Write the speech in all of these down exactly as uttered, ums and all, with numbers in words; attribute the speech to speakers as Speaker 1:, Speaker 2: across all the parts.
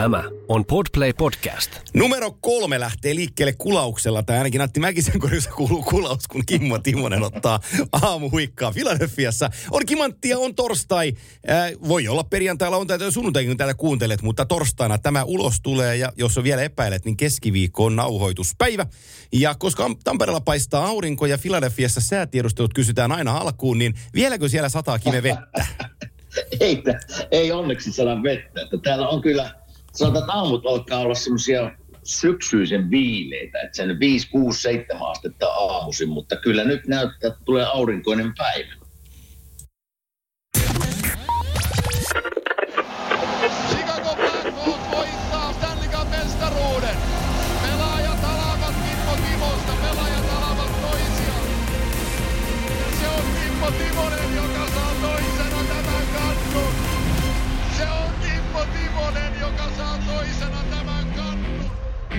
Speaker 1: Tämä on Podplay Podcast.
Speaker 2: Numero kolme lähtee liikkeelle kulauksella, tai ainakin Antti Mäkisen korissa kuuluu kulaus, kun Kimmo Timonen ottaa aamuhuikkaa Philadelphiassa. On kimanttia, on torstai. Äh, voi olla perjantai, lauantai tai sunnuntai, kun tätä kuuntelet, mutta torstaina tämä ulos tulee, ja jos on vielä epäilet, niin keskiviikko on nauhoituspäivä. Ja koska Tampereella paistaa aurinko ja Philadelphiassa säätiedustelut kysytään aina alkuun, niin vieläkö siellä sataa Kime vettä?
Speaker 3: Ei, ei onneksi saada vettä. Että täällä on kyllä, sanotaan, että aamut alkaa olla semmoisia syksyisen viileitä, että sen viisi, kuusi, seitsemän astetta aamuisin, mutta kyllä nyt näyttää, että tulee aurinkoinen päivä.
Speaker 4: Chicago Blackhawks voittaa Stanley Cup -mestaruuden. Pelaajat alavat Kimmo Timosta, pelaajat alavat toisiaan. Se on Kimmo Timonen, joka saa toisena tämän kannun. Se on Kimmo Timonen, joka saa toisena tämän kannun.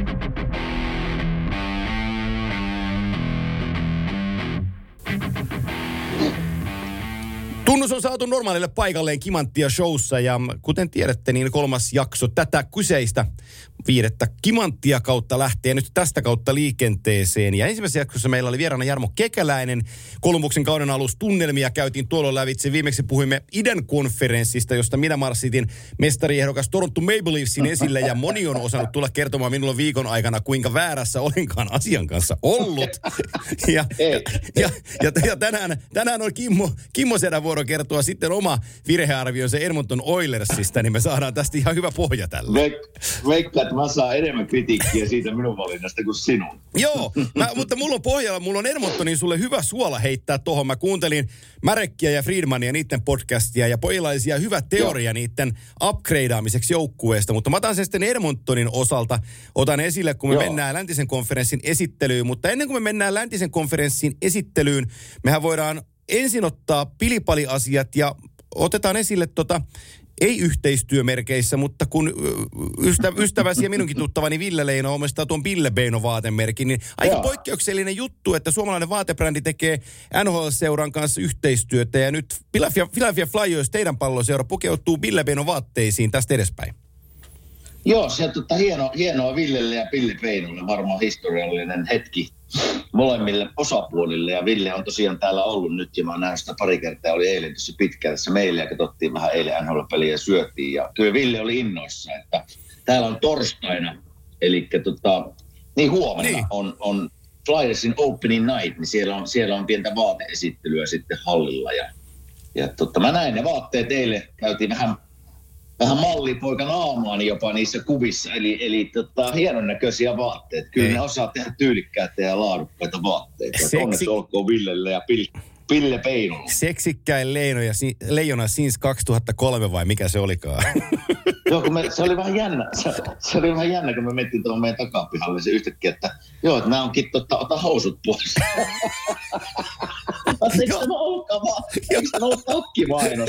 Speaker 2: Tunnus on saatu normaalille paikalleen Kimanttia showssa, ja kuten tiedätte, niin kolmas jakso tätä kyseistä viidettä Kimanttia kautta lähtee nyt tästä kautta liikenteeseen. Ja ensimmäisessä jaksossa meillä oli vieraana Jarmo Kekäläinen. Columbuksen kauden alussa tunnelmia käytiin tuolla lävitse. Viimeksi puhuimme idän konferenssista, josta minä marssitin mestariehdokas Toronto Maple Leafsin esille, ja moni on osannut tulla kertomaan minulle viikon aikana, kuinka väärässä olinkaan asian kanssa ollut. Ja, ja, ja, ja, ja tänään, tänään on Kimmo, Kimmo Sedän vuoro kertoa sitten oma virhearvionsa Edmonton Oilersista, niin me saadaan tästä ihan hyvä pohja tälle.
Speaker 3: Veik- veikka, että mä saan enemmän kritiikkiä siitä minun valinnasta kuin sinun.
Speaker 2: Joo, mä, mutta mulla on pohjalla, mulla on Edmontonin sulle hyvä suola heittää tohon. Mä kuuntelin Märekkiä ja Friedmania, niiden podcastia, ja poilaisia hyvä teoria Joo. niiden upgradeaamiseksi joukkueesta, mutta mä otan sen sitten Edmontonin osalta, otan esille, kun me Joo. mennään läntisen konferenssin esittelyyn, mutta ennen kuin me mennään läntisen konferenssin esittelyyn, mehän voidaan ensin ottaa pilipaliasiat ja otetaan esille tota, ei yhteistyömerkeissä, mutta kun ystä, ystäväsi ja minunkin tuttavani Ville Leino omistaa tuon Bille Beino vaatemerkin, niin aika Joo. poikkeuksellinen juttu, että suomalainen vaatebrändi tekee N H L-seuran kanssa yhteistyötä, ja nyt Philadelphia, Philadelphia Flyers, teidän palloseura, pukeutuu Bille Beino vaatteisiin tästä edespäin.
Speaker 3: Joo, se on tota hieno, hienoa Villelle ja Bille Beinolle, varmaan historiallinen hetki molemmille osapuolille, ja Ville on tosiaan täällä ollut nyt, ja mä oon nähnyt sitä pari kertaa, oli eilen tuossa pitkään tässä meille, ja katsottiin vähän eilen N H L-peliä ja syötiin, ja kyllä Ville oli innoissa, että täällä on torstaina, eli tota, niin huomenna niin. on, on Flyersin opening night, niin siellä on, siellä on pientä vaateesittelyä sitten hallilla, ja, ja tota, mä näin ne vaatteet eilen, käytiin vähän Vähän mallipoikan aamuani jopa niissä kuvissa, eli, eli tota, hienon näköisiä vaatteet. Kyllä Ei. ne osaa tehdä tyylikkäitä ja laadukkaita vaatteita. Seksi... Onneksi olkoon Villelle ja Pille, Pille Peinolle.
Speaker 2: Seksikkäin leinoja, leijona since kaksituhattakolme vai mikä se olikaan?
Speaker 3: Joo, kun me, se oli vähän jännä. Se, se oli vähän jännä, kun me mentiin tuohon meidän takapihalle se yhtäkkiä, että joo, että nämä onkin, totta, ota housut pois. Eikö tämä ollutkaan vaan, eikö tämä ollut takkimainos?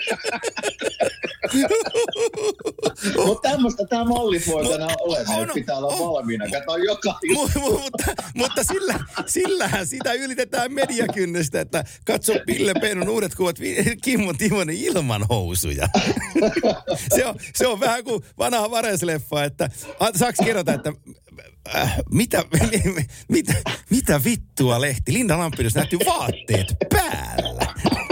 Speaker 3: Mutta tämmöistä tämä mallipoikana olemme, että pitää olla valmiina. Kato joka
Speaker 2: mutta, mutta sillä, sillähän sitä ylitetään mediakynnystä, että katso Bille Beinon uudet kuvat Kimmo Timonen ilman housuja. Se on, se on vähän kuin vanha Vares-leffa, että saaks kerrota, että äh, mitä, mitä, mitä vittua Lehti? Linda Lampinus näytti vaatteet päällä.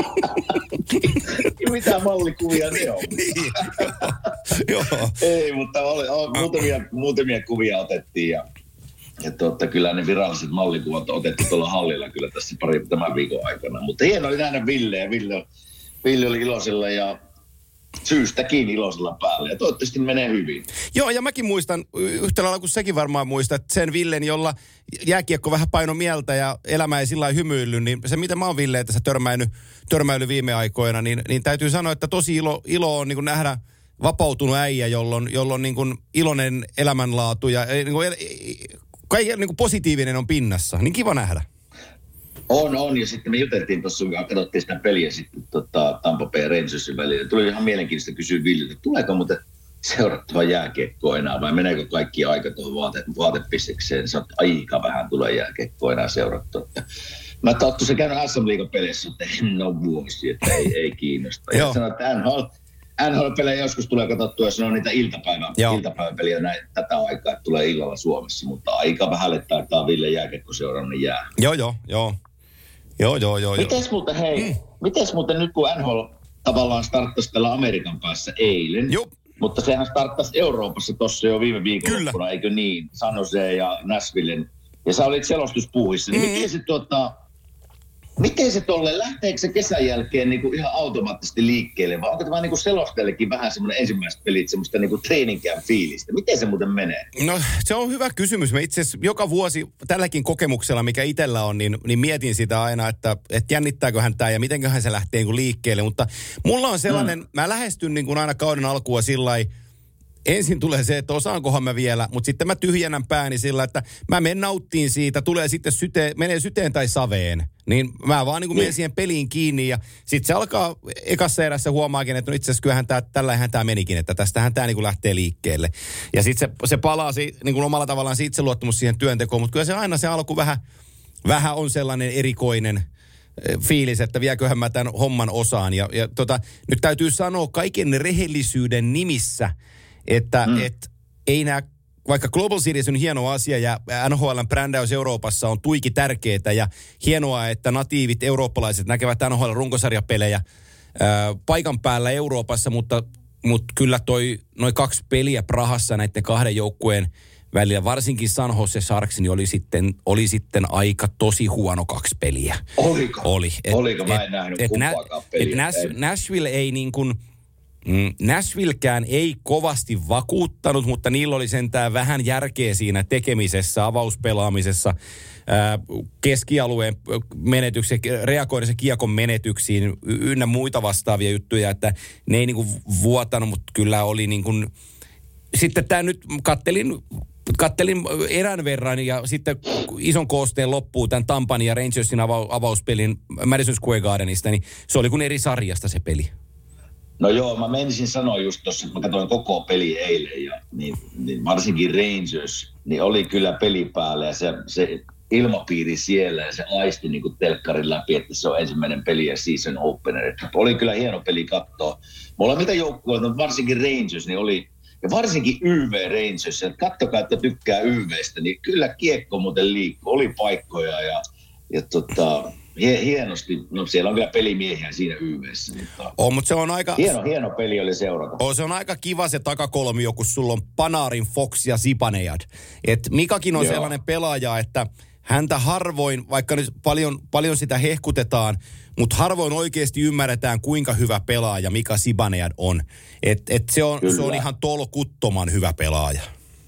Speaker 3: Mitä mallikuvia ne on?
Speaker 2: Niin, joo. joo.
Speaker 3: Ei, mutta oli, oli, muutamia, muutamia kuvia otettiin, ja, ja totta, kyllä ne viralliset mallikuvat otettiin tuolla hallilla kyllä tässä pari tämän viikon aikana. Mutta hieno oli nähdä Ville, ja Ville, Ville oli iloisella ja syystäkin iloisella päällä, ja toivottavasti menee hyvin.
Speaker 2: Joo, ja mäkin muistan, yhtä lailla kuin säkin varmaan muistat, sen Villen, jolla jääkiekko vähän paino mieltä ja elämä ei sillä lailla hymyillyt, niin se mitä mä oon Ville, että sä törmäily, törmäily viime aikoina, niin, niin täytyy sanoa, että tosi ilo, ilo on niin kuin nähdä vapautunut äijä, jolloin, jolloin niin kuin iloinen elämänlaatu ja niin kuin, kaikki niin kuin positiivinen on pinnassa. Niin kiva nähdä.
Speaker 3: On, on. Ja sitten me juteltiin tuossa, kun katsottiin sitä peliä sitten tota, Tampa Bay Rangersin välillä. Tuli ihan mielenkiintoista kysyä Villiltä, että tuleeko muuten seurattava jääkiekkoa enää vai meneekö kaikki aika tuohon vaate, vaatepistekseen? Sä oot aika vähän tulee jääkiekkoa enää seurattua. Mä ootko se käynyt S M-liigan peleissä, että en ole vuosi, että ei, ei kiinnosta. Ja sanoin, että N H L, N H L-pelejä joskus tulee katsottua, jos ne on niitä iltapäivä, iltapäiväpeliä näin tätä aikaa, että tulee illalla Suomessa, mutta aika vähälle taitaa Ville jääkiekkoseurainen jää.
Speaker 2: Joo, joo, joo. Joo, joo, joo.
Speaker 3: Mites muuten, hei, mm. mites muuten nyt kun N H L tavallaan starttasi tällä Amerikan päässä eilen,
Speaker 2: Joo.
Speaker 3: mutta sehän starttasi Euroopassa tuossa jo viime viikonloppuna, eikö niin? San Jose ja Nashvillen. Ja sä olit selostuspuuhissa, niin mm. miten se tuota... Miten se tolle, lähteekö se kesän jälkeen niin kuin ihan automaattisesti liikkeelle, vai onko tämä niin kuin selostajallekin vähän semmoinen ensimmäiset pelit, semmoista niin kuin treeninkään fiilistä? Miten se muuten menee?
Speaker 2: No se on hyvä kysymys. Mä itse asiassa joka vuosi tälläkin kokemuksella, mikä itsellä on, niin, niin mietin sitä aina, että, että jännittääköhän tämä ja mitenköhän se lähtee niin kuin liikkeelle. Mutta mulla on sellainen, mm. mä lähestyn niin kuin aina kauden alkua sillai, ensin tulee se, että osaankohan mä vielä, mutta sitten mä tyhjennän pääni sillä, että mä menen nauttiin siitä, tulee sitten syte, menee syteen tai saveen. Niin mä vaan niin kuin menen siihen peliin kiinni ja sitten se alkaa ekassa erässä huomaakin, että no itse asiassa kyllähän tää, tällähän tämä menikin, että tästähän tämä niin kuin lähtee liikkeelle. Ja sitten se, se palaa si, niin kuin omalla tavallaan se itseluottamus siihen työntekoon, mutta kyllä se aina se alku vähän, vähän on sellainen erikoinen fiilis, että vieköhän mä tämän homman osaan. Ja, ja tota, nyt täytyy sanoa kaiken rehellisyyden nimissä, että mm. et, ei nämä, vaikka Global Series on hieno asia ja N H L:n brändäys Euroopassa on tuiki tärkeää ja hienoa, että natiivit eurooppalaiset näkevät N H L-runkosarjapelejä ää, paikan päällä Euroopassa, mutta, mutta kyllä toi noin kaksi peliä Prahassa näiden kahden joukkueen välillä, varsinkin San Jose Sharks, niin oli sitten, oli sitten aika tosi huono kaksi peliä.
Speaker 3: Oliko?
Speaker 2: Oli. Et,
Speaker 3: Oliko? Mä en nähnyt et, kumpaakaan et peliä.
Speaker 2: Nash, Nashville ei niin kuin... Mm, Nashvillekään ei kovasti vakuuttanut, mutta niillä oli sentään vähän järkeä siinä tekemisessä, avauspelaamisessa, ää, keskialueen menetyksiä, reagoida se kiekon menetyksiin ynnä muita vastaavia juttuja, että ne ei niinku vuotanut, mutta kyllä oli niin kuin... Sitten tämä nyt kattelin... Kattelin erän verran ja sitten ison koosteen loppuu tämän Tampan ja Rangersin ava- avauspelin Madison Square Gardenista, niin se oli kuin eri sarjasta se peli.
Speaker 3: No joo, mä menisin sanoa just tuossa, että mä katsoin koko peli eilen ja niin, niin varsinkin Rangers, niin oli kyllä peli päällä ja se, se ilmapiiri siellä ja se aisti niin kuin telkkarin läpi, että se on ensimmäinen peli ja season opener. Oli kyllä hieno peli katsoa. Mulla mitä joukkueita, varsinkin Rangers, niin oli, ja varsinkin Y V Rangers, että kattokaa, että tykkää Y V:stä, niin kyllä kiekko muuten liikkuu, oli paikkoja ja, ja tota... Hienosti, no siellä on kyllä pelimiehiä siinä Y V:ssä. Mutta
Speaker 2: on, mutta se on aika...
Speaker 3: Hieno, hieno peli oli seurata.
Speaker 2: On, se on aika kiva se takakolmio, kun sulla on Panarin, Fox ja Zibanejad. Et Mikakin on Joo. sellainen pelaaja, että häntä harvoin, vaikka nyt paljon, paljon sitä hehkutetaan, mutta harvoin oikeasti ymmärretään, kuinka hyvä pelaaja Mika Zibanejad on. Et, et se, on se on ihan tolkuttoman hyvä pelaaja.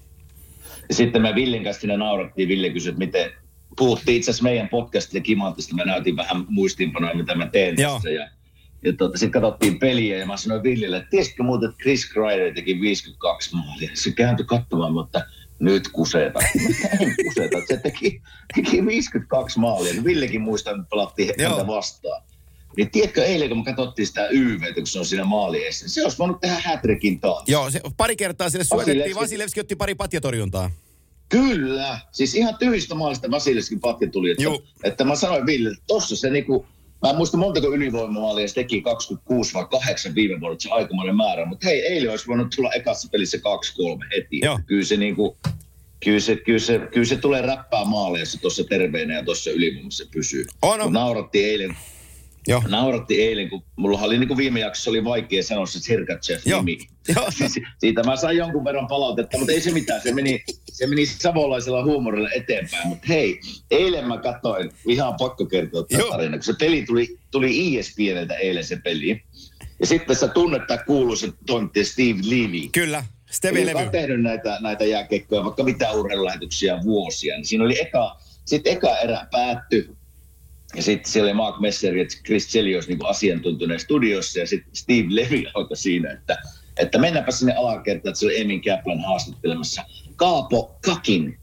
Speaker 3: Ja sitten me Villen kanssa siinä naurattiin. Ville kysyi, että miten... Puhuttiin itse asiassa meidän podcastille Kimantista, mä näytin vähän muistiinpanoja, mitä mä teen tässä. Ja, ja tuota, sitten katsottiin peliä ja mä sanoin Villille, että tiesitkö muuten, että Chris Kreider teki viisikymmentäkaksi maalia. Se kääntyi katsomaan, mutta nyt kuseta. En kuseta, se teki, teki viisikymmentäkaksi maalia. No Villekin muistaa, että pelattiin häntä vastaan. Niin tiedätkö, eilen kun me katsottiin sitä Y V:tä, kun se on siinä maaliessa, se olisi voinut tehdä hat-trickin taas.
Speaker 2: Joo, se, pari kertaa sille suotettiin. Vasilevski otti pari patjatorjuntaa.
Speaker 3: Kyllä. Siis ihan tyhjistä maalista Vasilevskin patja tuli. Että, että mä sanoin Ville, että tossa se niinku, mä en muista montako ylivoimamaalia se teki kaksikymmentäkuusi vai kahdeksan viime vuonna, se aikamoinen määrä. Mutta hei, eilen olisi voinut tulla ekassa pelissä kaksi kolme heti. Kyllä se niinku, kyllä se, kyllä se, kyllä se tulee räppää maaleja, se tuossa terveenä ja tuossa ylivoimassa pysyy.
Speaker 2: Oh, no.
Speaker 3: Kun nauratti eilen. Joo. Nauratti eilen, kun mulla oli niin kuin viime jaksossa oli vaikea sanoa se Sergachev-nimi. Si- siitä mä sain jonkun verran palautetta, mutta ei se mitään. Se meni, se meni savolaisella huumorilla eteenpäin. Mutta hei, eilen mä katsoin, ihan pakko kertoa tätä tarinaa, kun se peli tuli, tuli E S P N:ltä eilen se peli. Ja sitten sä tunnet tää kuuluisa tontti Steve Levy.
Speaker 2: Kyllä, Steve Levy.
Speaker 3: Joka on tehnyt näitä, näitä jääkiekkoja, vaikka mitä urheilulähetyksiä vuosia. Niin siinä oli eka, sitten eka erä päättyi. Ja sitten siellä oli Mark Messer ja Chris Chelios niin asiantuntuneen studiossa ja sitten Steve Levy alkoi siinä, että, että mennäänpä sinne alakertaan, että se oli Emin Kaplan haastattelemassa. Kaapo Kakin.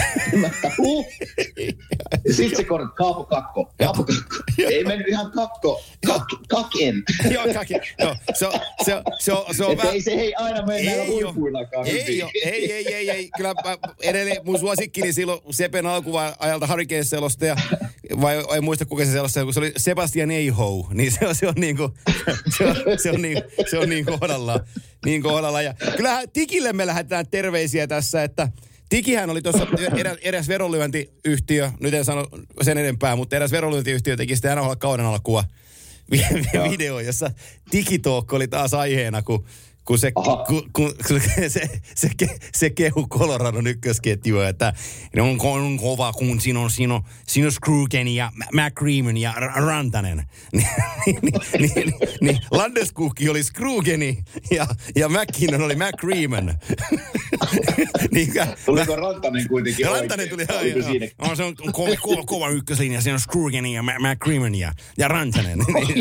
Speaker 3: Ja sitten se korjasi, Kaapo Kakko. Kaapo Kakko. Ei mennyt ihan Kakko. Kak, kakin.
Speaker 2: Joo, Kakin. Joo, se on, se on, se on, se on
Speaker 3: vähän... Ei se ei aina mene näillä huippuillakaan.
Speaker 2: Ei, ei, ei, ei, ei. Kyllä mä edelleen mun suosikkini silloin Sepen alkuajalta Hurricanes-selosta ja vai ei muista kuka se sellaisen, kun se oli Sebastian Eiho, niin se on, se on niin kuin, se on, se on niin, se on niin kohdallaan, niin kohdallaan. Ja kyllähän Tikille me lähdetään terveisiä tässä, että Tikihän oli tuossa eräs, eräs verolyöntiyhtiö, nyt en sano sen enempää, mutta eräs verolyöntiyhtiö teki sitten N H L kauden alkua video, jossa Tikitookko oli taas aiheena, kun kun se, kun, kun, se, se, se, se kehu Coloradon ykkösketjua, että on, on kova, kun siinä on, siinä on, siinä on Scrugen ja McCreaman ja Rantanen. Niin, niin, niin, niin, niin Landeskukki oli Scrugeni ja, ja McKinnon oli McCreaman. niin,
Speaker 3: Tuliko Rantanen kuitenkin
Speaker 2: Rantanen tuli oikein? No, se on kova, kova, kova ykköslinja, siinä on Scrugeni ja McCreaman ja, ja Rantanen.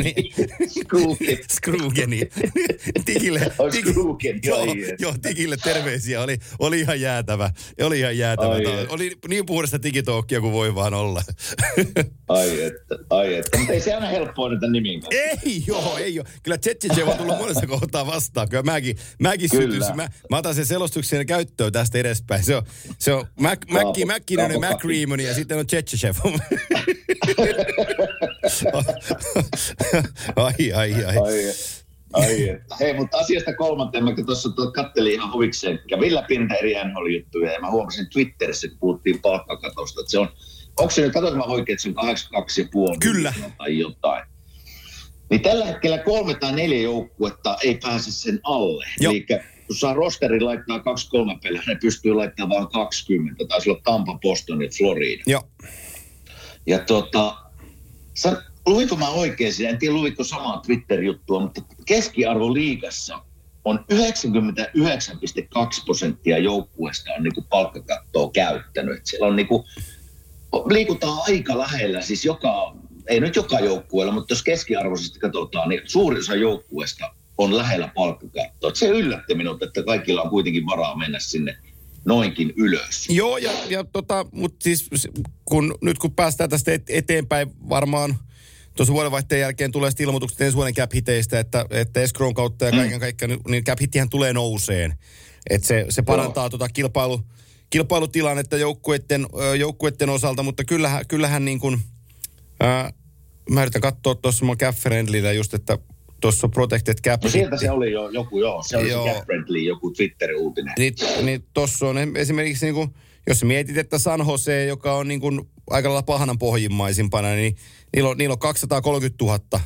Speaker 2: Scrugeni. Tikille.
Speaker 3: Tiki,
Speaker 2: joo, joo, Tikille terveisiä. Oli, oli ihan jäätävä. Oli ihan jäätävä. Ai oli niin puhdasta Tikitookkia kuin voi vaan olla.
Speaker 3: ai että, ai että. Mutta ei se aina helppoa näitä nimiä.
Speaker 2: Ei joo, ei joo. Kyllä Tsetchichev on tullut monessa kohtaa vastaan. Kyllä mäkin, mäkin sytyisin. Mä, mä otan sen selostuksen käyttöön tästä edespäin. Se on, se on Mäkki, McKinnon ja McCreaman ja sitten on Tsetchichev. ai, ai, ai. ai.
Speaker 3: Ai, että. Hei, mutta asiasta kolmanteen, mä tuossa kattelin ihan huvikseen, kävin läpi niitä eri N H L-juttuja ja mä huomasin Twitterissä, että puhuttiin palkkakatosta, että se on, onko se nyt, katsotaan mä oikein, että se on kahdeksankymmentäkaksi pilkku viisi
Speaker 2: Kyllä.
Speaker 3: Tai jotain. Niin tällä hetkellä kolme tai neljä joukkuetta ei pääse sen alle. Jo. Eli kun saa rosterin laittaa kaksi kolme peliä, ne pystyy laittamaan vain kaksikymmentä. Taisi olla Tampa, Boston ja Florida.
Speaker 2: Joo.
Speaker 3: Ja tota, sä, luinko mä oikein siinä, en tiedä luinko samaa Twitter-juttua, mutta keskiarvo liigassa on yhdeksänkymmentäyhdeksän pilkku kaksi prosenttia joukkueesta on niinku palkkakattoa käyttänyt. Et siellä on niinku, liikutaan aika lähellä, siis joka, ei nyt joka joukkueella, mutta jos keskiarvoisesti katsotaan, niin suurin osa joukkueesta on lähellä palkkakattoa. Et se yllätti minut, että kaikilla on kuitenkin varaa mennä sinne noinkin ylös.
Speaker 2: Joo, ja, ja tota, mutta siis kun, nyt kun päästään tästä eteenpäin varmaan tuossa vuodenvaihteen jälkeen tulee sitten ilmoitukset ensi vuoden cap-hiteistä, että, että escrown kautta ja kaiken mm. kaikkiaan, niin cap-hittihän tulee nouseen. Että se, se parantaa no. tota kilpailu, kilpailutilannetta joukkueiden, joukkueiden osalta, mutta kyllähän, kyllähän niin kuin, ää, mä yritän katsoa tuossa mun cap-friendlyllä just, että tuossa protected cap.
Speaker 3: No sieltä se oli jo joku, joo, se oli joo. se cap-friendly, joku Twitter-uutinen.
Speaker 2: Niin, niin tuossa on esimerkiksi niin kuin, jos mietit, että San Jose, joka on niin kuin aika lailla pahanan pohjimmaisimpana, niin niillä on, niillä on kaksisataakolmekymmentätuhatta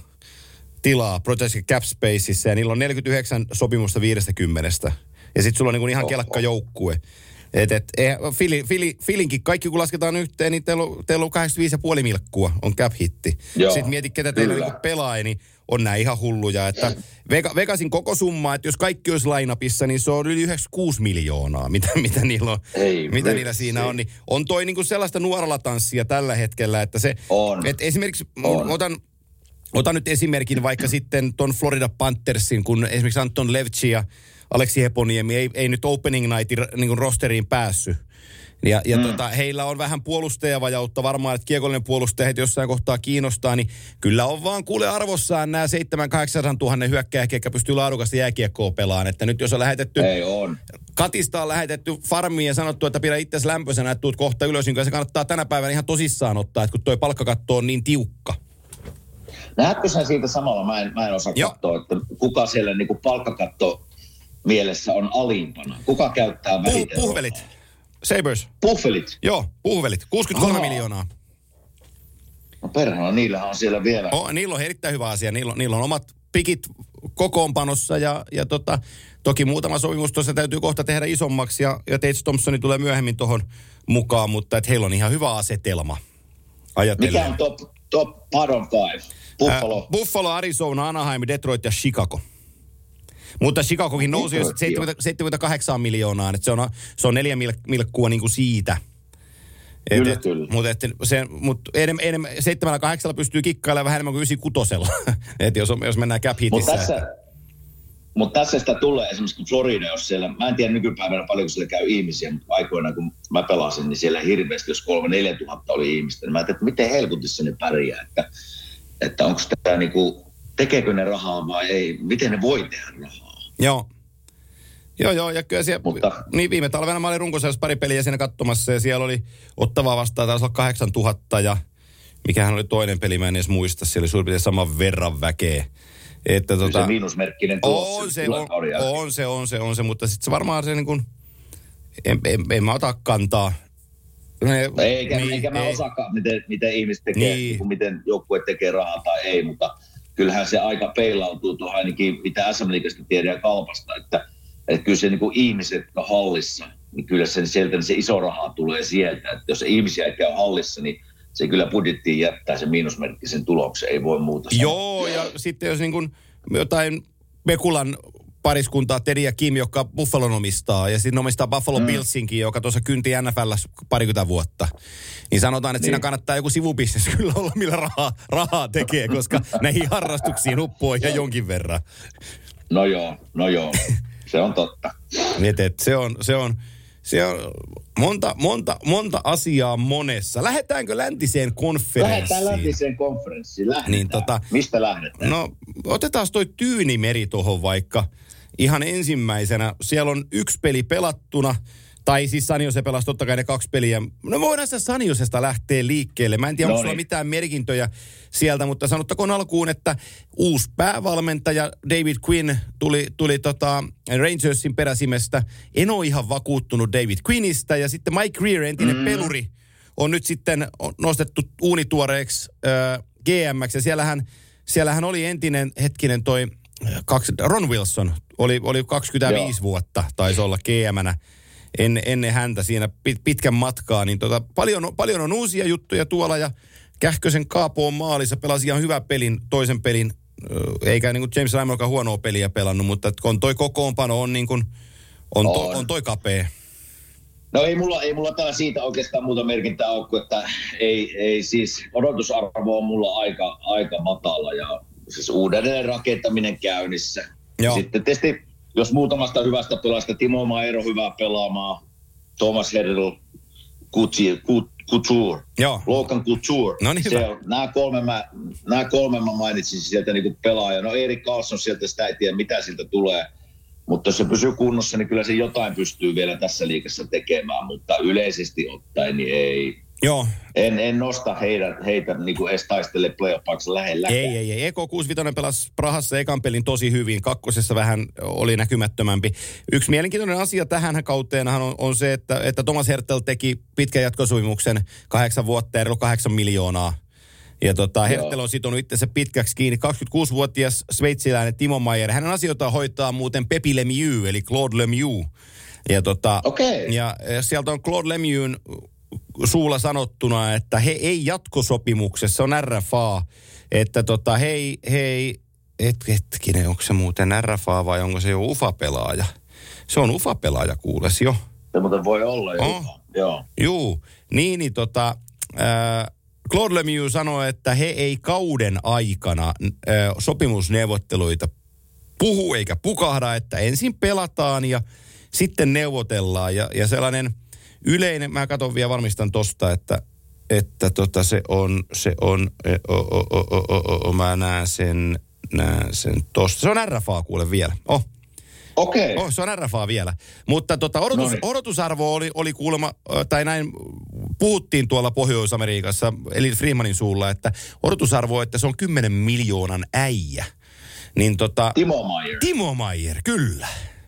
Speaker 2: tilaa Protected Cap Spaceissa ja niillä on neljäkymmentäyhdeksän sopimusta viisikymmentä. Ja sitten sulla on niin kuin ihan kelkka joukkue. Et, et, fili, fili, filinkin, kaikki kun lasketaan yhteen, niin teillä on, teillä on kahdeksankymmentäviisi pilkku viisi milkkua on cap-hitti. Sitten mieti, ketä teillä niin pelaa, niin on nää ihan hulluja. Että Vegasin koko summa, että jos kaikki olisi line-upissa, niin se on yli yhdeksänkymmentäkuusi miljoonaa, mitä, mitä, niillä, on,
Speaker 3: Ei,
Speaker 2: mitä niillä siinä on. Niin on toi niin kuin sellaista nuoralla tanssia tällä hetkellä, että se...
Speaker 3: On.
Speaker 2: Että esimerkiksi on. Otan, otan nyt esimerkin vaikka sitten ton Florida Panthersin, kun esimerkiksi Anton Levci ja Aleksi Heponiemi ei, ei nyt opening nightin niin rosteriin päässyt. Ja, ja mm. tota, heillä on vähän puolustajavajautta varmaan, että kiekollinen puolustaja heitä jossain kohtaa kiinnostaa, niin kyllä on vaan kuule arvossaan nämä seitsemän kahdeksan tuhannen hyökkääjät, jotka pystyy laadukasta jääkiekkoa pelaamaan. Että nyt jos on lähetetty,
Speaker 3: ei on.
Speaker 2: Katista on lähetetty farmiin ja sanottu, että pidä itsesi lämpöisenä, että tuut kohta ylös, niin se kannattaa tänä päivänä ihan tosissaan ottaa, että kun toi palkkakatto on niin tiukka.
Speaker 3: Näetkö sä siitä samalla? Mä en, mä en osaa Joo. katsoa, että kuka siellä niin kuin palkkakatto mielessä on alimpana. Kuka käyttää vähiten?
Speaker 2: Puhvelit. Sabres.
Speaker 3: Puhvelit?
Speaker 2: Joo, puhvelit. kuusikymmentäkolme Aha. miljoonaa.
Speaker 3: No perhana, niillähän on siellä vielä.
Speaker 2: Oh, niillä on erittäin hyvä asia. Niillä on, niillä on omat pikit kokoonpanossa ja, ja tota, toki muutama sopimus tuossa täytyy kohta tehdä isommaksi ja, ja Tage Thompsoni tulee myöhemmin tuohon mukaan, mutta että heillä on ihan hyvä asetelma. Ajatellen.
Speaker 3: Mikä on top, top bottom five? Buffalo.
Speaker 2: Äh, Buffalo, Arizona, Anaheim, Detroit ja Chicago. Mutta Chicagokin nousi jo seitsemänkymmentäkahdeksan miljoonaa, että se on, se on neljä milkkua niin kuin siitä.
Speaker 3: Kyllä, et, kyllä.
Speaker 2: Mutta mut enemmän, enemmän, seitsemällä kahdeksalla pystyy kikkailemaan vähän enemmän kuin yhdeksänkymmentäkuusi. Että jos, jos mennään cap hitissä.
Speaker 3: Mutta tässä, mut tässä sitä tulee esimerkiksi kun Florida, jos siellä, mä en tiedä nykypäivänä paljonko siellä käy ihmisiä, mutta aikoinaan kun mä pelasin, niin siellä hirveästi, jos kolme neljä tuhatta oli ihmistä, niin mä ajattelin, että miten helkutissa ne pärjää, että, että onko tämä niinku, tekeekö ne rahaa vai ei, miten ne voi tehdä rahaa.
Speaker 2: Joo. Joo, joo, ja kyllä siellä,
Speaker 3: Mutta,
Speaker 2: niin viime talvena mä olin runkosarjassa pari peliä siinä katsomassa, ja siellä oli Ottavaa vastaan, taisi olla kahdeksantuhatta, ja mikähän oli toinen peli, mä en edes muista, siellä oli suurin piirtein saman verran väkeä. Että tota,
Speaker 3: se miinusmerkkinen tulos.
Speaker 2: On se, on, on se, on se, on se, mutta sitten se varmaan se niin kuin, en, en, en mä ota kantaa. Ne,
Speaker 3: eikä,
Speaker 2: niin,
Speaker 3: eikä mä
Speaker 2: ei.
Speaker 3: osaakaan, miten, miten ihmiset tekee,
Speaker 2: niin.
Speaker 3: niin miten joukkue tekee rahaa tai ei, mutta kyllähän se aika peilautuu tuohon ainakin, mitä S M-liigasta tiedään Kalpasta, että, että kyllä se niin kuin ihmiset, jotka on hallissa, niin kyllä se, sieltä niin se iso raha tulee sieltä, että jos se ihmisiä ei käy hallissa, niin se kyllä budjettiin jättää se miinusmerkkisen tuloksen, ei voi muuta sanoa.
Speaker 2: Joo, ja sitten jos niin kuin jotain Pekulan pariskuntaa, Teddy ja Kim, joka Buffalon omistaa, ja sitten omistaa Buffalo mm. Billsinkin, joka tuossa kynti N F L parikymmentä vuotta. Niin sanotaan, että niin. siinä kannattaa joku sivubisnes kyllä olla, millä rahaa, rahaa tekee, koska näihin harrastuksiin uppoaa ihan jonkin verran.
Speaker 3: No joo, no joo. Se on totta.
Speaker 2: Et, et, se on, se on, se on monta, monta, monta asiaa monessa. Lähdetäänkö läntiseen konferenssiin?
Speaker 3: Lähdetään läntiseen konferenssiin. Lähdetään.
Speaker 2: Niin, tota,
Speaker 3: mistä lähdetään?
Speaker 2: No, otetaan toi Tyynimeri tuohon vaikka ihan ensimmäisenä. Siellä on yksi peli pelattuna. Tai siis San Jose pelasi totta kai ne kaksi peliä. No voidaan sitä San Josesta lähteä liikkeelle. Mä en tiedä, no onko sulla mitään merkintöjä sieltä, mutta sanottakoon alkuun, että uusi päävalmentaja David Quinn tuli, tuli tota Rangersin peräsimestä. En ole ihan vakuuttunut David Quinnistä. Ja sitten Mike Greer, entinen mm. peluri, on nyt sitten nostettu uunituoreeksi äh, G M:ksi. Ja siellähän, siellähän oli entinen hetkinen toi kaksi, Ron Wilson, oli, oli kaksikymmentäviisi Joo. vuotta, taisi olla G M:nä. En, ennen häntä siinä pit, pitkän matkaa, niin tota, paljon, paljon on uusia juttuja tuolla ja Kähkösen Kaapo on maalissa, pelasi ihan hyvän pelin, toisen pelin, eikä niin kuin James Reimerkaan huonoa peliä pelannut, mutta on toi kokoonpano on niin kuin, on, on. To, on toi kapea.
Speaker 3: No ei mulla, ei mulla täällä siitä oikeastaan muuta merkintää ole, kun että ei, ei siis odotusarvo on mulla aika, aika matala ja siis uudelleen rakentaminen käynnissä. Joo. Sitten tietysti jos muutamasta hyvästä pelaajasta, Timo Maier on hyvä pelaamaan, Thomas Herrell, Couture, Logan Couture.
Speaker 2: No niin,
Speaker 3: se on, nämä, kolme mä, nämä kolme mä mainitsin sieltä niin pelaaja. No Erik Karlsson sieltä, sitä ei tiedä mitä siltä tulee. Mutta jos se pysyy kunnossa, niin kyllä se jotain pystyy vielä tässä liigassa tekemään. Mutta yleisesti ottaen niin ei.
Speaker 2: Joo.
Speaker 3: En, en nosta heitä, heitä niin kuin edes taistele playoff-paikassa lähelläkään.
Speaker 2: Ei, ei, ei. E K kuusikymmentäviisi pelasi Prahassa ekan pelin tosi hyvin. Kakkosessa vähän oli näkymättömämpi. Yksi mielenkiintoinen asia tähän kauteenhan on, on se, että, että Thomas Hertel teki pitkän jatkosopimuksen kahdeksan vuotta ja kahdeksan miljoonaa. Ja tota, Hertel on sitonut itsensä pitkäksi kiinni. kaksikymmentäkuusivuotias sveitsiläinen Timo Maier. Hänen asioitaan hoitaa muuten Pepi Lemieux, eli Claude Lemieux. Ja, tota,
Speaker 3: okay.
Speaker 2: ja, ja sieltä on Claude Lemieux'n suulla sanottuna, että he ei jatkosopimuksessa, on R F A, että tota, hei, hei, et, hetkinen, onko se muuten R F A vai onko se jo U F A-pelaaja? Se on U F A-pelaaja, kuules jo.
Speaker 3: Se muuten voi olla jo. Oh. Joo.
Speaker 2: Juu, niin, niin tota, äh, Claude Lemieux sanoi, että he ei kauden aikana äh, sopimusneuvotteluita puhu eikä pukahda, että ensin pelataan ja sitten neuvotellaan ja, ja sellainen yleinen, mä katson vielä, varmistan tosta, että, että tota se on, se on, o, o, o, o, o, o, mä näen sen, näen sen tosta. Se on R F A kuule vielä. Oh.
Speaker 3: Okei. Okay.
Speaker 2: Oh, se on R F A vielä. Mutta tota, odotus, odotusarvo oli, oli kuulemma, tai näin puhuttiin tuolla Pohjois-Amerikassa, eli Freemanin suulla, että odotusarvo, että se on kymmenen miljoonan äijä. Niin tota,
Speaker 3: Timo Maier.
Speaker 2: Timo Maier, kyllä.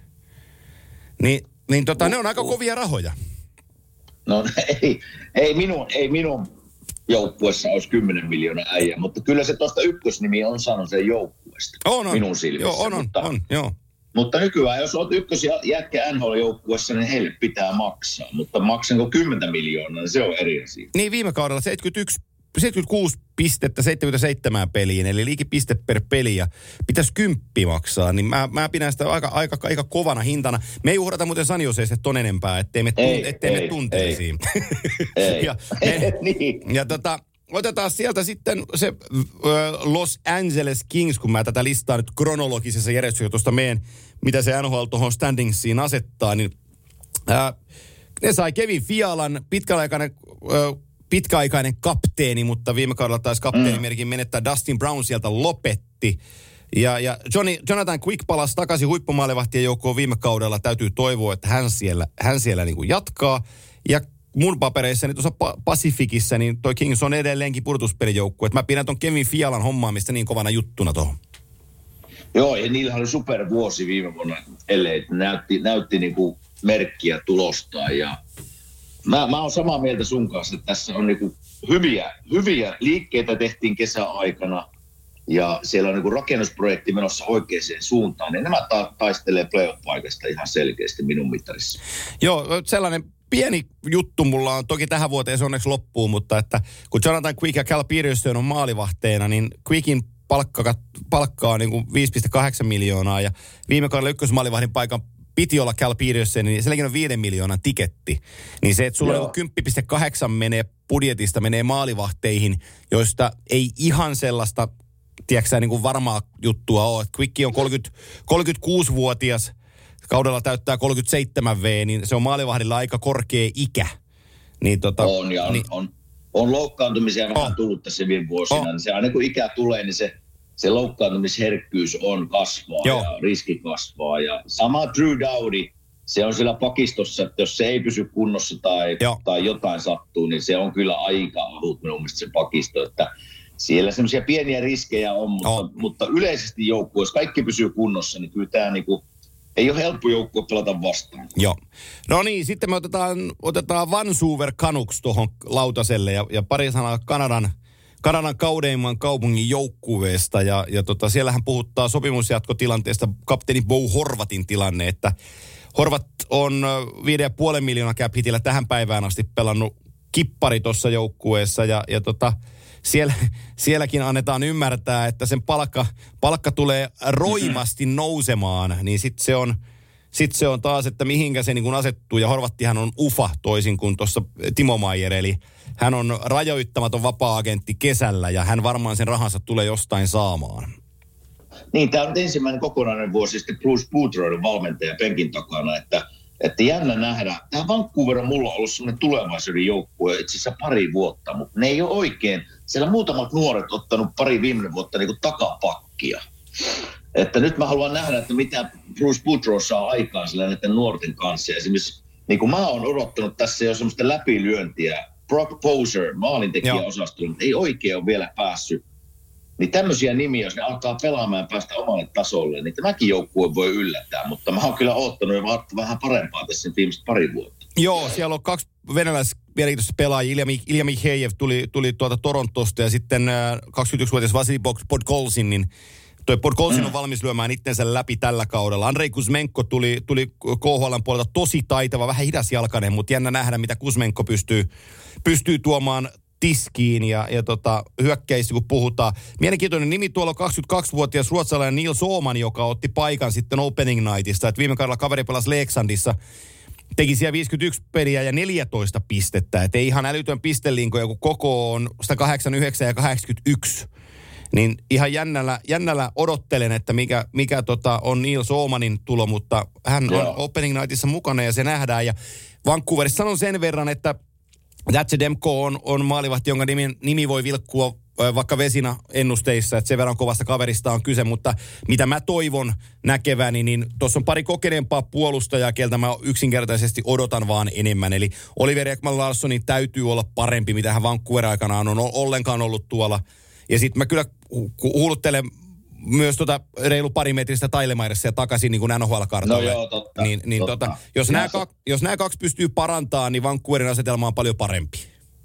Speaker 2: Niin, niin tota, uh, ne on aika uh. kovia rahoja.
Speaker 3: No ei, ei minun, ei minun joukkuessa olisi kymmenen miljoonaa äijä, mutta kyllä se tuosta ykkösnimi on saanut sen joukkueesta.
Speaker 2: On, on.
Speaker 3: Minun silmissä.
Speaker 2: Joo, on, on,
Speaker 3: mutta,
Speaker 2: on, joo.
Speaker 3: Mutta nykyään, jos olet ykkösjätkä N H L-joukkuessa, niin heille pitää maksaa. Mutta maksanko kymmentä miljoonaa, niin se on eri asia.
Speaker 2: Niin viime kaudella seitsemänkymmentäyksi, seitsemänkymmentäkuusi pistettä, seitsemänkymmentäseitsemän peliin, eli liiki piste per peli, ja pitäisi kymppi maksaa, niin mä, mä pidän sitä aika, aika, aika kovana hintana. Me ei uhrata muuten San Joseista ton enempää, ettei me,
Speaker 3: ei,
Speaker 2: tunt, ettei
Speaker 3: ei,
Speaker 2: me tunteisiin.
Speaker 3: Ei,
Speaker 2: ja, me,
Speaker 3: niin.
Speaker 2: ja tota, otetaan sieltä sitten se uh, Los Angeles Kings, kun mä tätä listaa nyt kronologisessa järjestyksessä tuosta meen, mitä se N H L tuohon standingsiin asettaa, niin uh, ne sai Kevin Fialan, pitkäaikainen uh, pitkäaikainen kapteeni, mutta viime kaudella taisi kapteenimerkin menettää. Dustin Brown sieltä lopetti. Ja, ja Johnny, Jonathan Quick palasi takaisin huippumaalevahtien joukkoon viime kaudella. Täytyy toivoa, että hän siellä, hän siellä niin kuin jatkaa. Ja mun papereissani tuossa Pacificissa, niin toi Kings on edelleenkin pudotuspelijoukkue. Mä pidän ton Kevin Fialan hommaamista niin kovana juttuna tuohon.
Speaker 3: Joo, ja niillä oli supervuosi viime vuonna, ellei näytti, näytti niinku merkkiä tulostaan. Ja mä, mä oon samaa mieltä sun kanssa, että tässä on niinku hyviä, hyviä liikkeitä tehtiin kesäaikana. Ja siellä on niinku rakennusprojekti menossa oikeaan suuntaan, niin nämä ta- taistelee playoff-paikasta ihan selkeästi minun mittarissa.
Speaker 2: Joo, sellainen pieni juttu mulla on, toki tähän vuoteen se onneksi loppuu, mutta että kun Jonathan Quick ja Cal Peterson on maalivahteena, niin Quickin palkka, palkka on niin kuin viisi pilkku kahdeksan miljoonaa ja viime kaudella ykkösmaalivahdin paikan piti olla Cal Peterson, niin sielläkin on viiden miljoonan tiketti. Niin se, että sulla on kymmenen pilkku kahdeksan menee budjetista, menee maalivahteihin, joista ei ihan sellaista, tiedätkö sä, niin kuin varmaa juttua ole. Quick on kolmekymmentä, kolmekymmentäkuusivuotias, kaudella täyttää kolmekymmentäseitsemän vuotta, niin se on maalivahdilla aika korkea ikä. Niin tota,
Speaker 3: on, ja on, niin, on, on loukkaantumisia vähän on. tullut tässä viime vuosina. Niin se aina kun ikä tulee, niin se, se loukkaantumisherkkyys on kasvaa Joo. ja riski kasvaa. Ja sama Drew Doughty, se on siellä pakistossa, että jos se ei pysy kunnossa tai, tai jotain sattuu, niin se on kyllä aika ahut minun mielestä se pakisto, että siellä semmoisia pieniä riskejä on, mutta, oh. mutta yleisesti joukkue, jos kaikki pysyy kunnossa, niin kyllä tämä niinku, ei ole helppo joukkue pelata vastaan.
Speaker 2: Joo. No niin, sitten me otetaan, otetaan Vancouver Canucks tuohon lautaselle ja, ja pari sanaa Kanadan, Kanadan kaudeimman kaupungin joukkueesta. Ja, ja tota, siellähän puhuttaa sopimusjatkotilanteesta kapteeni Bo Horvatin tilanne, että Horvat on viiden ja puolen miljoonaa cap hitillä tähän päivään asti pelannut kippari tuossa joukkueessa ja, ja tota, Siellä, sielläkin annetaan ymmärtää, että sen palkka, palkka tulee roimasti nousemaan, niin sitten se on, sit se on taas, että mihinkä se niin kun asettuu. Ja Horvattihan on ufa toisin kuin tuossa Timo Meier, eli hän on rajoittamaton vapaa-agentti kesällä ja hän varmaan sen rahansa tulee jostain saamaan.
Speaker 3: Niin, tämä on ensimmäinen kokonainen vuosi sitten Bruce Boudreauin valmentaja penkin takana, että Että jännä nähdä. Tämä Vancouver on mulla ollut sellainen tulevaisuuden joukkue itse asiassa pari vuotta, mutta ne ei ole oikein. Siellä muutamat nuoret ottanut pari viime vuotta niin kuin takapakkia. Että nyt mä haluan nähdä, että mitä Bruce Boudreau saa aikaan sillä näiden nuorten kanssa. Ja esimerkiksi niin kuin mä oon odottanut tässä jo semmoista läpilyöntiä. Brock Boeser, maalintekijäosastolla, ei oikein ole vielä päässyt. Niin tämmöisiä nimiä, jos ne alkaa pelaamaan ja päästä omalle tasolle, niin tämäkin joukkue voi yllättää. Mutta mä oon kyllä oottanut ja vähän parempaa tässä viimeiset pari vuotta. Joo,
Speaker 2: siellä on kaksi venäläis-mielenkiintoista pelaajia. Ilja, Ilja Mikheyev tuli, tuli tuolta Torontosta ja sitten äh, kaksikymmentäyksivuotias Vasili Podkolzin, niin toi Podkolzin mm. on valmis lyömään itsensä läpi tällä kaudella. Andrei Kuzmenko tuli, tuli K H L:n puolelta tosi taitava, vähän hidasjalkainen, mutta jännä nähdä, mitä Kuzmenko pystyy, pystyy tuomaan tiskiin ja, ja tota, hyökkäistä, kun puhutaan. Mielenkiintoinen nimi tuolla on kaksikymmentäkaksivuotias ruotsalainen Nils Åman, joka otti paikan sitten Opening Nightista. Et viime kaudella kaveri pelasi Leksandissa, teki siellä viisikymmentäyksi peliä ja neljätoista pistettä. Et ei ihan älytön pistelinko, kun koko on sata kahdeksankymmentäyhdeksän ja kahdeksankymmentäyksi. Niin ihan jännällä, jännällä odottelen, että mikä, mikä tota on Nils Åmanin tulo, mutta hän on yeah. Opening Nightissa mukana ja se nähdään. Ja Vancouverissa sanon sen verran, että Thatcher Demko on, on maalivahti, jonka nimi, nimi voi vilkkua vaikka vesina ennusteissa, että sen verran kovasta kaverista on kyse, mutta mitä mä toivon näkeväni, niin tuossa on pari kokeneempaa puolustajaa, keltä mä yksinkertaisesti odotan vaan enemmän. Eli Oliver Ekman-Larssonin täytyy olla parempi, mitä hän Vancouver-aikanaan on ollenkaan ollut tuolla. Ja sitten mä kyllä huuluttelen myös tota reilu parimetristä Tailemairesia takaisin niin kuin N H L-kartalle.
Speaker 3: No joo, totta.
Speaker 2: Niin, niin
Speaker 3: totta.
Speaker 2: Tota, jos, nämä kaksi, jos nämä kaksi pystyy parantamaan, niin Vancouverin asetelma on paljon parempi.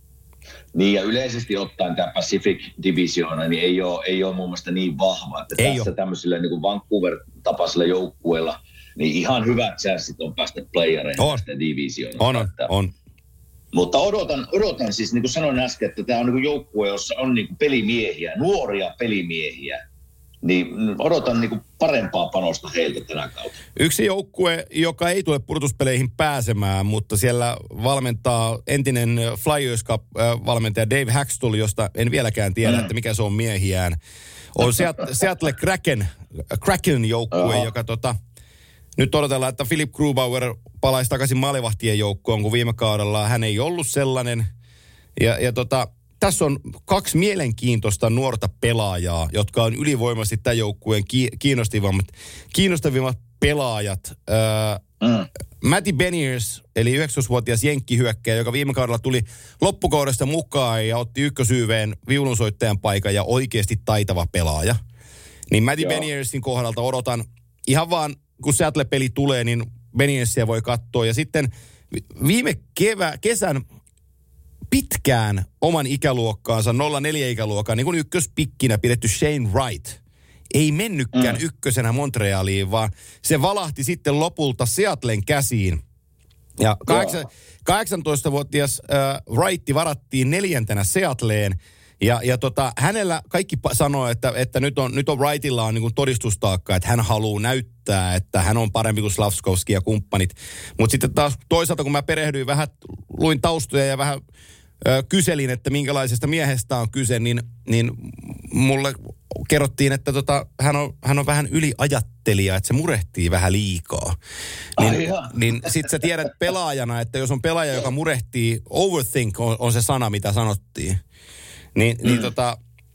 Speaker 3: Niin ja yleisesti ottaen tämä Pacific Divisiona niin ei ole, ei ole mun mielestä niin vahva. Että ei tässä ole. Tämmöisillä niin kuin Vancouver-tapaisilla joukkueilla niin ihan hyvät chanssit on päästä playereihin tästä divisioonasta.
Speaker 2: On, on, on.
Speaker 3: Mutta odotan, odotan siis, niin kuin sanoin äsken, että tämä on niin kuin joukkue, jossa on niin kuin pelimiehiä, nuoria pelimiehiä. Niin odotan niinku parempaa panosta heiltä tänä kautta.
Speaker 2: Yksi joukkue, joka ei tule pudotuspeleihin pääsemään, mutta siellä valmentaa entinen Flyers Cup-valmentaja Dave Hakstol, josta en vieläkään tiedä, mm. että mikä se on miehiään. On Seattle Kraken, Kraken joukkue, uh-huh. joka tota, nyt odotellaan, että Philip Grubauer palaisi takaisin maalivahtien joukkoon, kun viime kaudella hän ei ollut sellainen. Ja, ja tota... Tässä on kaksi mielenkiintoista nuorta pelaajaa, jotka on ylivoimaisesti tämän joukkueen kiinnostavimmat, kiinnostavimmat pelaajat. Öö, mm. Matty Beniers, eli yhdeksäntoistavuotias jenkkihyökkäjä, joka viime kaudella tuli loppukaudesta mukaan ja otti ykkösyyveen viulunsoittajan paikan ja oikeasti taitava pelaaja. Niin Matty Beniersin kohdalta odotan ihan vaan, kun Seattle-peli tulee, niin Beniersia voi katsoa. Ja sitten viime kevä, kesän pitkään oman ikäluokkaansa, nolla neljä ikäluokan, niin kuin ykköspikkinä pidetty Shane Wright, ei mennytkään mm. ykkösenä Montrealiin, vaan se valahti sitten lopulta Seattlen käsiin. Ja kahdeksantoistavuotias äh, Wright varattiin neljäntenä Seattleen. Ja, ja tota, hänellä kaikki sanoo, että, että nyt on, nyt on Wrightilla on niin kuin todistustaakka, että hän haluaa näyttää, että hän on parempi kuin Slavkovski ja kumppanit. Mutta sitten taas toisaalta, kun mä perehdyin vähän, luin taustoja ja vähän ö, kyselin, että minkälaisesta miehestä on kyse, niin, niin mulle kerrottiin, että tota, hän, on, hän on vähän yliajattelija, että se murehtii vähän liikaa. Niin, niin sit sä tiedät pelaajana, että jos on pelaaja, joka murehtii, overthink on, on se sana, mitä sanottiin. Niin, mm. niin tota,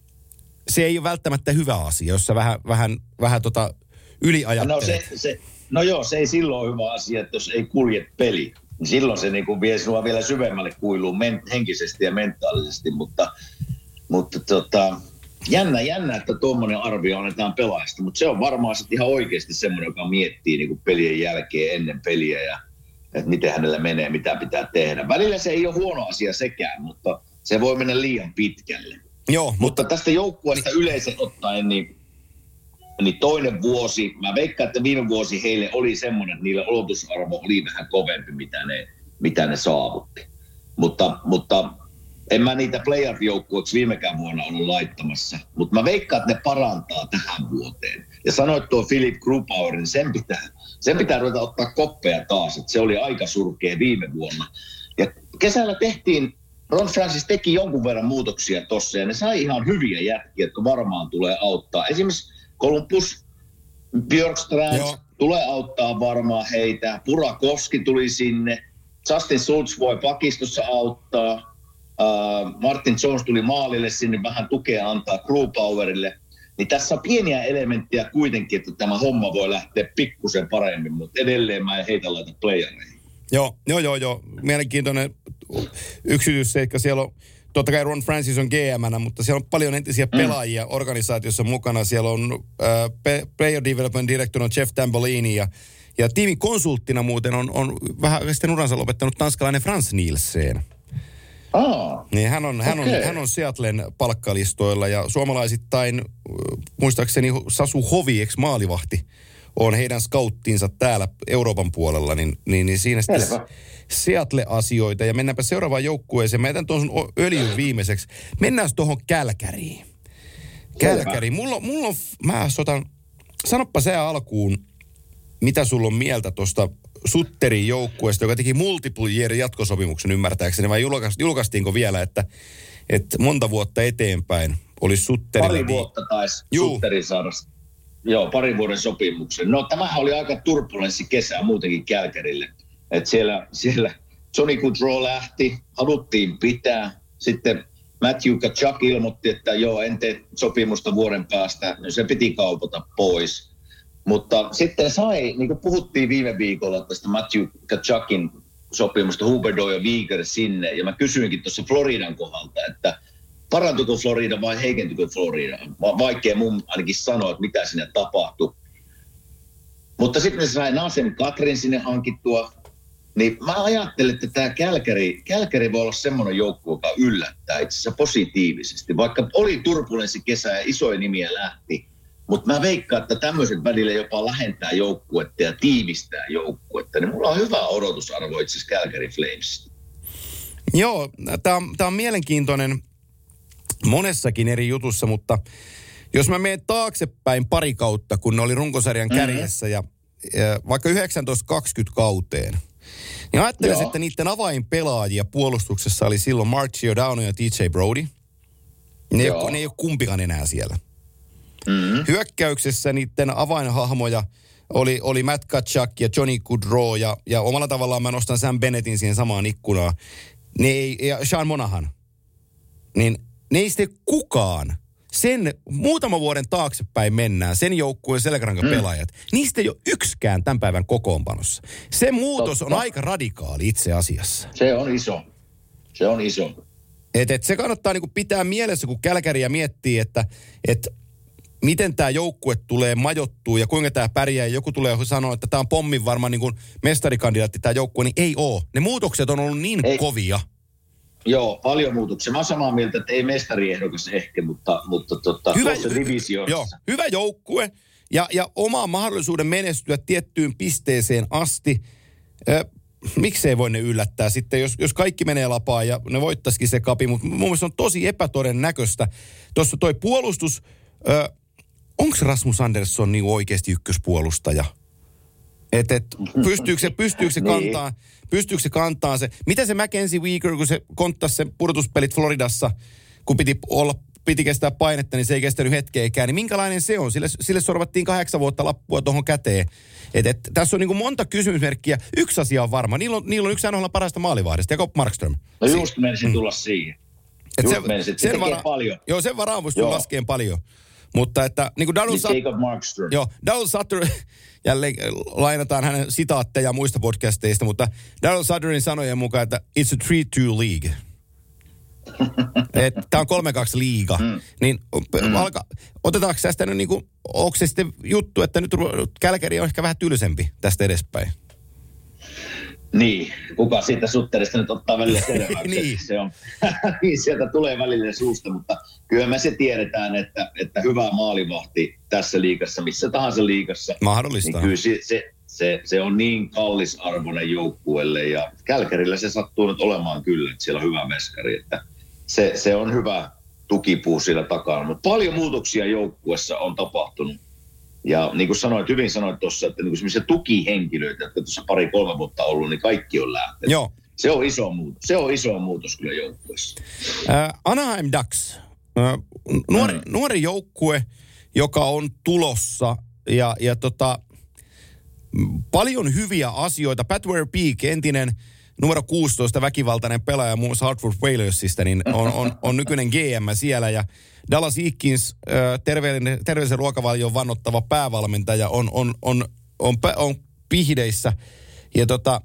Speaker 2: se ei ole välttämättä hyvä asia, jos sä vähän, vähän, vähän tota yliajattelet.
Speaker 3: No, se, se, no joo, se ei silloin ole hyvä asia, että jos ei kulje peli. Niin silloin se niinku vie sinua vielä syvemmälle kuiluun men, henkisesti ja mentaalisesti, mutta, mutta tota, jännä, jännä, että tuommoinen arvio annetaan pelaajasta. Mutta se on varmaan sitten ihan oikeasti semmoinen, joka miettii niinku pelien jälkeen ennen peliä ja että miten hänellä menee, mitä pitää tehdä. Välillä se ei ole huono asia sekään, mutta se voi mennä liian pitkälle.
Speaker 2: Joo, mutta,
Speaker 3: mutta tästä joukkueesta yleisesti ottaen, niin, niin toinen vuosi, mä veikkaan, että viime vuosi heille oli semmoinen, että niillä odotusarvo oli vähän kovempi, mitä ne, mitä ne saavutti. Mutta, mutta en mä niitä playoff-joukkueeksi viimekään vuonna ollut laittamassa. Mutta mä veikkaan, että ne parantaa tähän vuoteen. Ja sanoit tuo Philip Grubauer, niin sen pitää, sen pitää ruveta ottaa koppeja taas. Että se oli aika surkea viime vuonna. Ja kesällä tehtiin, Ron Francis teki jonkun verran muutoksia tossa ja ne sai ihan hyviä jätkiä, jotka varmaan tulee auttaa. Esimerkiksi Columbus, Björkstrand Joo. tulee auttaa varmaan heitä. Burakovski tuli sinne. Justin Schultz voi pakistossa auttaa. Uh, Martin Jones tuli maalille sinne vähän tukea antaa Grubauerille. Niin tässä on pieniä elementtejä kuitenkin, että tämä homma voi lähteä pikkusen paremmin, mutta edelleen mä en heitä laita playereihin.
Speaker 2: Joo, joo, joo, joo. Mielenkiintoinen yksityisseikka. Siellä on, totta kai Ron Francis on G M:nä, mutta siellä on paljon entisiä pelaajia mm. organisaatiossa mukana. Siellä on äh, Player Development Director on Jeff Tambolini ja, ja tiimin konsulttina muuten on, on vähän sitten uransa lopettanut tanskalainen Frans Nielsen.
Speaker 3: Oh,
Speaker 2: niin hän on, hän, on,
Speaker 3: okay.
Speaker 2: hän on Seattlen palkkalistoilla ja suomalaisittain, muistaakseni Sasu Hovi, ex maalivahti, on heidän scouttinsa täällä Euroopan puolella, niin, niin, niin siinä sitten Seattle-asioita. Ja mennäänpä seuraavaan joukkueeseen. Mä jätän tuon sun öljyn viimeiseksi. Mennään tuohon Kälkäriin. Kälkäriin. Mulla, mulla on, mä sotan, sanoppa sä alkuun, mitä sulla on mieltä tuosta Sutterin joukkueesta, joka teki multiple year jatkosopimuksen ymmärtääkseni, vai julkaistiinko vielä, että, että monta vuotta eteenpäin olisi Sutterilla.
Speaker 3: Pari vuotta taisi Sutteri saada. Joo, parin vuoden sopimuksen. No tämähän oli aika turbulenssi kesä muutenkin Kälkärille. Että siellä, siellä Johnny Gaudreau lähti, haluttiin pitää. Sitten Matthew Tkachuk ilmoitti, että joo, en tee sopimusta vuoden päästä. No se piti kaupata pois. Mutta sitten sai, niin kuin puhuttiin viime viikolla tästä Matthew Tkachukin sopimusta, Huberdeau ja Weegar sinne. Ja mä kysyinkin tuossa Floridan kohdalta, että parantuiko Florida vai heikentyykö Florida? Vaikea mun ainakin sanoa, että mitä sinne tapahtui. Mutta sitten se sai Nazem Kadrin sinne hankittua. Niin mä ajattelen, että tämä Kälkäri, Kälkäri voi olla semmoinen joukko, joka yllättää itse asiassa positiivisesti. Vaikka oli turbulenssi kesä ja isoja nimiä lähti. Mutta mä veikkaan, että tämmöiset välillä jopa lähentää joukkuetta ja tiivistää joukkuetta. Niin mulla on hyvä odotusarvo itse asiassa Calgary Flamesista.
Speaker 2: Joo, tämä on, on mielenkiintoinen monessakin eri jutussa, mutta jos mä menen taaksepäin pari kautta, kun ne oli runkosarjan kärjessä ja, ja vaikka yhdeksäntoista kaksikymmentä kauteen, niin ajattelisin, että niiden avainpelaajia puolustuksessa oli silloin Mark Giordano ja T J Brody. Ne ei, ole, ne ei ole kumpikaan enää siellä. Mm-hmm. Hyökkäyksessä niiden avainhahmoja oli, oli Matt Tkachuk ja Johnny Gaudreau ja, ja omalla tavallaan mä nostan Sam Bennettin siihen samaan ikkunaan. Ne ei, ja Sean Monahan. Niin ne ei sitten kukaan sen muutama vuoden taaksepäin mennään, sen joukkueen selkärangan pelaajat, mm. niistä ei ole yksikään tämän päivän kokoonpanossa. Se muutos Totta. on aika radikaali itse asiassa.
Speaker 3: Se on iso. Se on iso.
Speaker 2: Et, et se kannattaa niinku pitää mielessä, kun Kälkäriä miettii, että et miten tämä joukkue tulee majoittuu ja kuinka tämä pärjää. Joku tulee sanoa, että tämä on pommin varmaan niin kuin mestarikandidaatti tämä joukkue, niin ei ole. Ne muutokset on ollut niin ei. kovia.
Speaker 3: Joo, paljon muutoksia. Mä oon samaa mieltä, että ei mestariehdokas ehkä, mutta, mutta tota,
Speaker 2: hyvä,
Speaker 3: tuossa divisioonassa.
Speaker 2: Joo, hyvä joukkue ja, ja oma mahdollisuuden menestyä tiettyyn pisteeseen asti. Ö, miksei voi ne yllättää sitten, jos, jos kaikki menee lapaan ja ne voittaisikin se kapi, mutta mun mielestä on tosi epätodennäköistä. Tuossa toi puolustus, ö, onko Rasmus Andersson niin oikeasti ykköspuolustaja? Et, et, pystyykö se, pystyykö se kantaa, pystyykö se kantaa se? Mitä se Mackenzie Weegar, kun se konttasi sen pudotuspelit Floridassa, kun piti olla, piti kestää painetta, niin se ei kestänyt hetkeäkään. Niin minkälainen se on? Sille, sille sorvattiin kahdeksan vuotta lappua tuohon käteen. Et, et, tässä on niin kuin monta kysymysmerkkiä. Yksi asia on varma. Niillä on, niillä on yksi N H L parasta maalivahdista, Jakob Markström.
Speaker 3: No just menisin tulla siihen.
Speaker 2: Et
Speaker 3: just
Speaker 2: se,
Speaker 3: menisin,
Speaker 2: sen
Speaker 3: se
Speaker 2: vara,
Speaker 3: paljon.
Speaker 2: Joo, sen varaan voisi laskea paljon. Mutta että niin kuin Darryl Sutter...
Speaker 3: Jacob Markström.
Speaker 2: Joo, Darryl Sutter, jälleen lainataan hänen sitaatteja muista podcasteista, mutta Darryl Sutterin sanojen mukaan, että it's a three two league. Tämä on kolme kaksi liiga. Mm. Niin mm. alka, otetaanko tästä nyt niin kuin, onko se sitten juttu, että nyt Kälkäri on ehkä vähän tylsempi tästä edespäin?
Speaker 3: Niin, kuka siitä Sutterista nyt ottaa välillä selväksi.
Speaker 2: niin.
Speaker 3: Se on, niin sieltä tulee välillä suusta, mutta kyllä me se tiedetään, että, että hyvä maalivahti tässä liigassa, missä tahansa liigassa.
Speaker 2: Mahdollista.
Speaker 3: Niin kyllä se, se, se, se on niin kallisarvoinen joukkueelle ja Kälkärillä se sattuu nyt olemaan kyllä, että siellä on hyvä meskari, että se, se on hyvä tukipuu siellä takana. Mutta paljon muutoksia joukkueessa on tapahtunut. Ja niin kuin sanoit, hyvin sanoit tuossa, että niin semmoisia tukihenkilöitä, jotka tuossa pari-kolme vuotta ollut, niin kaikki on lähtenyt.
Speaker 2: Joo.
Speaker 3: Se on iso muutos. Se on iso muutos kyllä joukkueessa.
Speaker 2: Äh, Anaheim Ducks. Äh, nuori, mm. nuori joukkue, joka on tulossa ja, ja tota, paljon hyviä asioita. Pat Verbeek, entinen numero kuusitoista väkivaltainen pelaaja muun muassa Hartford Whalersista, niin on, on, on nykyinen G M siellä ja Dallas Eakins, terveellinen, terveellisen ruokavalion vannottava päävalmentaja, on, on, on, on, on pihdeissä. Ja tota,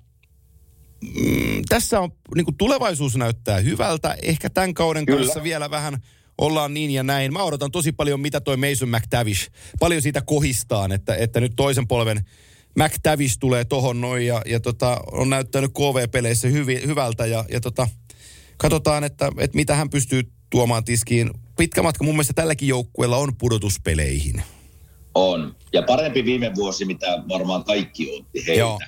Speaker 2: mm, tässä on, niin kuin tulevaisuus näyttää hyvältä. Ehkä tämän kauden Kyllä. kanssa vielä vähän ollaan niin ja näin. Mä odotan tosi paljon, mitä toi Mason McTavish, paljon siitä kohistaan, että, että nyt toisen polven McTavish tulee tohon noin ja, ja tota, on näyttänyt K V-peleissä hyvi, hyvältä ja, ja tota, katsotaan, että, että mitä hän pystyy tuomaan tiskiin. Pitkä matka mun mielestä tälläkin joukkueella on pudotuspeleihin. On. Ja parempi viime vuosi, mitä varmaan kaikki otti heitä. Joo.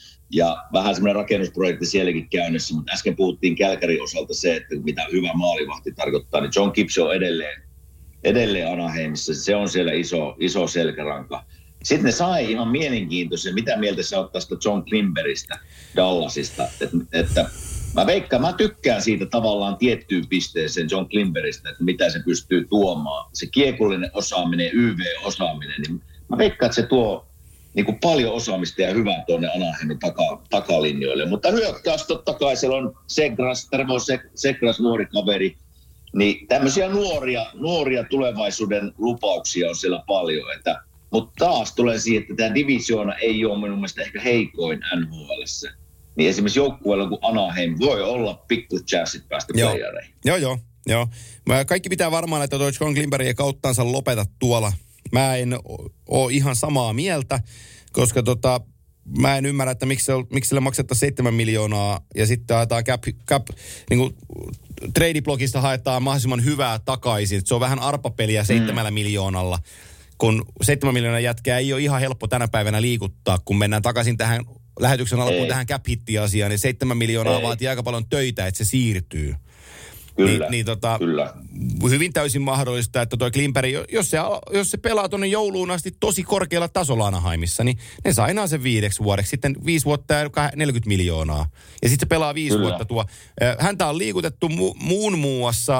Speaker 2: Ja vähän semmoinen rakennusprojekti sielläkin käynnissä, mutta äsken puhuttiin Kälkärin osalta se, että mitä hyvä maalivahti tarkoittaa, niin John Gibbs on edelleen, edelleen Anaheimissa. Se on siellä iso, iso selkäranka. Sitten ne sai ihan mielenkiintoisen, mitä mieltä sä oot tästä John Klimberistä Dallasista, että, että mä veikkaan, mä tykkään siitä tavallaan tiettyyn pisteeseen John Klimberistä, että mitä se pystyy tuomaan. Se kiekollinen osaaminen, Y V-osaaminen, niin mä veikkaan, että se tuo niin kuin paljon osaamista ja hyvää tuonne Anaheimin taka, takalinjoille. Mutta hyökkäys totta kai, siellä on Segras, Tervo Segras, nuori kaveri, niin tämmöisiä nuoria, nuoria tulevaisuuden lupauksia on siellä paljon, että mutta taas tulee siihen, että tämä divisioona ei ole minun mielestä ehkä heikoin N H L:ssä. Niin esimerkiksi joukkueella kuin Anaheim voi olla pikku chanssit päästä playereihin. Joo, joo, joo. Mä kaikki pitää varmaan, että toi John Klimber ei kauttaansa lopeta tuolla. Mä en ole ihan samaa mieltä, koska tota, mä en ymmärrä, että miksi, miksi sille maksetaan seitsemän miljoonaa ja sitten haetaan cap, cap niin kuin trade-blogista haetaan mahdollisimman hyvää takaisin. Se on vähän arpapeliä seitsemällä mm. miljoonalla. Kun seitsemän miljoonaa jätkää ei ole ihan helppo tänä päivänä liikuttaa, kun mennään takaisin tähän lähetyksen alkuun ei. tähän cap-hitti-asiaan, niin seitsemän miljoonaa ei. vaatii aika paljon töitä, että se siirtyy.
Speaker 3: Kyllä,
Speaker 2: Ni, niin tota,
Speaker 3: kyllä.
Speaker 2: Hyvin täysin mahdollista, että toi Klimperi, jos se, jos se pelaa tuonne jouluun asti tosi korkealla tasolla Anaheimissa, niin ne saa enää sen viideksi vuodeksi. Sitten viisi vuotta ja neljäkymmentä miljoonaa. Ja sitten se pelaa viisi kyllä. vuotta tuo. Häntä on liikutettu mu, muun muassa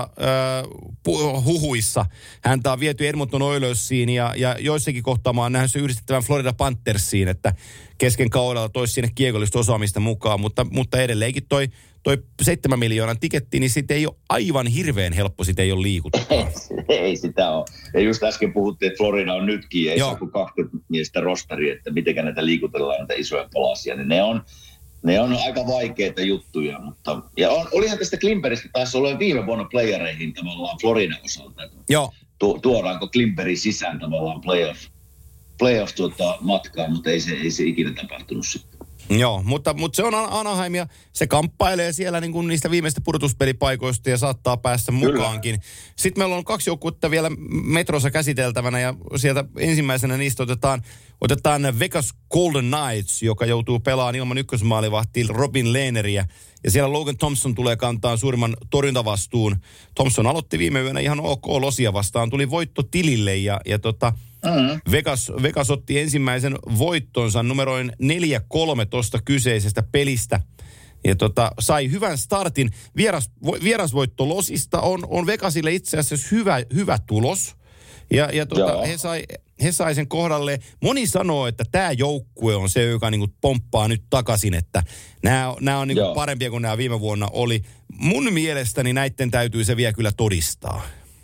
Speaker 2: äh, huhuissa. Häntä on viety Edmonton Oilersiin ja, ja joissakin kohtaa mä oon nähnyt se yhdistettävän Florida Panthersiin, että kesken kaudella toisi sinne kiekollista osaamista mukaan, mutta, mutta edelleenkin toi, toi seitsemän miljoonan tiketti, niin sitten ei ole aivan hirveän helppo, sitä ei ole liikuttaa.
Speaker 3: Ei sitä ole. Ja just äsken puhuttiin, että Florida on nytkin, ei
Speaker 2: Joo.
Speaker 3: saa kuin kaksikymmentä miestä rostaria, että miten näitä liikutellaan, näitä isoja palasia, niin ne on, ne on aika vaikeita juttuja, mutta ja on, olihan tästä Klimperistä taisi olla viime vuonna playereihin tavallaan Floridan osalta.
Speaker 2: Joo.
Speaker 3: Tu, tuodaanko Klimperi sisään tavallaan playoff, playoff tuota, matkaa, mutta ei se, ei se ikinä tapahtunut sitten.
Speaker 2: Joo, mutta, mutta se on Anaheim ja se kamppailee siellä niin kuin niistä viimeistä pudotuspelipaikoista ja saattaa päästä mukaankin. Kyllä. Sitten meillä on kaksi joukkuetta vielä metrossa käsiteltävänä ja sieltä ensimmäisenä niistä otetaan, otetaan Vegas Golden Knights, joka joutuu pelaamaan ilman ykkösmaalivahtia Robin Lehneriä. Ja siellä Logan Thompson tulee kantaa suurimman torjuntavastuun. Thompson aloitti viime yönä ihan ok Losia vastaan, tuli voitto tilille ja, ja tota, mm-hmm. Vegas, Vegas otti ensimmäisen voittonsa numeroin neljä kolme tuosta kyseisestä pelistä. Ja tota, sai hyvän startin. Vieras, vierasvoitto Losista on, on Vegasille itse asiassa hyvä, hyvä tulos. Ja, ja tota, he, sai, he sai sen kohdalle. Moni sanoo, että tämä joukkue on se, joka niinku pomppaa nyt takaisin, että nämä on niinku parempia kuin nämä viime vuonna oli. Mun mielestäni näiden täytyy se vielä kyllä todistaa.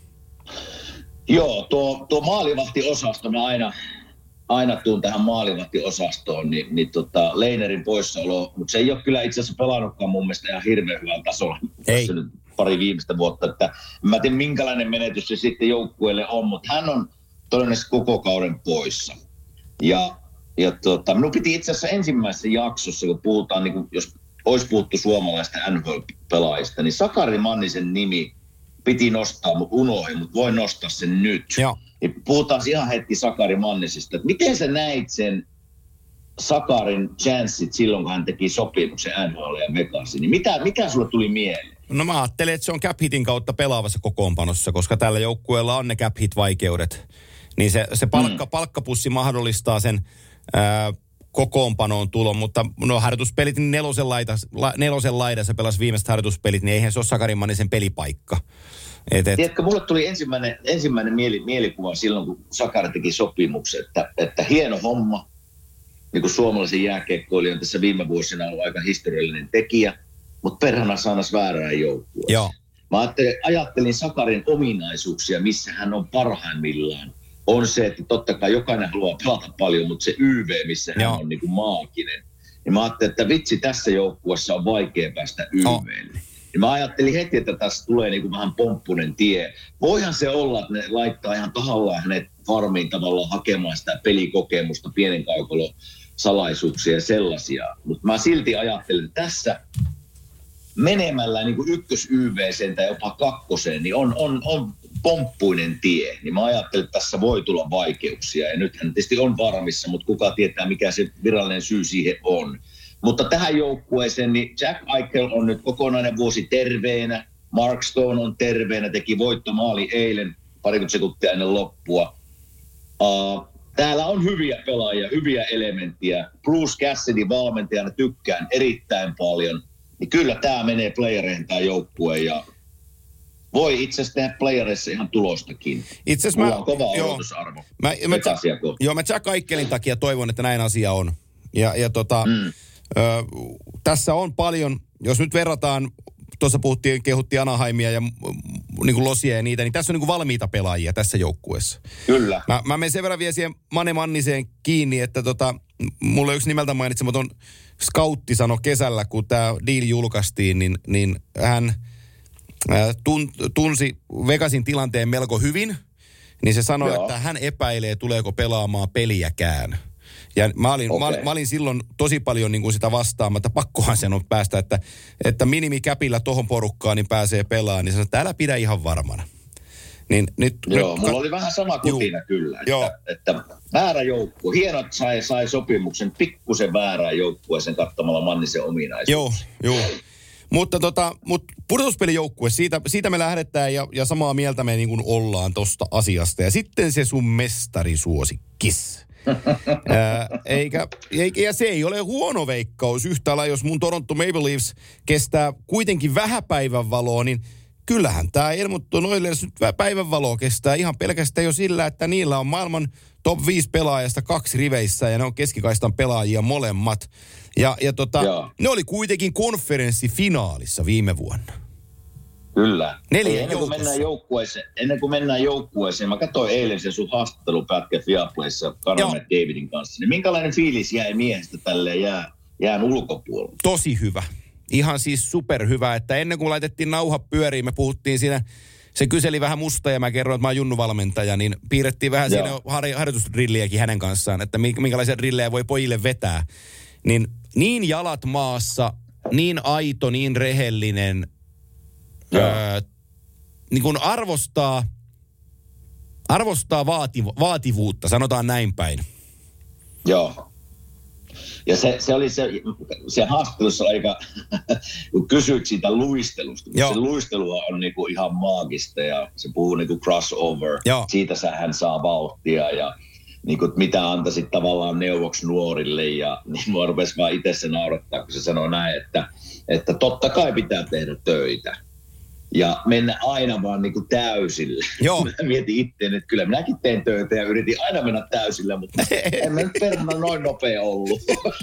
Speaker 3: Joo, tuo, tuo maalivahtiosasto, mä aina, aina tuun tähän maalivahtiosastoon, niin, niin tota, Lehnerin poissaolo, mutta se ei ole kyllä itse asiassa pelannutkaan mun mielestä ihan hirveän hyvällä tasolla.
Speaker 2: Ei.
Speaker 3: Pari viimeistä vuotta, että mä en tiedä minkälainen menetys se sitten joukkueelle on, mutta hän on todennäköisesti koko kauden poissa. Ja, ja tota, minun piti itse asiassa ensimmäisessä jaksossa, kun puhutaan, niin kun, jos olisi puhuttu suomalaista N H L-pelaajista, niin Sakari Mannisen nimi piti nostaa, mutta unohdin, mutta voi nostaa sen nyt.
Speaker 2: Joo.
Speaker 3: Niin puhutaan ihan hetki Sakari Mannisesta, että miten sä näit sen Sakarin chanssit silloin, kun hän teki sopimuksen N H L ja Vegasin, niin mitä, mitä sulle tuli mieleen?
Speaker 2: No mä ajattelin, että se on cap hitin kautta pelaavassa kokoonpanossa, koska tällä joukkueella on ne cap hit vaikeudet. Niin se, se palkka, mm. palkkapussi mahdollistaa sen ää, kokoonpanoon tulon, mutta no harjoituspelit, niin nelosen, laita, la, nelosen laidassa pelasi viimeiset harjoituspelit, niin eihän se ole Sakari Mannisen pelipaikka. Et, et.
Speaker 3: Tiedätkö, mulle tuli ensimmäinen, ensimmäinen mieli, mielikuva silloin, kun Sakari teki sopimuksen, että, että hieno homma, niin kuin suomalaisen jääkiekkoilijan tässä viime vuosina on ollut aika historiallinen tekijä, mutta perhana saanas väärään joukkueeseen.
Speaker 2: Joo.
Speaker 3: Mä ajattelin, ajattelin Sakarin ominaisuuksia, missä hän on parhaimmillaan. On se, että totta kai jokainen haluaa pelata paljon, mutta se Y V, missä hän Joo. on niin kuin maaginen. Ja mä ajattelin, että vitsi, tässä joukkueessa on vaikea päästä Y V:lle. Oh. Ja mä ajattelin heti, että tässä tulee niin kuin vähän pomppunen tie. Voihan se olla, että ne laittaa ihan tahallaan hänet farmiin tavallaan hakemaan sitä pelikokemusta, pienen kaukolon salaisuuksia ja sellaisia. Mutta mä silti ajattelin, että tässä menemällä niin kuin ykkös-Y V:seen tai jopa kakkoseen, niin on, on, on pomppuinen tie. Niin mä ajattelin, että tässä voi tulla vaikeuksia. Ja nythän tietysti on varmissa, mutta kuka tietää, mikä se virallinen syy siihen on. Mutta tähän joukkueeseen, niin Jack Eichel on nyt kokonainen vuosi terveenä. Mark Stone on terveenä, teki voittomaali eilen, parikymmentä sekuntia ennen loppua. Uh, täällä on hyviä pelaajia, hyviä elementtejä. Bruce Cassidy valmentajana tykkään erittäin paljon. Niin kyllä tämä menee playereihin tämä joukkue ja voi itse asiassa tehdä playereissa ihan tulostakin. Itse asiassa mulla on kova odotusarvo.
Speaker 2: Mä, mä, joo, mä Jack Eichelin takia toivon, että näin asia on. Ja, ja tota, mm. ö, tässä on paljon, jos nyt verrataan, tuossa puhuttiin, kehuttiin Anaheimia ja niin kuin Losia ja niitä, niin tässä on niin kuin valmiita pelaajia tässä joukkueessa.
Speaker 3: Kyllä. Mä,
Speaker 2: mä menen sen verran vielä siihen Mane Manniseen kiinni, että tota, mulle yksi nimeltä mainitsematon scoutti sanoi kesällä, kun tämä deal julkaistiin, niin, niin hän tun, tunsi Vegasin tilanteen melko hyvin, niin se sanoi, Joo. että hän epäilee, tuleeko pelaamaan peliäkään. Ja mä olin, okay. mä, mä olin silloin tosi paljon niin kuin sitä vastaamatta, pakkohan sen on päästä, että, että minimikäpillä tohon porukkaan niin pääsee pelaamaan, niin sanoi, että älä pidä ihan varmana. Niin, nyt,
Speaker 3: Joo,
Speaker 2: nyt,
Speaker 3: mulla oli vähän sama kutina juu, kyllä, että, että väärä joukkue. Hienot sai, sai sopimuksen pikkusen väärään joukkueeseen kattamalla Mannisen ominaisuuksia.
Speaker 2: Joo, joo. Mutta tota, mut pudotuspelijoukkue, siitä, siitä me lähdetään ja, ja samaa mieltä me niin kuin ollaan tosta asiasta. Ja sitten se sun mestarisuosikkis. Ää, eikä, eikä, ja se ei ole huono veikkaus yhtä lailla, jos mun Toronto Maple Leafs kestää kuitenkin vähäpäivän valoa, niin kyllähän tämä Edmonton Oilers nyt päivänvaloa kestää ihan pelkästään jo sillä, että niillä on maailman top viisi pelaajasta kaksi riveissä ja ne on keskikaistan pelaajia molemmat. Ja, ja tota, ne oli kuitenkin konferenssifinaalissa viime vuonna.
Speaker 3: Kyllä.
Speaker 2: Neljän
Speaker 3: ennen, kuin mennään joukkueeseen, ennen kuin mennään joukkueeseen, mä katsoin eilen sen sun haastattelupätkä Viaplayssa Connor McDavidin kanssa, niin minkälainen fiilis jäi miehestä tälleen jää, jään ulkopuolella?
Speaker 2: Tosi hyvä. Ihan siis superhyvä, että ennen kuin laitettiin nauha pyöriin, me puhuttiin siinä, se kyseli vähän musta ja mä kerroin, että mä oon Junnu-valmentaja, niin piirrettiin vähän Joo. siinä har- harjoitusdrilliäkin hänen kanssaan, että minkälaisia drillejä voi pojille vetää. Niin, niin jalat maassa, niin aito, niin rehellinen, öö, niin kuin arvostaa, arvostaa vaati- vaativuutta, sanotaan näin päin.
Speaker 3: Joo. Ja se, se oli se, se haastattelussa aika, kun kysyit siitä luistelusta. Se luistelua on niinku ihan maagista ja se puhuu niinku crossover. Joo. Siitä hän saa vauhtia ja niinku, mitä antaisit tavallaan neuvoksi nuorille. Ja niin mua rupesi vaan itse se naurattaa, kun se sanoo näin, että, että totta kai pitää tehdä töitä. Ja mennä aina vaan niin kuin täysillä. Joo. Mä mietin itteen, että kyllä minäkin teen töitä ja yritin aina mennä täysillä, mutta en mä nyt perhana noin nopea ollut.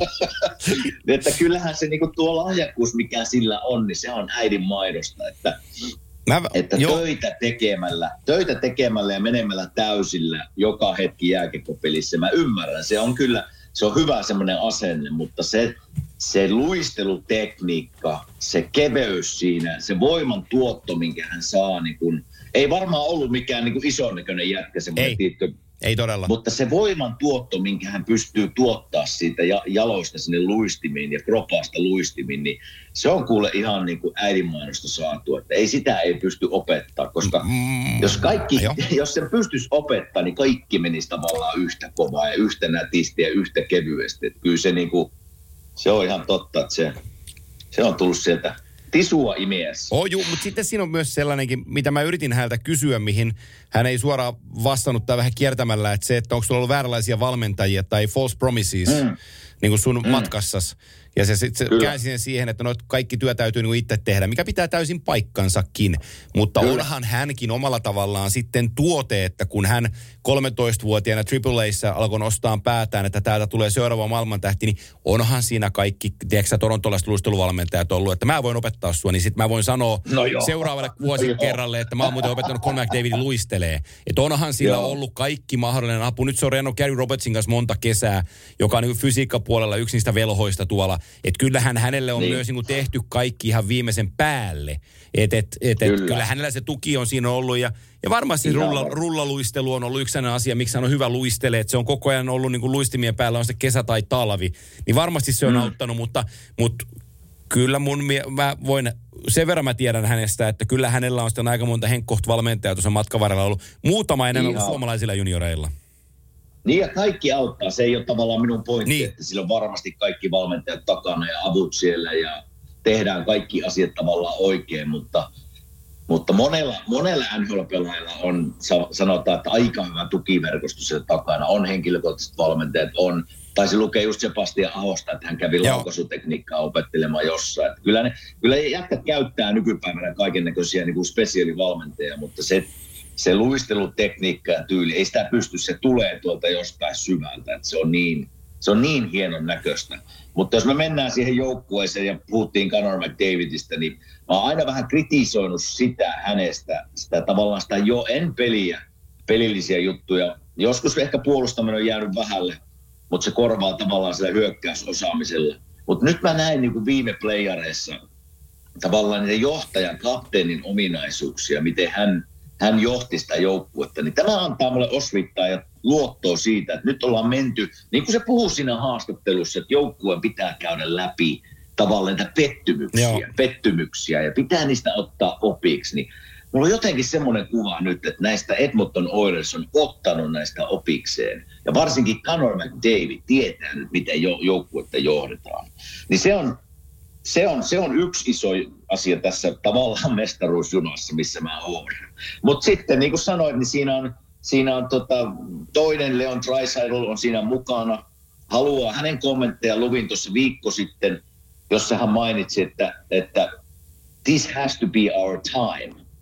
Speaker 3: Että kyllähän se niin kuin tuo lahjakkuus, mikä sillä on, niin se on äidin maidosta. Että, mä, että töitä tekemällä, töitä tekemällä ja menemällä täysillä joka hetki jääkiekkopelissä. Mä ymmärrän, se on kyllä, se on hyvä semmoinen asenne, mutta se... Se luistelutekniikka, se keveys siinä, se voiman tuotto, minkä hän saa, niin kun, ei varmaan ollut mikään niin ison näköinen jätkä.
Speaker 2: Ei, tiittö, ei todella.
Speaker 3: Mutta se voiman tuotto, minkä hän pystyy tuottaa siitä jaloista sinne luistimiin ja kropaasta luistimiin, niin se on kuule ihan niin kuin äidinmainosta saatu. Että ei sitä ei pysty opettaa, koska mm, jos, kaikki, jos sen pystyisi opettaa, niin kaikki menisi tavallaan yhtä kovaa ja yhtä nätisti ja yhtä kevyesti. Että kyllä se niin kuin... Se on ihan totta, että se, se on tullut sieltä tisua imiessä.
Speaker 2: Oh, juu, mutta sitten siinä on myös sellainenkin, mitä mä yritin häneltä kysyä, mihin hän ei suoraan vastannut tai vähän kiertämällä, että se, että onko sulla ollut vääränlaisia valmentajia tai false promises mm. niin kuin sun mm. matkassas. Ja se sitten käänsi sen siihen, että no, kaikki työ täytyy niin itse tehdä, mikä pitää täysin paikkansakin. Mutta Kyllä. onhan hänkin omalla tavallaan sitten tuote, että kun hän kolmetoistavuotiaana Triple A:ssa alkoi nostaa päätään, että täältä tulee seuraava maailmantähti, niin onhan siinä kaikki, tiedätkö torontolaiset luisteluvalmentajat ollut, että mä voin opettaa sua, niin sitten mä voin sanoa no seuraavalle vuosikerralle, että mä oon muuten opettanut Conor McDavid luistelee. Että onhan siinä joo. ollut kaikki mahdollinen apu. Nyt se on rennut Gary Robertsin kanssa monta kesää, joka on niin fysiikkapuolella yksi niistä velhoista tuolla. Että kyllähän hänelle on niin. myös niin tehty kaikki ihan viimeisen päälle. Että et, et, et, Kyllä. kyllä hänellä se tuki on siinä ollut. Ja, ja varmasti rulla, rullaluistelu on ollut yksi sellainen asia, miksi hän on hyvä luistele. Että se on koko ajan ollut niin kuin luistimien päällä, on se kesä tai talvi. Niin varmasti se on mm. auttanut, mutta, mutta kyllä mun, mä voin, sen verran mä tiedän hänestä, että kyllä hänellä on sitten aika monta henkkoht-valmentajaa tuossa matkan varrella ollut. Muutama enemmän kuin suomalaisilla junioreilla.
Speaker 3: Niin ja kaikki auttaa. Se ei ole tavallaan minun pointti, niin. että sillä on varmasti kaikki valmentajat takana ja avut siellä ja tehdään kaikki asiat tavallaan oikein, mutta, mutta monella, monella N H L-pelaajalla on, sanotaan, että aika hyvä tukiverkosto siellä takana. On henkilökohtaiset valmentajat, on, tai se lukee just Sebastian Ahosta, että hän kävi laukaisutekniikkaa opettelemaan jossain. Että kyllä ne, kyllä jätkät käyttää nykypäivänä kaikennäköisiä niin kuin spesiaalivalmentajia, mutta se Se luistelutekniikka ja tyyli, ei sitä pysty, se tulee tuolta jostain syvältä, että se on niin, se on niin hienon näköistä. Mutta jos me mennään siihen joukkueeseen ja puhuttiin Connor McDavidistä, niin mä oon aina vähän kritisoinut sitä hänestä, sitä tavallaan sitä jo en peliä, pelillisiä juttuja. Joskus ehkä puolustaminen on jäänyt vähälle, mutta se korvaa tavallaan sillä hyökkäysosaamisella. Mutta nyt mä näin niin kuin viime playareissa tavallaan niitä johtajan, kapteenin ominaisuuksia, miten hän Hän johti sitä joukkuetta, niin tämä antaa mulle osvittaa ja luottoa siitä, että nyt ollaan menty, niin kuin se puhuu siinä haastattelussa, että joukkueen pitää käydä läpi tavallaan näitä pettymyksiä, Joo. pettymyksiä ja pitää niistä ottaa opiksi. Niin mulla on jotenkin semmoinen kuva nyt, että näistä Edmonton Oilers on ottanut näistä opikseen. Ja varsinkin Connor McDavid tietää nyt, miten jo, joukkuetta johdetaan. Niin se on, se on, se on yksi iso asia tässä tavallaan mestaruusjunassa, missä mä oon. Mutta sitten niin kuin sanoit, niin siinä on, siinä on tota, toinen Leon Draisaitl on siinä mukana. Haluaa hänen kommentteja luvin tuossa viikko sitten, jossa hän mainitsi, että, että this has to be our time.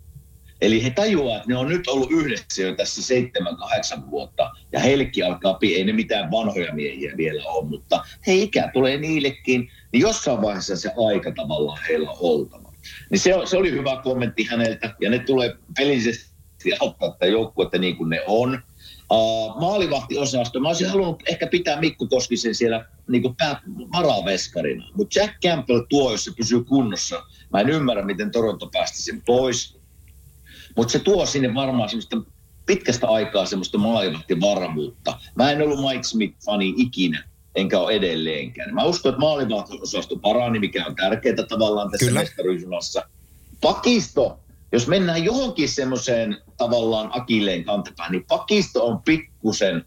Speaker 3: Eli he tajuaa, että ne on nyt ollut yhdessä jo tässä seitsemän, kahdeksan vuotta. Ja heillekin alkaa, ei ne mitään vanhoja miehiä vielä ole, mutta hei, ikä tulee niillekin. Niin jossain vaiheessa se aika tavallaan heillä on oltava. Niin se, se oli hyvä kommentti häneltä. Ja ne tulee pelillisesti auttaa tätä joukkuetta niin kuin ne on. Uh, maalivahtiosasto. Mä olisin halunnut ehkä pitää Mikko Koskisen siellä niin kuin pää, varaveskarina. Mutta Jack Campbell tuo, jos se pysyy kunnossa. Mä en ymmärrä, miten Toronto päästi sen pois. Mutta se tuo sinne varmaan semmoista pitkästä aikaa semmoista maalivahtivarmuutta. Mä en ollut Mike Smith-fani ikinä, enkä ole edelleenkään. Mä uskon, että maalivahtiosasto parani, mikä on tärkeää tavallaan tässä mestaruusjunassa. Pakisto, jos mennään johonkin semmoiseen tavallaan akilleen kantapään, niin pakisto on pikkusen,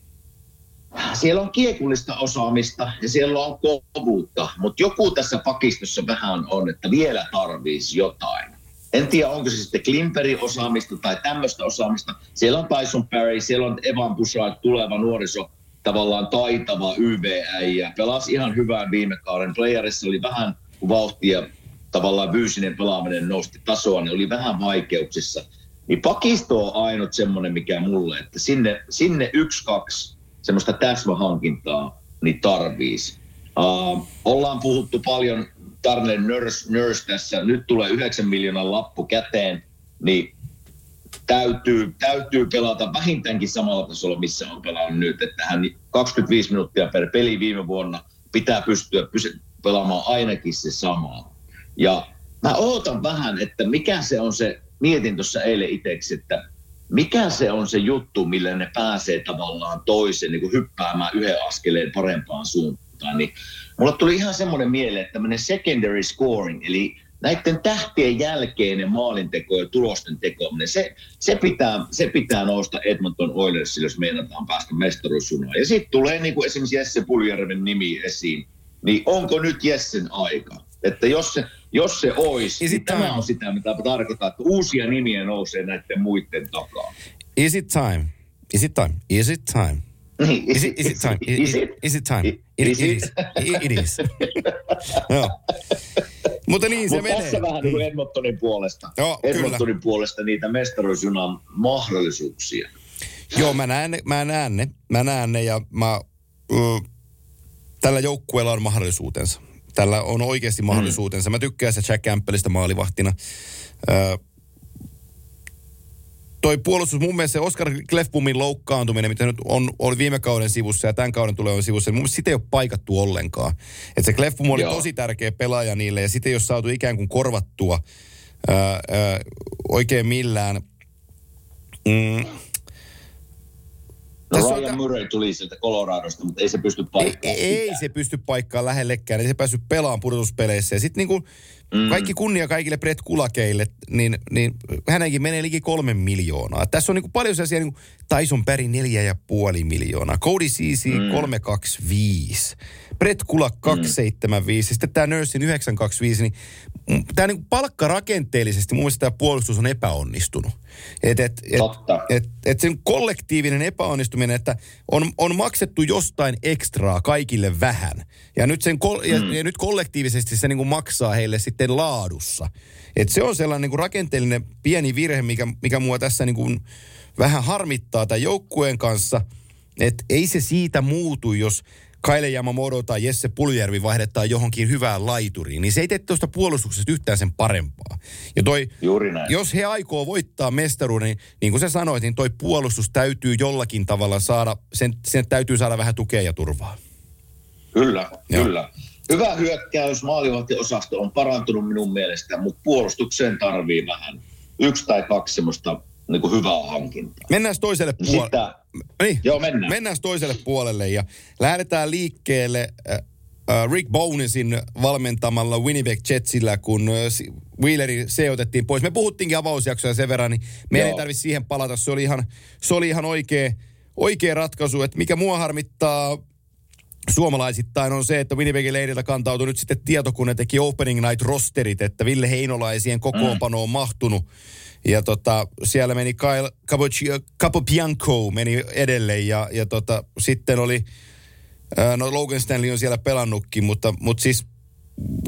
Speaker 3: siellä on kiekullista osaamista ja siellä on kovuutta, mutta joku tässä pakistossa vähän on, että vielä tarvitsisi jotain. En tiedä, onko se sitten Klimperin osaamista tai tämmöistä osaamista. Siellä on Tyson Barrie, siellä on Evan Bouchard, tuleva nuoriso, tavallaan taitava Y V-äijä. Pelasi ihan hyvään viime kauden. Playerissa oli vähän vauhtia, tavallaan fyysinen pelaaminen nosti tasoa, ne oli vähän vaikeuksissa. Niin pakisto on ainut semmoinen, mikä mulle, että sinne, sinne yksi, kaksi semmoista täsmähankintaa niin tarvitsisi. Uh, ollaan puhuttu paljon Darnell Nurse, Nurse tässä, nyt tulee yhdeksän miljoonan lappu käteen, niin täytyy, täytyy pelata vähintäänkin samalla tasolla, missä on pelannut nyt. Että hän kaksikymmentäviisi minuuttia per peli viime vuonna pitää pystyä pysy- pelaamaan ainakin se samaa. Ja mä ootan vähän, että mikä se on se, mietin tuossa eilen itseksi, että mikä se on se juttu, millä ne pääsee tavallaan toisen, niin kuin hyppäämään yhden askeleen parempaan suuntaan. Niin mulle tuli ihan semmoinen mieleen, että tämmöinen secondary scoring, eli näiden tähtien jälkeinen maalinteko ja tulosten tekominen, se, se, pitää, se pitää nousta Edmonton Oilersille, jos meinataan päästä mestaruusjunaan. Ja sitten tulee niin kuin esimerkiksi Jesse Puljärven nimi esiin, niin onko nyt Jessen aika? Että jos se, jos se olisi, niin tämä on sitä, mitä tarkoittaa, että uusia nimiä nousee näiden muiden takaa.
Speaker 2: Is it time? Is it time? Is it time? Is it, is it time? Is it, is it time? It, it is. It is. Joo. Mutta niin se
Speaker 3: Mut
Speaker 2: menee.
Speaker 3: tässä vähän niin kuin Edmontonin puolesta.
Speaker 2: Joo,
Speaker 3: Edmontonin kyllä. puolesta niitä mestaruusjunan mahdollisuuksia.
Speaker 2: Joo, mä näen ne, mä näen ne, mä näen ne ja mä, uh, tällä joukkueella on mahdollisuutensa. Tällä on oikeasti mahdollisuutensa. Mä tykkään se Jack Campbellista maalivahtina. Öö, toi puolustus, mun mielestä se Oskar Klefbomin loukkaantuminen, mitä nyt on, oli viime kauden sivussa ja tämän kauden tulee on sivussa, niin mun mielestä sitä ei ole paikattu ollenkaan. Että se Klefbom oli Joo. tosi tärkeä pelaaja niille ja sitä ei ole saatu ikään kuin korvattua öö, öö, oikein millään. Mm.
Speaker 3: No Ryan on... Murray tuli sieltä Coloradosta, mutta ei se pysty paikkaamaan.
Speaker 2: Ei, ei se pysty paikkaan lähellekään, ei se päässyt pelaamaan pudotuspeleissä. Ja sitten niinku mm. kaikki kunnia kaikille Brett Kulakeille, niin, niin hänenkin menee liki kolme miljoonaa. Tässä on niinku paljon sellaisia, niinku Tyson Barrie neljä ja puoli miljoonaa, Cody Ceci mm. kolme kaksi viisi, Brett Kulak kaksi seitsemän viisi, ja sitten tämä Nursin yhdeksän kaksi viisi, niin tämä niinku palkkarakenteellisesti mun mielestä tämä puolustus on epäonnistunut. Että et, et, et, et sen kollektiivinen epäonnistuminen, että on, on maksettu jostain ekstraa kaikille vähän. Ja nyt, sen kol, ja, mm. ja nyt kollektiivisesti se niinku maksaa heille sitten laadussa. Että se on sellainen niinku rakenteellinen pieni virhe, mikä, mikä mua tässä niinku vähän harmittaa tämän joukkueen kanssa. Että ei se siitä muutu, jos Kyle Yamamoto tai Jesse Puljärvi vaihdetaan johonkin hyvään laituriin, niin se ei tee tuosta puolustuksesta yhtään sen parempaa. Ja toi,
Speaker 3: Juuri näin.
Speaker 2: Jos he aikoo voittaa mestaruuden, niin, niin kuin sä sanoit, niin toi puolustus täytyy jollakin tavalla saada, sen, sen täytyy saada vähän tukea ja turvaa.
Speaker 3: Kyllä, Joo. kyllä. Hyvä hyökkäys, maalivahtiosasto on parantunut minun mielestä, mutta puolustukseen tarvii vähän yksi tai kaksi semmoista niin kuin hyvää hankintaa.
Speaker 2: Mennään toiselle puolelle.
Speaker 3: Sitä...
Speaker 2: Niin,
Speaker 3: Joo, mennään.
Speaker 2: Mennään toiselle puolelle ja lähdetään liikkeelle äh, äh, Rick Bowness'in valmentamalla Winnipeg Jetsillä, kun äh, Wheeleri se otettiin pois. Me puhuttiinkin avausjaksoja sen verran, niin meidän ei tarvitse siihen palata. Se oli ihan, se oli ihan oikea, oikea ratkaisu, että mikä mua harmittaa suomalaisittain on se, että Winnipegin leiriltä kantautui nyt sitten tieto, kun ne teki opening night rosterit, että Ville Heinola ei siihen kokoonpanoon mm. mahtunut. Ja tota, siellä meni Kyle Capobianco meni edelle ja, ja tota, sitten oli, ää, no Logan Stanley on siellä pelannutkin, mutta, mutta siis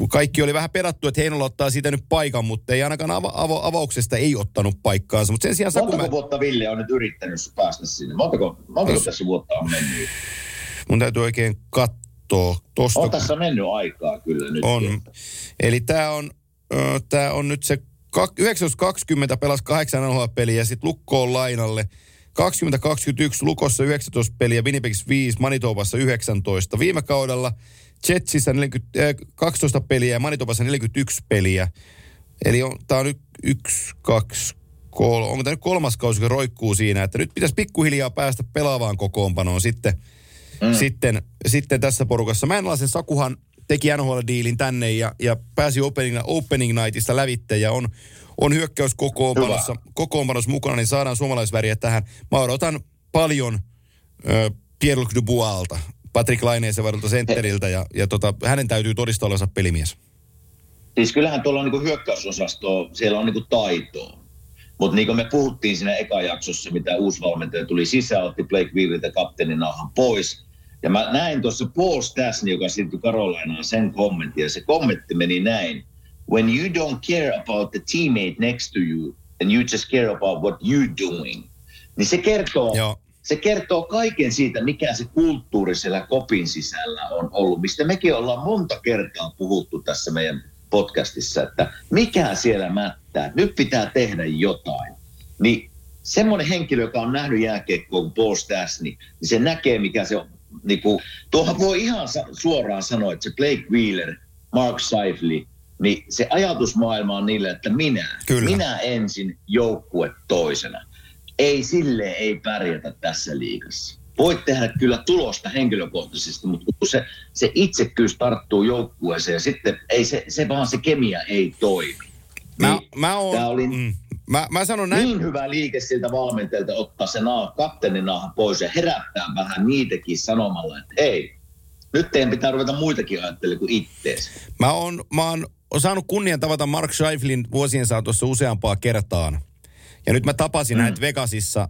Speaker 2: kaikki oli vähän pedattu, että Heinola ottaa siitä nyt paikan, mutta ei ainakaan ava- ava- avauksesta ei ottanut paikkaansa. Mutta sen sijaan
Speaker 3: Montako
Speaker 2: mä...
Speaker 3: vuotta Ville on nyt yrittänyt päästä sinne? Montako, montako tässä vuotta on mennyt?
Speaker 2: Mun täytyy oikein katsoa. Tosta...
Speaker 3: On tässä mennyt aikaa kyllä nyt.
Speaker 2: On. Eli tää on, äh, tää on nyt se yhdeksäntoista kaksikymmentä pelasi kahdeksan N H L-peliä ja sitten Lukko on lainalle. kaksikymmentä kaksikymmentäyksi Lukossa yhdeksäntoista peliä, Winnipegissä viisi, Manitobassa yhdeksäntoista. Viime kaudella Jetsissä neljäkymmentä, äh, kaksitoista peliä ja Manitobassa neljäkymmentäyksi peliä. Eli on, tää on nyt yksi, kaksi, kolme. Onko tää nyt kolmas kausi, joka roikkuu siinä, että nyt pitäisi pikkuhiljaa päästä pelaavaan kokoonpanoon sitten, mm. sitten, sitten tässä porukassa. Mäenalaisen Sakuhan teki N H L-diilin tänne ja, ja pääsi opening, opening nightista lävitte ja on, on hyökkäyskokoonpanossa kokoonpanossa mukana, niin saadaan suomalaisväriä tähän. Mä odotan paljon äh, Pierre-Luc Duboisalta, Patrick Laineisen varalta sentteriltä ja, ja tota, hänen täytyy todistaa olevansa pelimies.
Speaker 3: Siis kyllähän tuolla on niinku hyökkäysosastoa, siellä on niinku taitoa. Mutta niin kuin me puhuttiin siinä eka jaksossa, mitä uusi valmentaja tuli sisään, otti Blake Wheeleriltä kapteeninauhan pois. Ja mä näin tuossa Paul Stastny, joka siirtyi Carolinaan, sen kommentin. Ja se kommentti meni näin. When you don't care about the teammate next to you, and you just care about what you're doing. Niin se kertoo, Joo. se kertoo kaiken siitä, mikä se kulttuuri siellä kopin sisällä on ollut. Mistä mekin ollaan monta kertaa puhuttu tässä meidän podcastissa, että mikä siellä mättää. Nyt pitää tehdä jotain. Niin semmoinen henkilö, joka on nähnyt jääkiekkoa kuin Paul Stastny, niin se näkee, mikä se on. Niin kuin, tuohan voi ihan suoraan sanoa, että se Blake Wheeler, Mark Scheifele, niin se ajatusmaailma on niille, että minä, Kyllä. minä ensin, joukkue toisena. Ei silleen ei pärjätä tässä liigassa. Voit tehdä kyllä tulosta henkilökohtaisesti, mutta kun se, se itsekkyys tarttuu joukkueeseen ja sitten ei se, se vaan se kemia ei toimi.
Speaker 2: Mä,
Speaker 3: niin,
Speaker 2: mä, oon,
Speaker 3: tämä oli
Speaker 2: mm, mä, mä sanon näin.
Speaker 3: Niin hyvä liike siltä valmentajalta ottaa se naa, kapteenin naahan pois ja herättää vähän niitäkin sanomalla, että hei, nyt teidän pitää ruveta muitakin ajattelemaan kuin ittees.
Speaker 2: Mä oon, mä oon saanut kunnian tavata Mark Scheifelin vuosien saatossa useampaa kertaan. Ja nyt mä tapasin mm. näitä Vegasissa,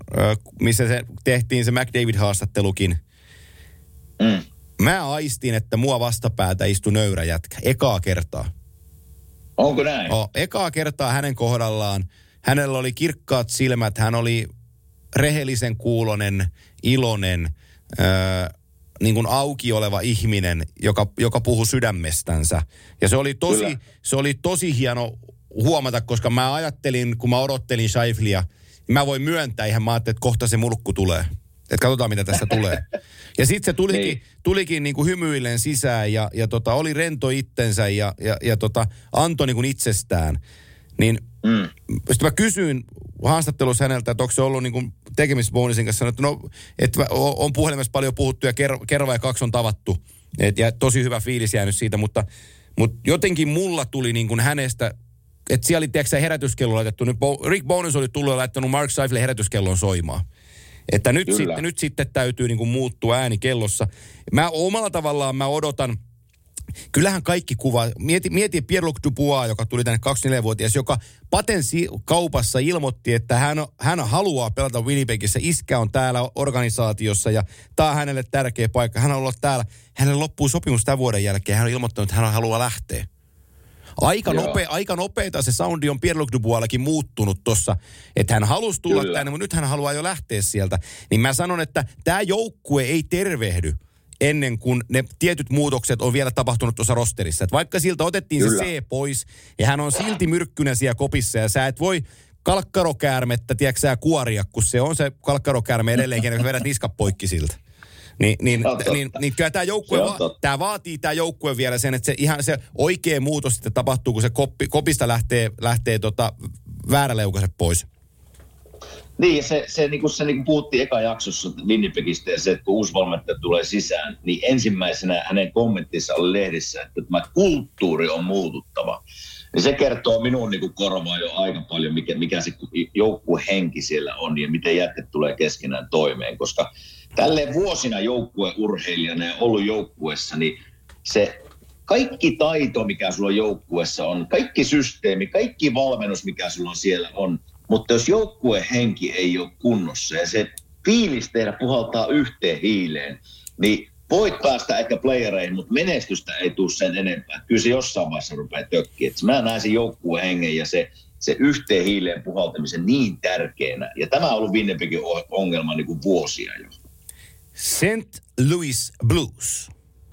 Speaker 2: missä se tehtiin se McDavid-haastattelukin.
Speaker 3: Mm.
Speaker 2: Mä aistin, että mua vastapäätä istui nöyrä jätkä. Ekaa kertaa.
Speaker 3: Onko näin?
Speaker 2: Oh, ekaa kertaa hänen kohdallaan. Hänellä oli kirkkaat silmät, hän oli rehellisen kuulonen, iloinen, öö, niin kuin auki oleva ihminen, joka, joka puhui sydämestänsä. Ja se oli tosi, se oli tosi hieno huomata, koska mä ajattelin, kun mä odottelin Scheifelia, niin mä voin myöntää ihan, mä ajattelin, että kohta se mulkku tulee. Että katsotaan, mitä tästä tulee. Ja sitten se tulikin, niin. tulikin niin kuin hymyilleen sisään ja, ja tota, oli rento itsensä ja, ja, ja tota, antoi niin kuin itsestään. Niin mm. sitten mä kysyin haastattelussa häneltä, että onko se ollut niin kuin tekemisissä Bonesin kanssa, että no, että on puhelimessa paljon puhuttu ja kerran kerro vai kaksi on tavattu. Et, ja tosi hyvä fiilis jäänyt siitä, mutta, mutta jotenkin mulla tuli niin kuin hänestä, että siellä oli tiedätkö, herätyskello laitettu. Nyt Rick Bowness oli tullut ja laittanut Mark Scheifele herätyskellon soimaan. Että nyt sitten, nyt sitten täytyy niin kuin muuttua ääni kellossa. Mä omalla tavallaan mä odotan, kyllähän kaikki kuvaa, mieti, mieti Pierre-Luc Dubois, joka tuli tänne kaksikymmentäneljä-vuotias, joka patenssikaupassa ilmoitti, että hän, hän haluaa pelata Winnipegissä, iskä on täällä organisaatiossa ja tämä on hänelle tärkeä paikka. Hän haluaa täällä, hänelle loppuu sopimus tämän vuoden jälkeen, hän on ilmoittanut, että hän haluaa lähteä. Aika, nopea, aika nopeita se soundi on Pierre-Luc Duboisallakin muuttunut tuossa, että hän halusi tulla Kyllä. tänne, mutta nyt hän haluaa jo lähteä sieltä. Niin mä sanon, että tämä joukkue ei tervehdy ennen kuin ne tietyt muutokset on vielä tapahtunut tuossa rosterissa. Et vaikka siltä otettiin Kyllä. se C pois ja hän on silti myrkkynä siellä kopissa ja sä et voi kalkkarokäärmettä, tiedätkö sä, kuoria, kun se on se kalkkarokäärme edelleenkin, kun vedät niskat poikki siltä. Niin, niin, niin, niin kyllä tämä joukkue, va- tämä vaatii tämä joukkue vielä sen, että se ihan se oikea muutos sitten tapahtuu, kun se koppi, kopista lähtee, lähtee tota vääräleukaiset pois.
Speaker 3: Niin, ja se, se, niin kuin se niin kuin puhuttiin eka jaksossa Winnipegistä ja se, että kun uusi valmentaja tulee sisään, niin ensimmäisenä hänen kommenttinsa oli lehdissä, että tämä kulttuuri on muututtava. Ja se kertoo minun niin kuin korvaan jo aika paljon, mikä, mikä se joukkuehenki siellä on ja miten jätket tulee keskenään toimeen, koska tälleen vuosina joukkueurheilijana ja ollut joukkueessa, niin se kaikki taito, mikä sulla joukkueessa on, kaikki systeemi, kaikki valmennus, mikä sulla siellä on, mutta jos joukkuehenki ei ole kunnossa ja se fiilis tehdä puhaltaa yhteen hiileen, niin voit päästä ehkä playereihin, mutta menestystä ei tule sen enempää. Kyllä se jossain vaiheessa rupeaa tökkiä. Mä näen sen joukkueen hengen ja se, se yhteen hiileen puhaltamisen niin tärkeänä. Ja tämä on ollut Winnipegin ongelma niin kuin vuosia jo.
Speaker 2: Saint Louis Blues.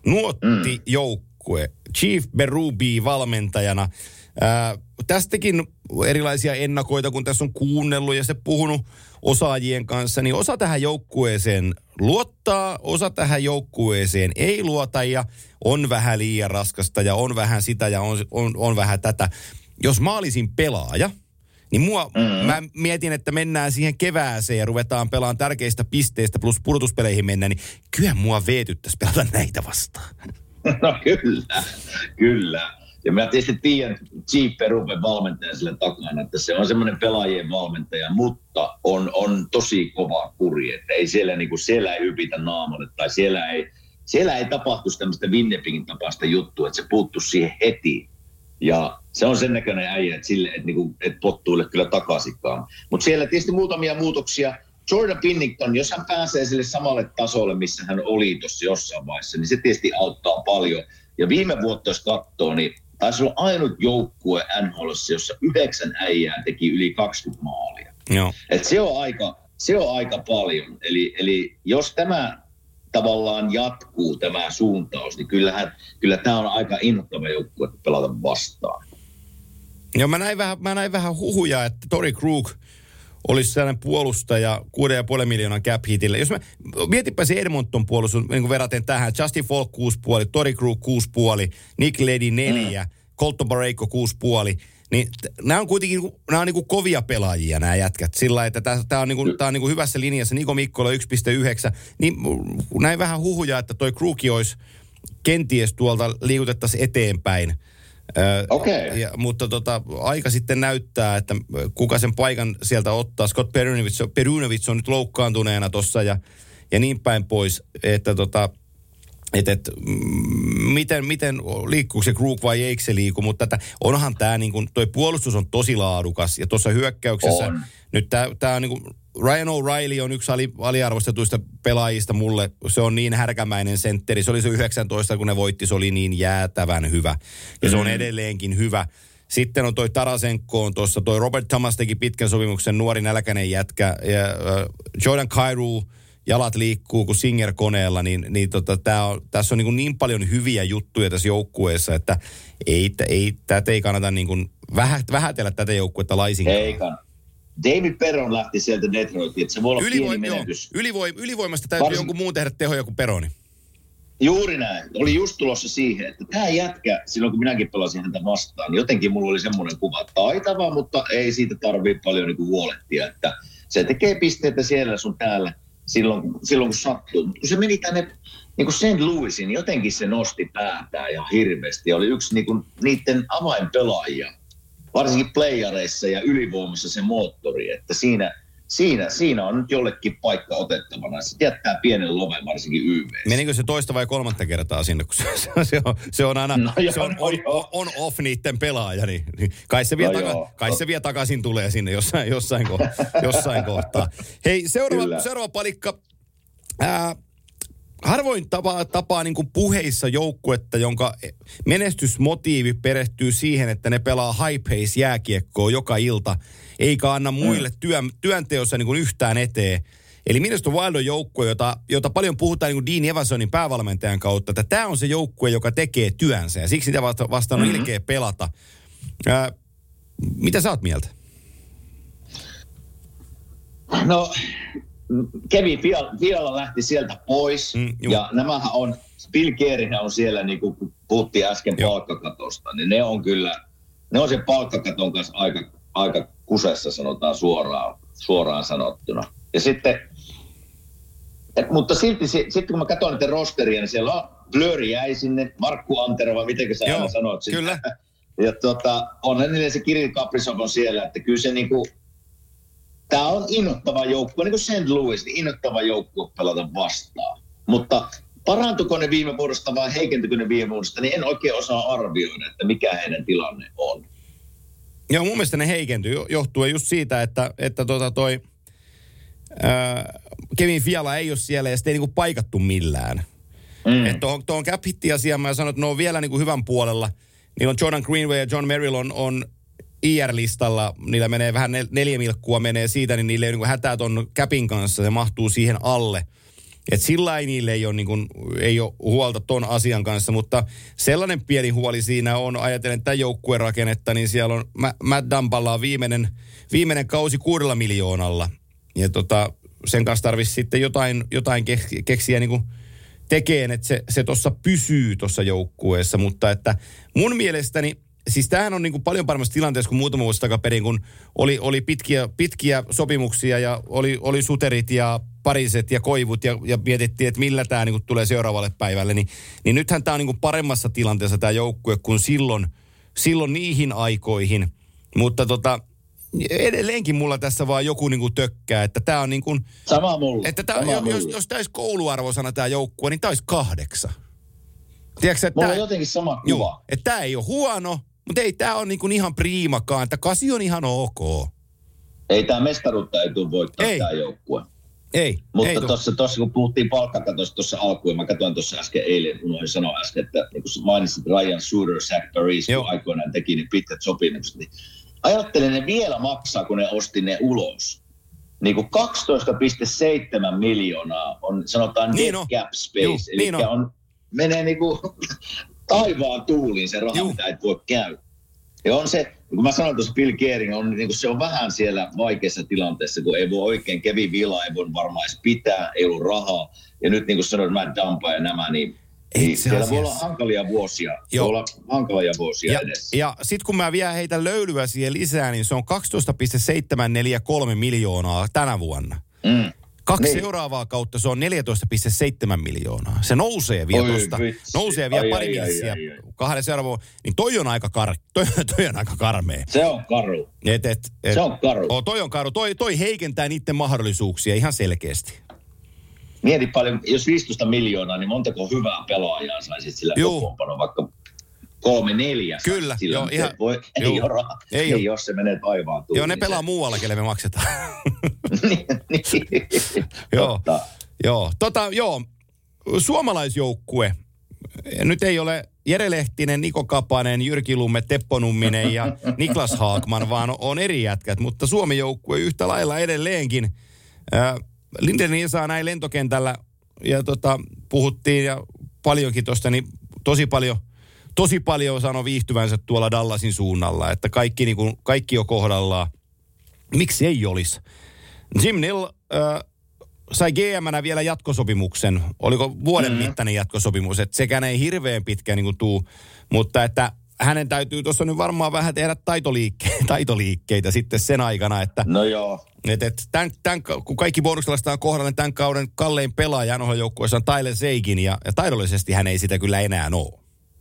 Speaker 2: Nuottijoukkue. Chief Berube valmentajana. Ää, tästäkin erilaisia ennakoita, kun tässä on kuunnellut ja se puhunut osaajien kanssa, niin osa tähän joukkueeseen luottaa, osa tähän joukkueeseen ei luota ja on vähän liian raskasta ja on vähän sitä ja on, on, on vähän tätä. Jos mä olisin pelaaja, niin mua, mm-hmm. mä mietin, että mennään siihen kevääseen ja ruvetaan pelaamaan tärkeistä pisteistä plus pudotuspeleihin mennä, niin kyllä mua veetyttäisi pelata näitä vastaan.
Speaker 3: No kyllä, kyllä. Ja mä tietysti tiedän Chief Beruben valmentaja sille takana, että se on semmoinen pelaajien valmentaja, mutta on, on tosi kova kuri, että ei siellä, niin kuin, siellä ei ypitä naamalle tai siellä ei, siellä ei tapahtuisi tämmöistä Winnipegin tapaista juttua, että se puuttuisi siihen heti. Ja se on sen näköinen äijä, että, sille, että, niin kuin, että pottuille kyllä takaisinkaan. Mutta siellä tietysti muutamia muutoksia. Jordan Binnington, jos hän pääsee sille samalle tasolle, missä hän oli tuossa jossain vaiheessa, niin se tietysti auttaa paljon. Ja viime vuotta, jos katsoo, niin taisi olla ainut joukkue N H L:ssä, jossa yhdeksän äijää teki yli kaksikymmentä maalia.
Speaker 2: Joo.
Speaker 3: Et se on aika, se on aika paljon. Eli, eli jos tämä tavallaan jatkuu, tämä suuntaus, niin kyllähän, kyllä tämä on aika innoittava joukkue pelata vastaan.
Speaker 2: Joo, mä näin vähän, mä näin vähän huhuja, että Torrey Krug olisi sellainen puolustaja kuusi pilkku viisi miljoonan cap hitille. Jos mä mietipä se Edmonton puolustus, niin kuin verraten tähän, Justin Falk kuusi pilkku viisi, Torrey Krug kuusi pilkku viisi, Nick Leddy neljä, mm. Colton Parayko kuusi pilkku viisi, niin nämä on kuitenkin nämä on niin kuin kovia pelaajia nämä jätkät. Sillä että tämä on, niin kuin, tämä on niin kuin hyvässä linjassa. Niko Mikkola yksi pilkku yhdeksän. Niin näin vähän huhuja, että toi Krug olisi kenties tuolta liikutettaisiin eteenpäin.
Speaker 3: Okei. Okay.
Speaker 2: Mutta tota, aika sitten näyttää, että kuka sen paikan sieltä ottaa. Scott Perunovich, Perunovich on nyt loukkaantuneena tuossa ja, ja niin päin pois, että tota, et, et, miten, miten liikkuuko se Krug vai eikö se liiku, mutta tätä, onhan tämä niin kuin, toi puolustus on tosi laadukas ja tuossa hyökkäyksessä on. Nyt tämä on niin kuin, Ryan O'Reilly on yksi ali, aliarvostetuista pelaajista mulle. Se on niin härkämäinen sentteri. Se oli se yhdeksäntoista, kun ne voitti. Se oli niin jäätävän hyvä. Ja se on edelleenkin hyvä. Sitten on toi Tarasenko on tuossa. Toi Robert Thomas teki pitkän sopimuksen, nuori nälkäinen jätkä. Ja uh, Jordan Kyrou, jalat liikkuu kuin Singer-koneella. Niin, niin tota, tää on, tässä on niin, niin paljon hyviä juttuja tässä joukkueessa, että ei, ei, tätä ei kannata niin kuin vähä, vähätellä tätä joukkuetta laisinkaan.
Speaker 3: Ei kannata. David Perron lähti sieltä Detroitiin, että se voi olla Ylivoim, pieni menetys.
Speaker 2: Ylivoim, ylivoimasta täytyy Varsin... jonkun muun tehdä tehoja kuin Peroni.
Speaker 3: Juuri näin. Oli just tulossa siihen, että tämä jätkä, silloin kun minäkin pelasin häntä vastaan, niin jotenkin mulla oli semmoinen kuva, taitava, mutta ei siitä tarvitse paljon niin kuin huolehtia, että se tekee pisteitä siellä sun täällä silloin, silloin kun sattuu. Mutta kun se meni tänne niin kuin Saint Louisin, jotenkin se nosti päätään ja hirveästi ja oli yksi niin kuin, niiden avainpelaajia. Varsinkin playareissa ja ylivoimassa se moottori, että siinä, siinä, siinä on nyt jollekin paikka otettavana. Se jättää pienen loven varsinkin Y V:ssä.
Speaker 2: Menikö se toista vai kolmatta kertaa sinne, kun se, se, on, se on aina no se on, no on, on off niiden pelaaja, niin, niin kai, se vie, no taka, kai se vie takaisin tulee sinne jossain, jossain, ko, jossain kohtaa. Hei, seuraava, seuraava palikka. Ää, Harvoin tapaa, tapaa niin kuin puheissa joukkuetta, jonka menestysmotiivi perehtyy siihen, että ne pelaa high pace jääkiekkoa joka ilta, eikä anna muille työn, työnteossa niin kuin yhtään eteen. Eli Minnesota Wild on joukkue, jota, jota paljon puhutaan niin kuin Dean Evansonin päävalmentajan kautta, että tämä on se joukkue, joka tekee työnsä ja siksi niitä vasta, vastaan on mm-hmm. ilkeä pelata. Ää, mitä sä oot mieltä?
Speaker 3: No... Kevin Fiala lähti sieltä pois, mm, ja nämähän on, Bill Guerinhän on siellä, niin kuin puhuttiin äsken Joo. palkkakatosta, niin ne on kyllä, ne on sen palkkakaton kanssa aika, aika kusessa, sanotaan suoraan, suoraan sanottuna. Ja sitten, et, mutta silti, sitten kun mä katson niitä rosteria, niin siellä on Blööri jäi sinne, Markku Antero, vai miten sä aina sanot sitä.
Speaker 2: Kyllä.
Speaker 3: Ja tota, onhan niille se Kirill Kaprizov on siellä, että kyllä se niinku, tämä on innoittava joukkue, niin kuin Saint Louis, niin innoittava joukkue pelata vastaan. Mutta parantuiko ne viime vuodesta vai heikentyikö ne viime vuodesta, niin en oikein osaa arvioida, että mikä heidän tilanne on.
Speaker 2: Joo, mun mielestä ne heikentyy johtuen just siitä, että, että tota toi ää, Kevin Fiala ei ole siellä ja sitä ei niinku paikattu millään. Mm. Että tuohon, tuohon cap-hitti-asiaan mä sanon, että ne on vielä niin kuin hyvän puolella. Niillä on Jordan Greenway ja John Merrill on, on I R-listalla. Niillä menee vähän nel, neljä milkkua menee siitä, niin niillä ei ole niin hätää ton capin kanssa. Se mahtuu siihen alle. Että sillä ei niille ei ole, niin kuin, ei ole huolta ton asian kanssa, mutta sellainen pieni huoli siinä on, ajatellen tätä joukkueen rakennetta, niin siellä on Matt Dumpalla on viimeinen, viimeinen kausi kuudella miljoonalla. Ja tota, sen kanssa tarvitsisi sitten jotain, jotain keksiä niin kuin tekeen, että se, se tuossa pysyy tuossa joukkueessa, mutta että mun mielestäni, siis tämähän on niin kuin paljon paremmassa tilanteessa kuin muutama vuosi takaperin, kun oli, oli pitkiä, pitkiä sopimuksia ja oli, oli suterit ja pariset ja koivut ja, ja mietittiin, että millä tämä niin tulee seuraavalle päivälle, niin, niin nythän tämä on niin paremmassa tilanteessa tämä joukkue kuin silloin, silloin niihin aikoihin, mutta tota, edelleenkin mulla tässä vaan joku niin kuin tökkää, että tämä on niin kuin...
Speaker 3: Sama mulla.
Speaker 2: Että tää,
Speaker 3: Sama
Speaker 2: jos,
Speaker 3: mulla.
Speaker 2: jos, jos tämä olisi kouluarvosana tämä joukkue, niin tämä olisi kahdeksan. Tiedätkö, että
Speaker 3: mulla
Speaker 2: tää,
Speaker 3: on jotenkin sama kuva.
Speaker 2: Joo, että tämä ei ole huono, mutta ei tämä ole niin kuin ihan priimakaan, että kasi on ihan ok.
Speaker 3: Ei tämä mestaruutta ei tule voittaa tämä joukkue.
Speaker 2: Ei,
Speaker 3: Mutta tuossa, tuossa kun puhuttiin palkkakatosta tuossa alkuun, mä katsoin tuossa äsken eilen, unohdin sanoa äsken, että niin kun mainitsit Ryan Suter, Zach Parise, kun aikoinaan teki ne pitkät sopimukset, niin ajattelin, ne vielä maksaa, kun ne osti ne ulos. Niin kuin kaksitoista pilkku seitsemän miljoonaa on, sanotaan, niin dead cap space, Juh, eli niin on. On, menee niin kuin taivaan tuuliin se raha, Juh. mitä et voi käyttää. Ja on se, kun mä sanoin tuossa Bill Gehring, on, niin se on vähän siellä vaikeassa tilanteessa, kun ei voi oikein, Kevin Vila ei voi varmaan edes pitää, ei ollut rahaa. Ja nyt niin kuin sanoin, Matt Dumpa ja nämä, niin, niin siellä voi olla hankalia vuosia, Joo. voi olla hankalia vuosia
Speaker 2: ja,
Speaker 3: edessä.
Speaker 2: Ja sitten kun mä vielä heitän löylyä siihen lisää, niin se on kaksitoista pilkku seitsemänsataaneljäkymmentäkolme miljoonaa tänä vuonna. Mm. Kaksi niin. seuraavaa kautta se on neljätoista pilkku seitsemän miljoonaa. Se nousee vielä tuosta. Nousee vielä ai, pari miljoonaa kahden seuraavaan. Niin toi on aika, kar, toi, toi on aika karmea.
Speaker 3: Se on karu.
Speaker 2: Et, et, et,
Speaker 3: se on karu.
Speaker 2: Oh, toi on karu. Toi, toi heikentää niiden mahdollisuuksia ihan selkeästi.
Speaker 3: Mieti paljon, jos viisitoista miljoonaa, niin montako hyvää pelaajaa saisit sillä kokoonpanoa, vaikka kolme, neljä.
Speaker 2: Kyllä, joo, ihan.
Speaker 3: Voi, ei ole rahaa, ei, ei jos se menee taivaan tuuliin.
Speaker 2: Joo, ne pelaa muualla, kelle me maksetaan.
Speaker 3: niin,
Speaker 2: joo, joo, tota, joo, suomalaisjoukkue. Nyt ei ole Jere Lehtinen, Niko Kapanen, Jyrki Lumme, Teppo Numminen ja Niklas Haakman, vaan on eri jätkät, mutta Suomi-joukkue yhtä lailla edelleenkin. Äh, Lindgren saa näin lentokentällä ja tota, puhuttiin ja paljonkin tuosta, niin tosi paljon, tosi paljon sanoi viihtyvänsä tuolla Dallasin suunnalla, että kaikki, niin kuin, kaikki on kohdallaan. Miksi ei olisi? Jim Nill äh, sai G M:nä vielä jatkosopimuksen. Oliko vuoden mm. mittainen jatkosopimus? Että sekään ei hirveän pitkä niin kuin tuu, mutta että hänen täytyy tuossa nyt varmaan vähän tehdä taitoliikkeitä, taitoliikkeitä sitten sen aikana, että...
Speaker 3: No joo.
Speaker 2: Et, et tämän, tämän, kun kaikki bonukselasta on kohdalla, niin tämän kauden kallein pelaaja N H L-joukkueessa on Tyler Seguin, ja, ja taidollisesti hän ei sitä kyllä enää ole.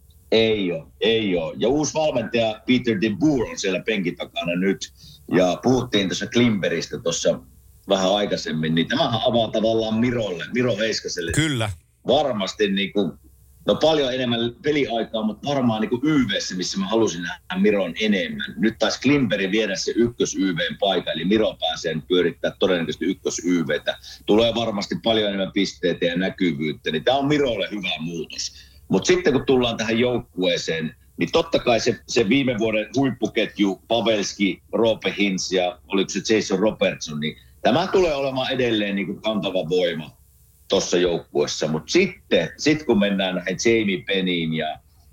Speaker 3: Ei ole, ei ole. Ja uusi valmentaja Peter DeBoer on siellä penkin takana nyt, ja puhuttiin tuossa Klimberistä tuossa vähän aikaisemmin, niin tämähän avaa tavallaan Mirolle, Miro Heiskaselle.
Speaker 2: Kyllä.
Speaker 3: Varmasti niin kuin, no paljon enemmän peliaikaa, mutta varmaan niin kuin Y V:ssä, missä mä halusin nähdä Miron enemmän. Nyt taisi Klimperi viedä se ykkös-Y V:n paikka, eli Miro pääsee pyörittää todennäköisesti ykkös-Y V:tä. Tulee varmasti paljon enemmän pisteitä ja näkyvyyttä, niin tämä on Mirolle hyvä muutos. Mutta sitten kun tullaan tähän joukkueeseen, niin totta kai se, se viime vuoden huippuketju, Pavelski, Roope Hintz ja oliko se Jason Robertson, niin tämä tulee olemaan edelleen niin kuin kantava voima tuossa joukkueessa. Mutta sitten sit kun mennään näihin Jamie Benniin ja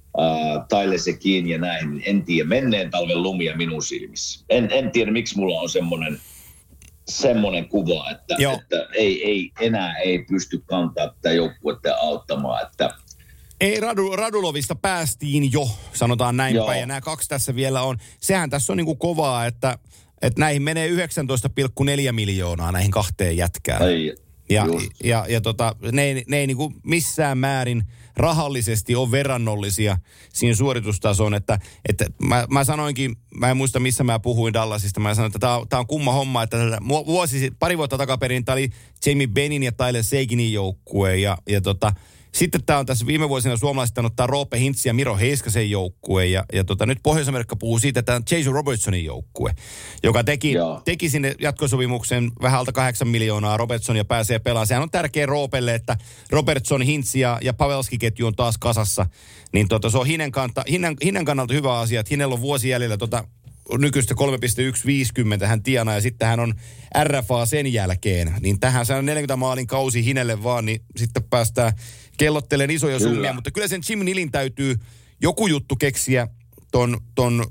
Speaker 3: äh, Tyler Seguin ja näin, niin en tiedä, menneen talven lumia minun silmissä. En, en tiedä, miksi mulla on semmoinen semmoinen kuva, että, että ei, ei, enää ei pysty kantaa tätä joukkuetta auttamaan, että
Speaker 2: Ei, Radu, Radulovista päästiin jo, sanotaan näin päin, ja nämä kaksi tässä vielä on. Sehän tässä on niin kuin kovaa, että, että näihin menee yhdeksäntoista pilkku neljä miljoonaa näihin kahteen jätkään.
Speaker 3: Ai,
Speaker 2: ja ja, ja tota, ne ei, ne ei niin kuin missään määrin rahallisesti ole verrannollisia siinä suoritustasoon, että, että mä, mä sanoinkin, mä en muista missä mä puhuin Dallasista, mä sanoin, että tää on, tää on kumma homma, että vuosi, pari vuotta takaperin tää oli Jamie Bennin ja Tyler Seguinin joukkue, ja, ja tota, Sitten tämä on tässä viime vuosina suomalaiset ottaa Roope Hintz ja Miro Heiskasen joukkue. Ja, ja tota, nyt Pohjois-Amerikka puhuu siitä, että tämä on Jason Robertsonin joukkue, joka teki, teki sinne jatkosopimuksen vähän alta kahdeksan miljoonaa Robertsonia pääsee pelaamaan. Sehän on tärkeä Roopelle, että Robertson, Hintz ja, ja Pavelski-ketju on taas kasassa. Niin tota, se on Hinen, kanta, Hinen, Hinen kannalta hyvä asia, että Hinellä on vuosi jäljellä tota, nykyistä kolme pilkku yksi viisikymmentä hän tienaa ja sitten hän on R F A sen jälkeen. Niin tähän se on neljäkymmentä maalin kausi Hinelle vaan, niin sitten päästään kellottelemaan isoja kyllä. summia. Mutta kyllä sen Jim Nillin täytyy joku juttu keksiä ton, ton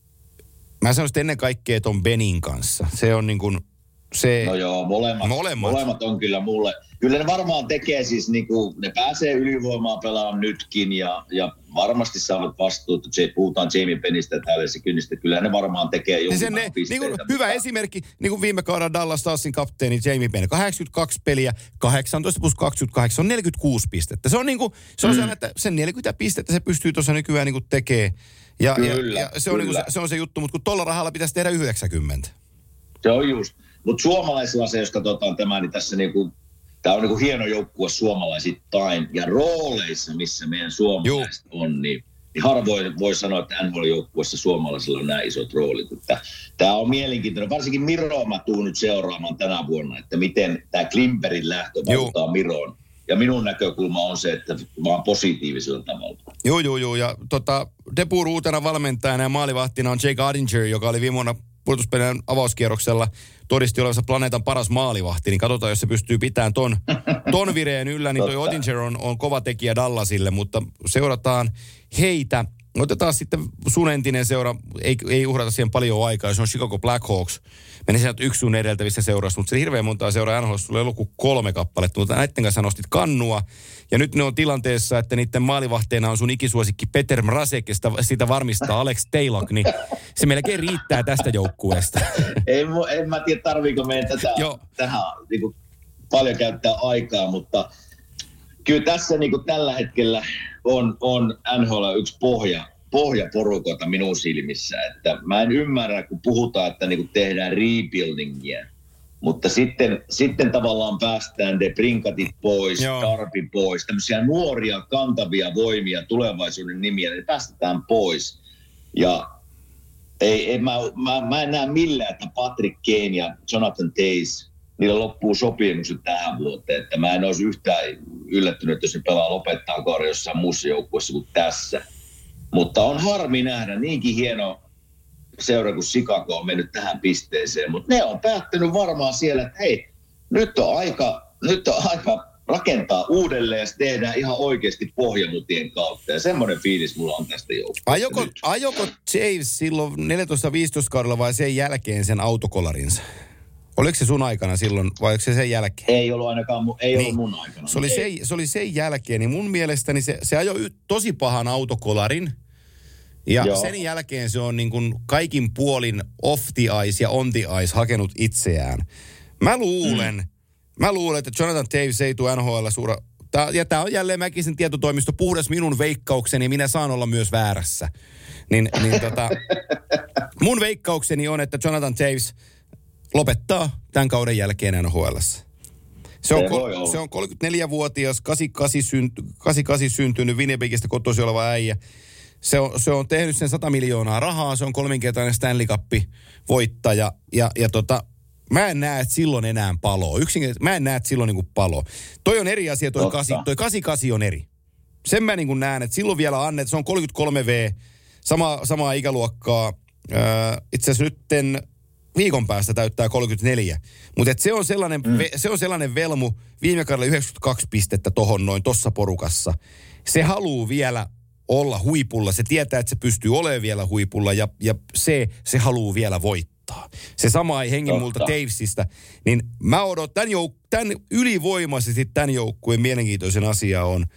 Speaker 2: mä sanoisin ennen kaikkea ton Benin kanssa. Se on niin kuin se...
Speaker 3: No joo, molemmat, molemmat. molemmat on kyllä mulle. Kyllä ne varmaan tekee siis niin kuin, ne pääsee ylivoimaa pelaamaan nytkin ja, ja varmasti saavat vastuuta. Puhutaan Jamie Bennistä täällä se kynnistä. Kyllä ne varmaan tekee jonkun
Speaker 2: niin ne, pisteitä. Niin kuin, hyvä esimerkki, niin kuin viime kaudella Dallas Starsin kapteeni Jamie Benn. kahdeksankymmentäkaksi peliä, kahdeksantoista plus kaksikymmentäkahdeksan on neljäkymmentäkuusi pistettä. Se on niin kuin, se on mm. sellainen, että sen neljäkymmentä pistettä se pystyy tuossa nykyään niin kuin tekemään. Ja,
Speaker 3: kyllä,
Speaker 2: ja, ja se, on niin kuin, se, se on se juttu, mutta kun tuolla rahalla pitäisi tehdä yhdeksänkymmentä.
Speaker 3: Se on just. Mutta suomalaisilla se, jos katsotaan tämä, niin tässä niinku, tämä on niinku hieno joukkue suomalaisittain. Ja rooleissa, missä meidän suomalaiset Juh. on, niin, niin harvoin voi sanoa, että N H L-joukkueessa suomalaisilla on nämä isot roolit. Tämä on mielenkiintoinen. Varsinkin Miroa mä tuun nyt seuraamaan tänä vuonna, että miten tämä Klimperin lähtö vaikuttaa Miroon. Ja minun näkökulma on se, että vaan positiivisella tavalla.
Speaker 2: Joo, joo, joo. Ja tota, Depur uutena valmentajana ja maalivahtina on Jake Oettinger, joka oli viime vuonna pudotuspelien avauskierroksella todisti olevansa planeetan paras maalivahti, niin katsotaan, jos se pystyy pitämään ton, ton vireen yllä, niin toi Oettinger on, on kova tekijä Dallasille, mutta seurataan heitä. Otetaan sitten sun entinen seura, ei, ei uhrata siihen paljon aikaa, se on Chicago Blackhawks. Meni sieltä yksi sun edeltävissä seurassa, mutta se hirveän montaa seuraa N H L:ssä tulee luku kolme kappaletta, mutta näiden kanssa nostit kannua. Ja nyt ne on tilanteessa, että niiden maalivahteena on sun ikisuosikki Peter Mrazek, ja sitä, sitä varmistaa Alex Taylor, niin se melkein riittää tästä joukkueesta.
Speaker 3: En, en mä tiedä, tarviiko meidän tätä, tähän niin kuin, paljon käyttää aikaa, mutta kyllä tässä niin kuin tällä hetkellä on, on N H L yksi pohja, pohjaporukoita minun silmissä. Että mä en ymmärrä, kun puhutaan, että niin kuin tehdään rebuildingia. Mutta sitten, sitten tavallaan päästään de Brinkatit pois, Tarpi pois, tämmöisiä nuoria kantavia voimia tulevaisuuden nimiä, ne päästetään pois. Ja ei, ei, mä, mä, mä en näe millään, että Patrick Kane ja Jonathan Toews, niillä loppuu sopimukset tähän vuoteen. Että mä en olisi yhtään yllättynyt, jos ne pelaa lopettaa kauden jossain muussa joukkueessa kuin tässä. Mutta on harmi nähdä niinkin hieno seura kuin Chicago on mennyt tähän pisteeseen, mutta ne on päättänyt varmaan siellä, että hei, nyt on aika, nyt on aika rakentaa uudelleen ja se tehdään ihan oikeasti pohjamutien kautta. Ja semmoinen fiilis mulla on tästä joukkueesta.
Speaker 2: Ajoko, ajoko James silloin neljätoista viisitoista kaudella vai sen jälkeen sen autokolarinsa? Oliko se sun aikana silloin vai oliko se sen jälkeen?
Speaker 3: Ei ollut ainakaan mun, ei niin. ollut mun aikana.
Speaker 2: Se oli, se, se oli sen jälkeen, niin mun mielestäni se, se ajoi tosi pahan autokolarin. Ja Joo. sen jälkeen se on niin kuin kaikin puolin off the ice ja on the ice hakenut itseään. Mä luulen, mm. mä luulen, että Jonathan Toews ei tule N H L suura... Tää, ja tää on jälleen Mäkisen tietotoimisto puhdas minun veikkaukseni ja minä saan olla myös väärässä. Niin, niin tota, mun veikkaukseni on, että Jonathan Toews lopettaa tämän kauden jälkeen N H L:ssä. Se on, kol- se on kolmekymmentäneljävuotias, kahdeksankymmentäkahdeksan, synty, kahdeksankymmentäkahdeksan syntynyt Winnipegistä kotoisin oleva äijä. Se on, se on tehnyt sen sata miljoonaa rahaa, se on kolminkertainen Stanley Cup-voittaja. Ja, ja tota, mä en näe, että silloin enää paloo. Yksinkertaisesti, mä en näe, että silloin niinku paloo. Toi on eri asia, toi, kasi, toi kahdeksankymmentäkahdeksan on eri. Sen mä niinku näen, että silloin vielä annet, se on kolmekymmentäkolme vuotta, sama, samaa ikäluokkaa. Öö, itse asiassa nytten viikon päästä täyttää kolmekymmentäneljä. Mutta se on sellainen, mm. ve, se on sellainen velmu, viime kaudella yhdeksänkymmentäkaksi pistettä tohon noin, tossa porukassa. Se haluu vielä olla huipulla. Se tietää, että se pystyy olemaan vielä huipulla ja, ja se, se haluaa vielä voittaa. Se sama ei hengi multa Toewsista. Niin mä odotan, tämän, jouk- tämän ylivoimaisesti tämän joukkueen mielenkiintoisen asia on,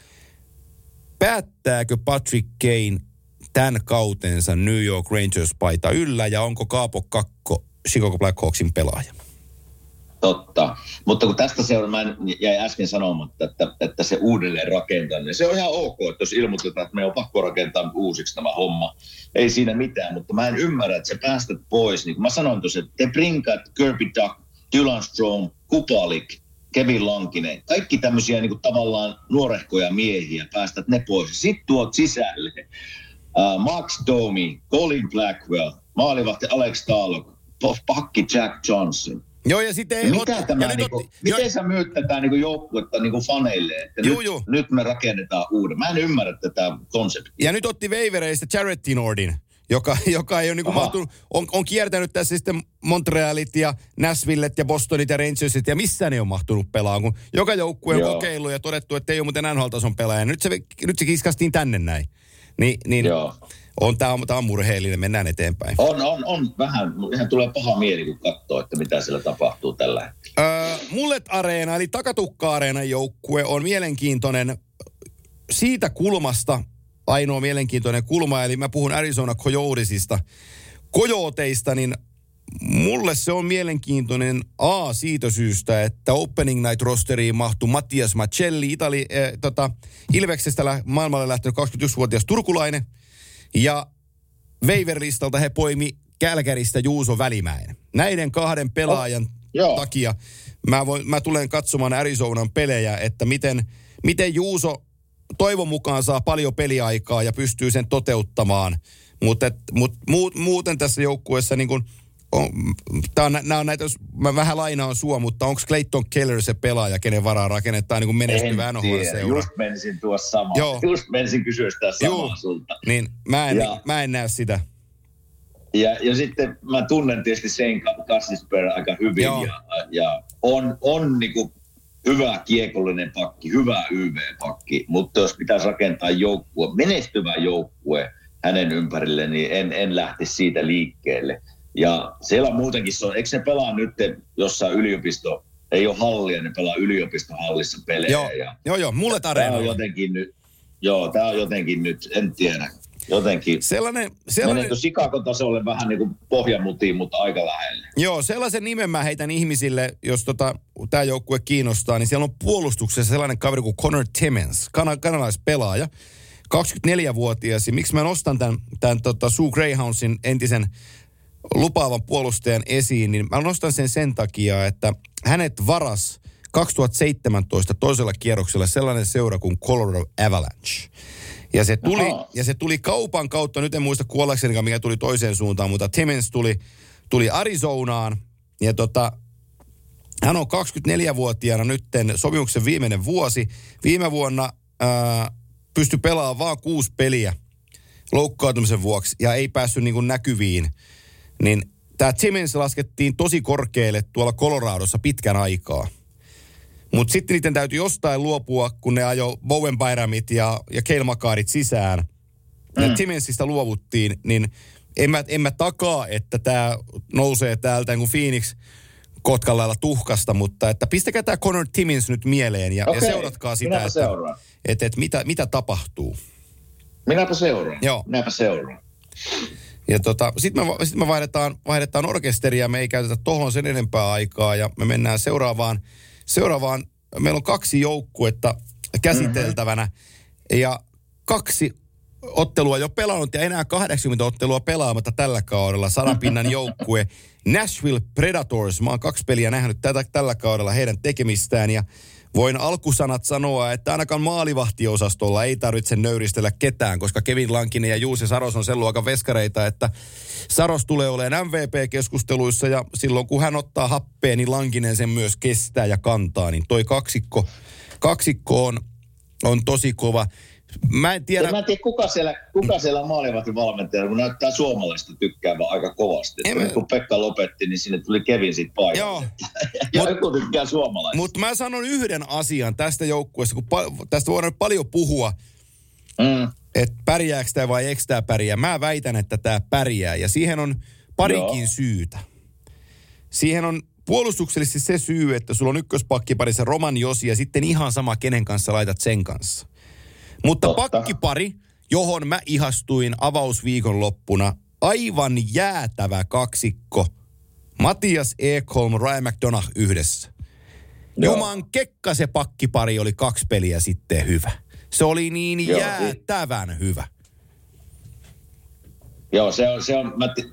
Speaker 2: päättääkö Patrick Kane tämän kautensa New York Rangers-paita yllä ja onko Kaapo Kakko Chicago Blackhawksin pelaaja?
Speaker 3: Totta. Mutta kun tästä seuraa, mä jäin äsken sanomatta, että, että se uudelleen rakentaminen, se on ihan ok, että jos ilmoitetaan, että me on pakko rakentaa uusiksi tämä homma. Ei siinä mitään, mutta mä en ymmärrä, että sä päästät pois. Niin kuin mä sanoin tuossa, että te Brinkat, Kirby Duck, Dylan Strome, Kupalik, Kevin Lankinen, kaikki tämmöisiä niin kuin tavallaan nuorehkoja miehiä, päästät ne pois. Sitten tuot sisälle uh, Max Domi, Colin Blackwell, maalivahti Alex Talok, pakki Jack Johnson.
Speaker 2: Joo, ja sitten...
Speaker 3: Ja mitä tämä,
Speaker 2: ja
Speaker 3: niinku,
Speaker 2: otti,
Speaker 3: miten
Speaker 2: jo,
Speaker 3: sä myyt tätä niinku joukkuetta niinku faneille, että
Speaker 2: juu,
Speaker 3: nyt,
Speaker 2: juu.
Speaker 3: nyt me rakennetaan uuden. Mä en ymmärrä tätä konseptia.
Speaker 2: Ja nyt otti Waivereista Jared Tinordin, joka, joka ei ole niinku mahtunut, on, on kiertänyt tässä sitten Montrealit ja Nashvillet ja Bostonit ja Rangersit ja missään ei ole mahtunut pelaamaan, kun joka joukkue on kokeillut ja todettu, että ei ole muuten N H L-tason pelaaja. Nyt se, nyt se kiskastiin tänne näin. Ni, niin
Speaker 3: Joo.
Speaker 2: on, tämä on, on murheellinen, mennään eteenpäin.
Speaker 3: On, on, on vähän. Ihan tulee paha mieli, kun katsoo, että mitä siellä tapahtuu tällä hetkellä.
Speaker 2: Öö, Mullet Areena, eli Takatukka-areenan joukkue, on mielenkiintoinen siitä kulmasta, ainoa mielenkiintoinen kulma, eli mä puhun Arizona Coyotesista. Coyoteista, niin mulle se on mielenkiintoinen A siitä syystä, että Opening Night rosteriin mahtui Mattias Macelli, Itali, äh, tota, Ilveksestä lä- maailmalle lähtenyt kaksikymmentäyksivuotias turkulainen, ja waiver-listalta he poimi Kälkäristä Juuso Välimäen. Näiden kahden pelaajan
Speaker 3: oh,
Speaker 2: takia mä, voin, mä tulen katsomaan Arizonan pelejä, että miten, miten Juuso toivon mukaan saa paljon peliaikaa ja pystyy sen toteuttamaan. Mutta mut, muut, muuten tässä joukkueessa niin kun on, tää on, nää on näitä, jos mä vähän lainaan sua, mutta onko Clayton Keller se pelaaja, kenen varaa rakennettaa niin menestyvä N H L-seura?
Speaker 3: Just menisin tuossa samaa. Joo. Just menisin kysyä sitä samaa Joo. sulta.
Speaker 2: Niin mä en, ja, mä en näe sitä.
Speaker 3: Ja, ja sitten mä tunnen tietysti sen Kastisper aika hyvin. Joo. Ja, ja on, on niinku hyvä kiekollinen pakki, hyvä Y V-pakki, mutta jos pitäisi rakentaa joukkue, menestyvä joukkue hänen ympärille, niin en, en lähtisi siitä liikkeelle. Ja siellä muutenkin se on, eikö ne pelaa nyt jossain yliopisto, ei ole hallia, ne pelaa yliopistohallissa pelejä.
Speaker 2: Joo, ja joo, joo, mulle tarina.
Speaker 3: Tämä on jotenkin nyt, joo, tämä on jotenkin nyt, en tiedä, jotenkin.
Speaker 2: Sellainen, sellainen...
Speaker 3: Menetty Chicagon tasolle vähän niin kuin pohjamutiin, mutta aika lähelle.
Speaker 2: Joo, sellaisen nimen mä heitän ihmisille, jos tota, tämä joukkue kiinnostaa, niin siellä on puolustuksessa sellainen kaveri kuin Connor Timmins, kan- kanalaispelaaja, kaksikymmentäneljävuotias. Ja miksi mä nostan tämän, tämän tota Sue Greyhoundsin entisen lupaavan puolustajan esiin, niin mä nostan sen sen takia, että hänet varas kaksituhattaseitsemäntoista toisella kierroksella sellainen seura kuin Colorado Avalanche. Ja se tuli, ja se tuli kaupan kautta, nyt en muista kuollakseni, mikä tuli toiseen suuntaan, mutta Timmins tuli, tuli Arizonaan. Ja tota, hän on kaksikymmentäneljävuotiaana nytten sopimuksen viimeinen vuosi. Viime vuonna ää, pystyi pelaamaan vaan kuusi peliä loukkaantumisen vuoksi ja ei päässyt niin kuin näkyviin. Niin tämä Timmins laskettiin tosi korkealle tuolla Coloradossa pitkän aikaa. Mutta sitten niiden täytyy jostain luopua, kun ne ajoi Bowen Byramit ja, ja Cale Makarit sisään. Mm. Ja Timminsistä luovuttiin, niin en mä, en mä takaa, että tämä nousee täältä niin kuin Phoenix Kotkan lailla tuhkasta, mutta että pistäkää tämä Connor Timmins nyt mieleen ja, ja seuratkaa sitä, että, että, että mitä, mitä tapahtuu.
Speaker 3: Minäpä seuraan.
Speaker 2: Joo.
Speaker 3: Minäpä seuraan.
Speaker 2: Ja tota, sitten me, sit me vaihdetaan, vaihdetaan orkesteria, me ei käytetä tohon sen enempää aikaa ja me mennään seuraavaan. Seuraavaan, meillä on kaksi joukkuetta käsiteltävänä ja kaksi ottelua jo pelannut ja enää kahdeksankymmentä ottelua pelaamatta tällä kaudella. Sadan pinnan joukkue Nashville Predators. Mä oon kaksi peliä nähnyt tätä, tällä kaudella heidän tekemistään ja voin alkusanat sanoa, että ainakaan maalivahtiosastolla ei tarvitse nöyristellä ketään, koska Kevin Lankinen ja Juuse Saros on sen luokan veskareita, että Saros tulee olemaan M V P-keskusteluissa ja silloin kun hän ottaa happea, niin Lankinen sen myös kestää ja kantaa. Niin toi kaksikko, kaksikko on, on tosi kova. Mä en tiedä...
Speaker 3: Ja mä en tiedä, kuka siellä, kuka siellä maalivahtivalmentajana, kun näyttää suomalaista tykkäävän aika kovasti. En... Kun Pekka lopetti, niin sinne tuli Kevin sit paikalle.
Speaker 2: Joo.
Speaker 3: Ja mut, joku tykkää suomalaista.
Speaker 2: Mutta mä sanon yhden asian tästä joukkueesta, kun pa- tästä voidaan paljon puhua, mm. että pärjääkö tämä vai eikö tämä pärjää. Mä väitän, että tämä pärjää ja siihen on parikin Joo. syytä. Siihen on puolustuksellisesti se syy, että sulla on ykköspakkiparissa Roman Josi ja sitten ihan sama, kenen kanssa laitat sen kanssa. Mutta Totta. pakkipari, johon mä ihastuin avausviikon loppuna, aivan jäätävä kaksikko. Matias Ekholm, Ryan McDonough yhdessä. Joo. Juman kekka se pakkipari oli kaksi peliä sitten hyvä. Se oli niin Joo, jäätävän i- hyvä.
Speaker 3: Joo, se on, se on mä t-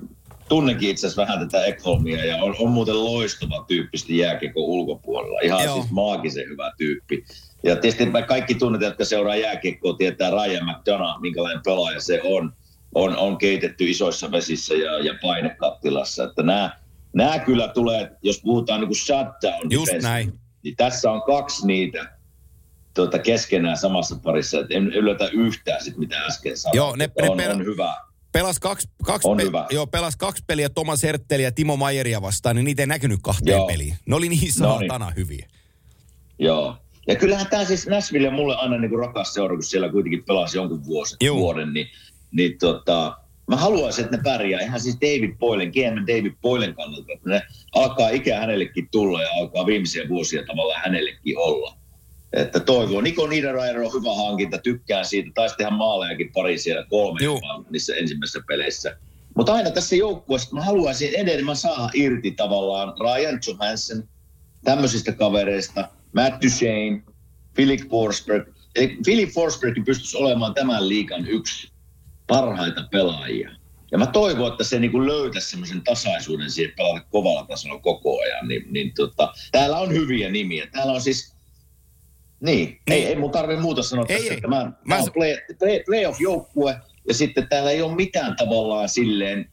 Speaker 3: tunnekin itse asiassa vähän tätä Ekholmia ja on, on muuten loistava tyyppisesti jääkiekon ulkopuolella. Ihan Joo. siis maagisen hyvä tyyppi. Ja tietysti kaikki tunnet, jotka seuraa jääkiekkoa, tietää Ryan McDonough, minkälainen pelaaja se on. On, on keitetty isoissa vesissä ja, ja painekattilassa. Että nämä, nämä kyllä tulee, jos puhutaan niin kuin shutdown
Speaker 2: Just näin.
Speaker 3: Niin tässä on kaksi niitä tuota, keskenään samassa parissa. Että en yllätä yhtään sit, mitä äsken sanoin.
Speaker 2: Joo, ne,
Speaker 3: on,
Speaker 2: ne,
Speaker 3: on hyvä.
Speaker 2: Pelas kaksi, kaksi,
Speaker 3: on
Speaker 2: pe-
Speaker 3: hyvä.
Speaker 2: joo, pelas kaksi peliä Thomas Hertteli ja Timo Meieria vastaan, niin niitä ei näkynyt kahteen joo. peliin. Ne oli niin saatana hyviä.
Speaker 3: Joo. Ja kyllähän tämä siis Nashville mulle aina niin kuin rakas seura, kun siellä kuitenkin pelasi jonkun vuosi, vuoden, niin, niin tota, mä haluaisin, että ne pärjää ihan siis David Boylen, G M David Boylen kannalta, että ne alkaa ikää hänellekin tulla ja alkaa viimeisiä vuosia tavallaan hänellekin olla. Että toivoo. Niko Niederreiter on hyvä hankinta, tykkään siitä, taisi tehdä maalejakin pari siellä kolme niissä ensimmäisissä peleissä. Mutta aina tässä joukkueessa mä haluaisin edelleen saada irti tavallaan Ryan Johansson, tämmöisistä kavereista, Matt Duchene, Philip Forsberg. Eli Philip Forsberg pystyisi olemaan tämän liigan yksi parhaita pelaajia. Ja mä toivon, että se niinku löytäisi semmoisen tasaisuuden siihen pelata kovalla tasolla koko ajan. Niin, niin tota, täällä on hyviä nimiä. Täällä on siis, niin, niin. Ei, ei mun tarvitse muuta sanoa ei, tässä, ei. että mä, mä oon play, play, playoff-joukkue ja sitten täällä ei ole mitään tavallaan silleen,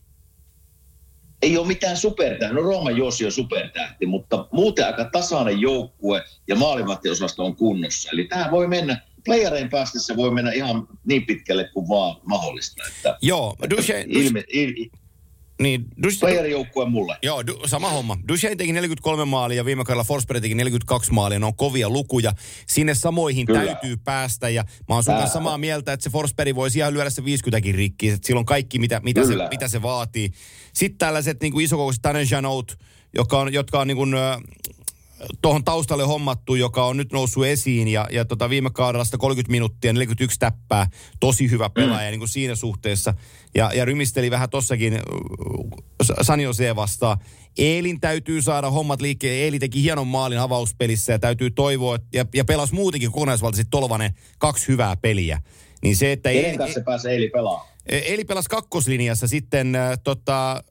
Speaker 3: ei ole mitään supertähti. No Roman Josi on supertähti, mutta muuten aika tasainen joukkue ja maalivahtiosasto on kunnossa. Eli tämä voi mennä, playerein päästessä voi mennä ihan niin pitkälle kuin vaan mahdollista. Että,
Speaker 2: Joo,
Speaker 3: että
Speaker 2: Duchene,
Speaker 3: ilme, il,
Speaker 2: niin,
Speaker 3: playerijoukkue mulle.
Speaker 2: Joo, du, sama homma. Duchene teki neljäkymmentäkolme maalia ja viime kaudella Forsberg teki neljäkymmentäkaksi maalia. Ne on kovia lukuja. Sinne samoihin Kyllä. täytyy päästä ja mä oon sun kanssa samaa mieltä, että se Forsberg voisi ihan lyödä se viisikymmentäkin rikki. Että sillä on kaikki, mitä, mitä, se, mitä se vaatii. Sitten tällaiset niin kuin isokokoiset Tannen Janot, jotka on, jotka on niin kuin, äh, tuohon taustalle hommattu, joka on nyt noussut esiin ja, ja tota viime kaudella kolmekymmentä minuuttia, neljäkymmentäyksi täppää, tosi hyvä pelaaja mm. niin kuin siinä suhteessa. Ja, ja rymisteli vähän tossakin San Joseen vastaan. Eelin täytyy saada hommat liikkeen. Eeli teki hienon maalin avauspelissä ja täytyy toivoa, ja, ja pelasi muutenkin kokonaisvaltaisesti Tolvanen kaksi hyvää peliä. Niin se, että
Speaker 3: Kenen kanssa se pääsee Eeli pelaa?
Speaker 2: Eeli pelasi kakkoslinjassa sitten, äh, tota,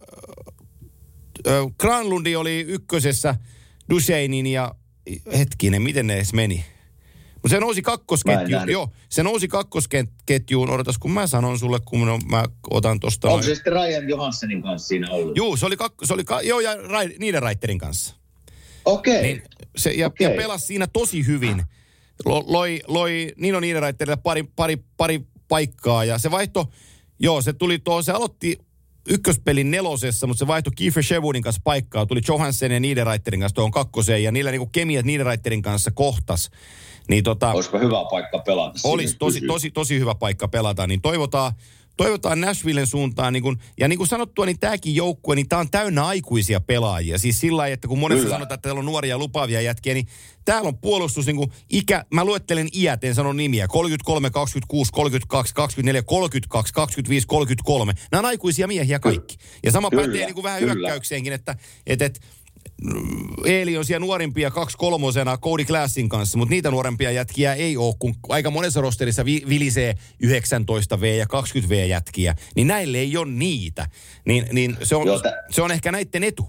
Speaker 2: äh, Granlundi oli ykkösessä Duchenin ja hetkinen, miten ne edes meni? Mutta se nousi kakkosketjuun, joo, se nousi kakkosketjuun, odotas kun mä sanon sulle, kun mä, mä otan tosta.
Speaker 3: Onko se sitten Ryan Johanssonin kanssa siinä ollut?
Speaker 2: Joo, se oli, kakko, se oli ka, joo, ja Rai, Niederreiterin kanssa.
Speaker 3: Okei. Okay.
Speaker 2: Niin, se, ja, okay. ja pelasi siinä tosi hyvin. Loi, loi Nino Niederreiterille pari, pari, pari paikkaa ja se vaihto, joo, se tuli tuo, se aloitti ykköspelin nelosessa, mutta se vaihtoi Kiefer Sherwoodin kanssa paikkaa. Tuli Johansson ja Niederreiterin kanssa tuohon kakkoseen ja niillä niinku kemiat Niederreiterin kanssa kohtas. Niin tota,
Speaker 3: olisiko hyvä paikka pelata?
Speaker 2: Olisi tosi, tosi, tosi hyvä paikka pelata. Niin toivotaan, toivotaan Nashvillen suuntaan. Niin kun, ja niin kuin sanottua, niin tämäkin joukkue, niin tämä on täynnä aikuisia pelaajia. Siis sillä lailla, että kun monesti Kyllä. sanotaan, että täällä on nuoria lupaavia jätkiä, niin täällä on puolustus niin kuin ikä, mä luettelen iät, en sano nimiä, kolmekymmentäkolme, kaksikymmentäkuusi, kolmekymmentäkaksi, kaksikymmentäneljä, kolmekymmentäkaksi, kaksikymmentäviisi, kolmekymmentäkolme. Nämä on aikuisia miehiä kaikki. Ja sama Kyllä. pätee niin kuin vähän Kyllä. hyökkäykseenkin, että et, et, Eeli on siellä nuorimpia kaksi kolmosena Cody Glassin kanssa, mutta niitä nuorempia jätkiä ei ole, kun aika monessa rosterissa vi- vilisee yhdeksäntoista vuotta ja kaksikymmentä vuotta jätkiä, niin näille ei ole niitä. Niin, niin se, on, Joo, t- se on ehkä näiden etu.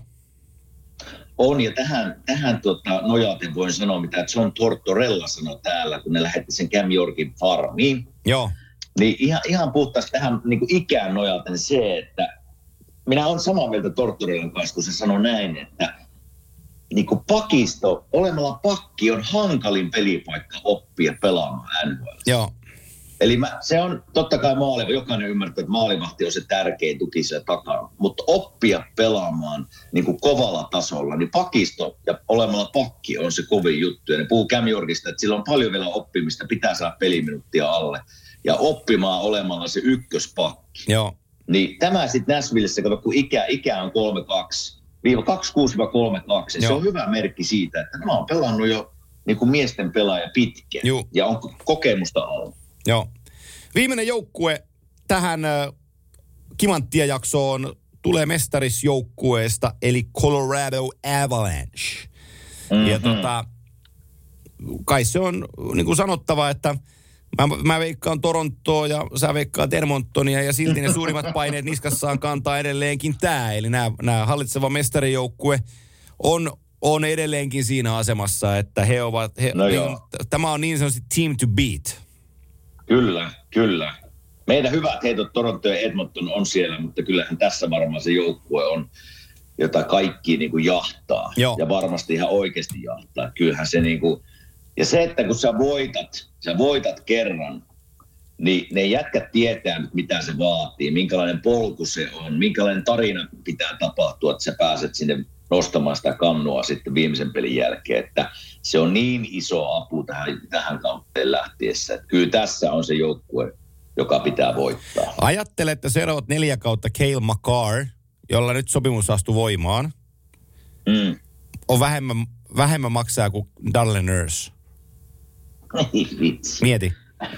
Speaker 3: On, ja tähän, tähän tota, nojaten voin sanoa, mitä John Tortorella sanoi täällä, kun ne lähetti sen Cam Yorkin farmiin.
Speaker 2: Joo.
Speaker 3: Niin ihan, ihan puhtaasti tähän niin kuin ikään nojaten se, että minä olen samaa mieltä Tortorellan kanssa, kun se sanoi näin, että niin kuin pakisto, olemalla pakki on hankalin pelipaikka oppia pelaamaan N H L.
Speaker 2: Joo.
Speaker 3: Eli mä, se on totta kai maalivahti, jokainen ymmärtää, että maalivahti on se tärkein tuki siellä takana, mutta oppia pelaamaan niin kuin kovalla tasolla, niin pakisto ja olemalla pakki on se kovin juttu. Ja ne puhuu Cam Yorkista, että sillä on paljon vielä oppimista, pitää saada peliminuuttia alle ja oppimaan olemalla se ykköspakki.
Speaker 2: Joo.
Speaker 3: Niin tämä sitten Nashvillessä, kato kun ikä, ikä on kolmekymmentäkaksi, kaksikymmentäkuusi kolmekymmentäkaksi, se on hyvä merkki siitä, että nämä on pelannut jo niin kuin miesten pelaaja pitkään Juh. ja on kokemusta alla.
Speaker 2: Joo. Viimeinen joukkue tähän äh, Kimanttia-jaksoon tulee mestarisjoukkueesta, eli Colorado Avalanche. Mm-hmm. Ja tota, kai se on niin kuin sanottava, että Mä, mä veikkaan Torontoa ja sä veikkaat Edmontonia ja silti ne suurimmat paineet niskassaan kantaa edelleenkin tää. Eli nämä, nämä hallitseva mestarijoukkue on, on edelleenkin siinä asemassa, että he ovat, he,
Speaker 3: no
Speaker 2: he on, tämä on niin sanotusti team to beat.
Speaker 3: Kyllä, kyllä. Meidän hyvät heitot Toronto ja Edmonton on siellä, mutta kyllähän tässä varmaan se joukkue on, jota kaikki niin kuin jahtaa. Joo. Ja varmasti ihan oikeasti jahtaa. Kyllähän se niin kuin, ja se, että kun sä voitat, sä voitat kerran, niin ne jätkät tietää nyt, mitä se vaatii, minkälainen polku se on, minkälainen tarina pitää tapahtua, että sä pääset sinne nostamaan sitä kannua sitten viimeisen pelin jälkeen, että se on niin iso apu tähän, tähän kauteen lähtiessä. Että kyllä tässä on se joukkue, joka pitää voittaa.
Speaker 2: Ajattele, että seuraavat neljä kautta Cale Makar, jolla nyt sopimus astui voimaan, mm. on vähemmän, vähemmän maksaa kuin Darnell Nurse.
Speaker 3: Ei vitsi.
Speaker 2: Mieti.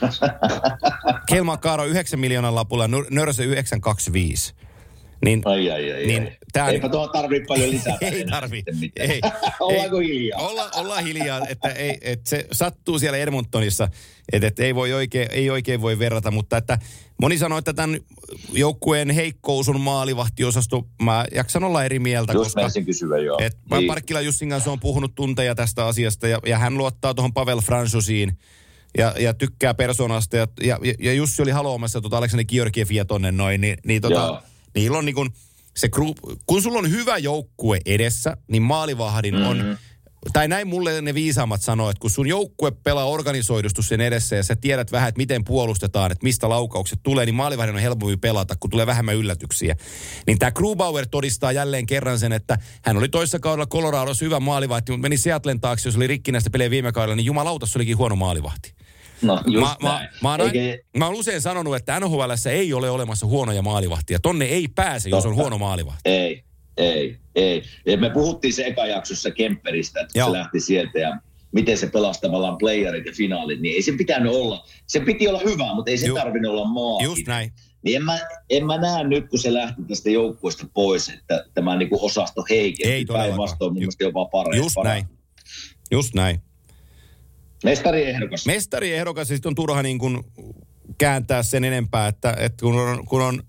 Speaker 2: Cale Makar on yhdeksän miljoonan lapulla ja Nurse yhdeksän kaksikymmentäviisi. Niin,
Speaker 3: ai, ai, ai,
Speaker 2: niin,
Speaker 3: ai. Tää eipä tuohon tarvitse paljon lisää.
Speaker 2: Ei tarvitse. Ei,
Speaker 3: Ollaanko
Speaker 2: ei,
Speaker 3: hiljaa?
Speaker 2: Olla, ollaan hiljaa, että, ei, että se sattuu siellä Edmontonissa, että, että ei, voi oikein, ei oikein voi verrata, mutta että moni sanoo, että tämän joukkueen heikkous on maalivahtiosasto. Mä jaksan olla eri mieltä,
Speaker 3: just
Speaker 2: koska
Speaker 3: sen kysyä, joo.
Speaker 2: Et niin. Parkkila Jussin kanssa on puhunut tunteja tästä asiasta ja, ja hän luottaa tuohon Pavel Franchosiin ja, ja tykkää persoonasta. Ja, ja, ja Jussi oli haluamassa tuota Aleksandr Georgievia tonne noin, niin, niin tota... Niillä on niin kuin se group, kun sulla on hyvä joukkue edessä, niin maalivahdin on, mm-hmm. tai näin mulle ne viisaammat sanoo, että kun sun joukkue pelaa organisoidusti sen edessä ja sä tiedät vähän, että miten puolustetaan, että mistä laukaukset tulee, niin maalivahdin on helpompi pelata, kun tulee vähemmän yllätyksiä. Niin tämä Grubauer todistaa jälleen kerran sen, että hän oli toissa kaudella Coloradossa hyvä maalivahti, mutta meni Seattlen taakse, jos oli rikkinäistä pelejä viime kaudella, niin jumalauta, se olikin huono maalivahti.
Speaker 3: No, just
Speaker 2: mä, mä, mä, oon Eikä... mä oon usein sanonut, että N H L:ssä ei ole olemassa huonoja maalivahtia. Tonne ei pääse, Totta. Jos on huono maalivahti.
Speaker 3: Ei, ei, ei. Ja me puhuttiin se eka jaksossa Kemperistä, että se lähti sieltä ja miten se pelasi tavallaan playerit ja finaalit, niin ei se pitänyt olla. Se piti olla hyvä, mutta ei se Ju, tarvinnut olla maali.
Speaker 2: Just näin.
Speaker 3: Niin en mä, en mä näe nyt, kun se lähti tästä joukkueesta pois, että tämä niinku osasto heikentyy. Päinvastoin mun mielestä jopa parempi.
Speaker 2: Just näin. Just näin.
Speaker 3: Mestariehdokas.
Speaker 2: Mestariehdokas, ja sitten on turha niin kuin kääntää sen enempää, että, että kun on, kun on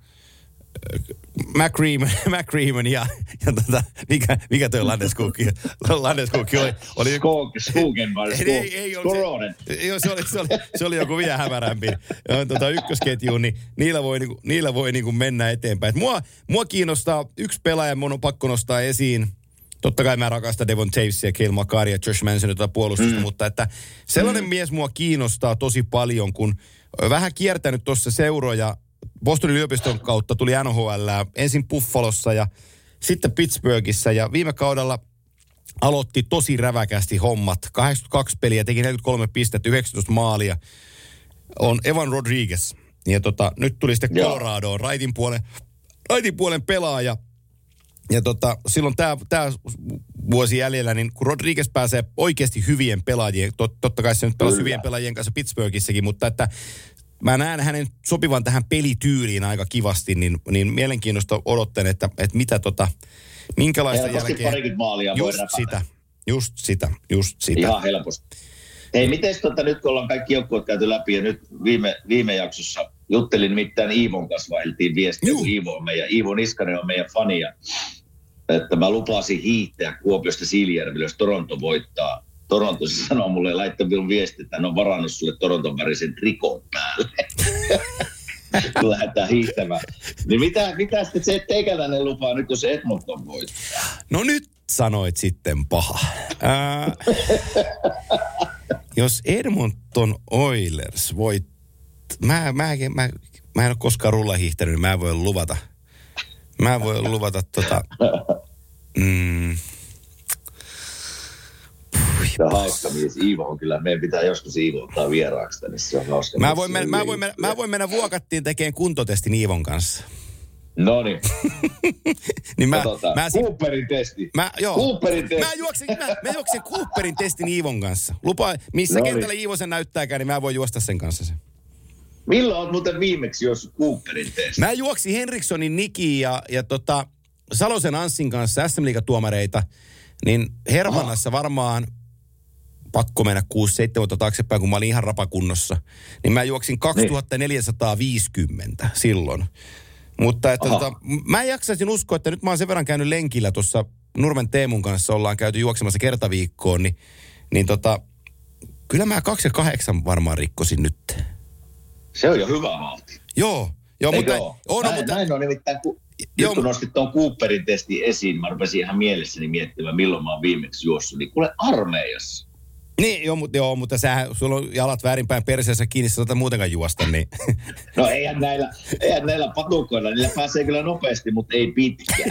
Speaker 2: McReaman, McReaman ja, ja tota, mikä, mikä toi Landeskog? Landeskog oli... oli
Speaker 3: Skogen vai
Speaker 2: ei, ei, Skoronen. Se, se, oli, se, oli, se oli joku vielä hämärämpi. Tota, ykkösketjuun, niin niillä voi, niinku, niillä voi niinku mennä eteenpäin. Et mua, mua kiinnostaa yksi pelaaja, mun on pakko nostaa esiin. Totta kai mä rakastan Devon Tavesia, Cale Makaria ja Josh Mansonin tuota puolustusta, mm. mutta että sellainen mm. mies mua kiinnostaa tosi paljon, kun vähän kiertänyt tuossa seuroja. Bostonin yliopiston kautta tuli N H L, ensin Buffalossa ja sitten Pittsburghissa ja viime kaudella aloitti tosi räväkästi hommat. kahdeksankymmentäkaksi peliä, teki neljäkymmentäkolme pistettä, yhdeksäntoista maalia. On Evan Rodriguez. Ja tota, nyt tuli sitten Coloradoon, raitin puolen, raitin puolen pelaaja. Ja tota, silloin tämä tää vuosi jäljellä, niin kun Rodriguez pääsee oikeasti hyvien pelaajien, tot, totta kai se nyt pelasi hyvien pelaajien kanssa Pittsburghissäkin, mutta että mä näen hänen sopivan tähän pelityyliin aika kivasti, niin, niin mielenkiinnosta odottelen, että, että mitä tota, minkälaista
Speaker 3: helposti
Speaker 2: jälkeen.
Speaker 3: Parikymmentä maalia
Speaker 2: just
Speaker 3: voi
Speaker 2: sitä, just sitä, just sitä.
Speaker 3: Ihan helposti. Hei, miten tota, nyt kun ollaan kaikki joukkueet käyty läpi ja nyt viime, viime jaksossa juttelin nimittäin Iivon kanssa, vaihdeltiin viestiä, kun Iivo on meidän, Iivo Niskanen on meidän fani, ja, että mä lupasin hiihtää Kuopiosta Siilijärvelle, jos Toronto voittaa. Toronto se sanoo mulle ja laittoi minun viesti, että hän on varannut sulle Toronton värisen trikon päälle. Kun lähdetään hiihtämään. Niin mitä, mitä sitten se teikäläinen lupaa nyt, jos Edmonton voittaa?
Speaker 2: No nyt sanoit sitten paha. Ää, jos Edmonton Oilers voit... Mä, mä, mä, mä en ole koskaan rullahiihtänyt, niin mä en voi luvata. Mä en voi luvata tota... Mm,
Speaker 3: se on hauska mies. Iivo on kyllä, meidän pitää joskus Iivo ottaa vieraaksi, niin se on hauska.
Speaker 2: Mä voin, mennä, mä, voin mennä, mä voin mennä Vuokattiin tekemään kuntotestin Iivon kanssa.
Speaker 3: Noniin.
Speaker 2: niin mä,
Speaker 3: mä si- Cooperin testi.
Speaker 2: Mä, joo.
Speaker 3: Cooperin testi.
Speaker 2: Mä juoksin, mä, mä juoksin Cooperin testin Iivon kanssa. Lupaa, missä Noniin. Kentällä Iivo sen näyttääkään, niin mä voin juosta sen kanssa sen.
Speaker 3: Milloin olet muuten viimeksi juossut Cooperin testin?
Speaker 2: Mä juoksin Henrikssonin Niki ja, ja tota, Salosen Anssin kanssa S M-liigatuomareita, niin Hermannassa varmaan pakko mennä kuusi seitsemän vuotta taaksepäin, kun mä olin ihan rapakunnossa, niin mä juoksin kaksituhattaneljäsataaviisikymmentä silloin. Mutta että tota, mä jaksaisin uskoa, että nyt mä oon sen verran käynyt lenkillä tuossa Nurmen Teemun kanssa, ollaan käyty juoksemassa kerta viikkoon, niin, niin tota, kyllä mä kaksi ja kahdeksan varmaan rikkosin nyt.
Speaker 3: Se on jo hyvä vauhti.
Speaker 2: Joo, joo mutta...
Speaker 3: Joo.
Speaker 2: On,
Speaker 3: näin,
Speaker 2: mutta...
Speaker 3: näin on nimittäin, kun,
Speaker 2: joo,
Speaker 3: nyt kun nostit tuon Cooperin testin esiin, mä rupesin ihan mielessäni miettimään, milloin mä oon viimeksi juossut. Niin kuule, armeijassa.
Speaker 2: Niin, joo, mutta, joo, mutta sähän, sulla on jalat väärinpäin perseessä kiinni, sä muutenkaan juosta, niin...
Speaker 3: No eihän näillä, eihän näillä patukoilla, niillä pääsee kyllä nopeasti, mutta ei pitkään.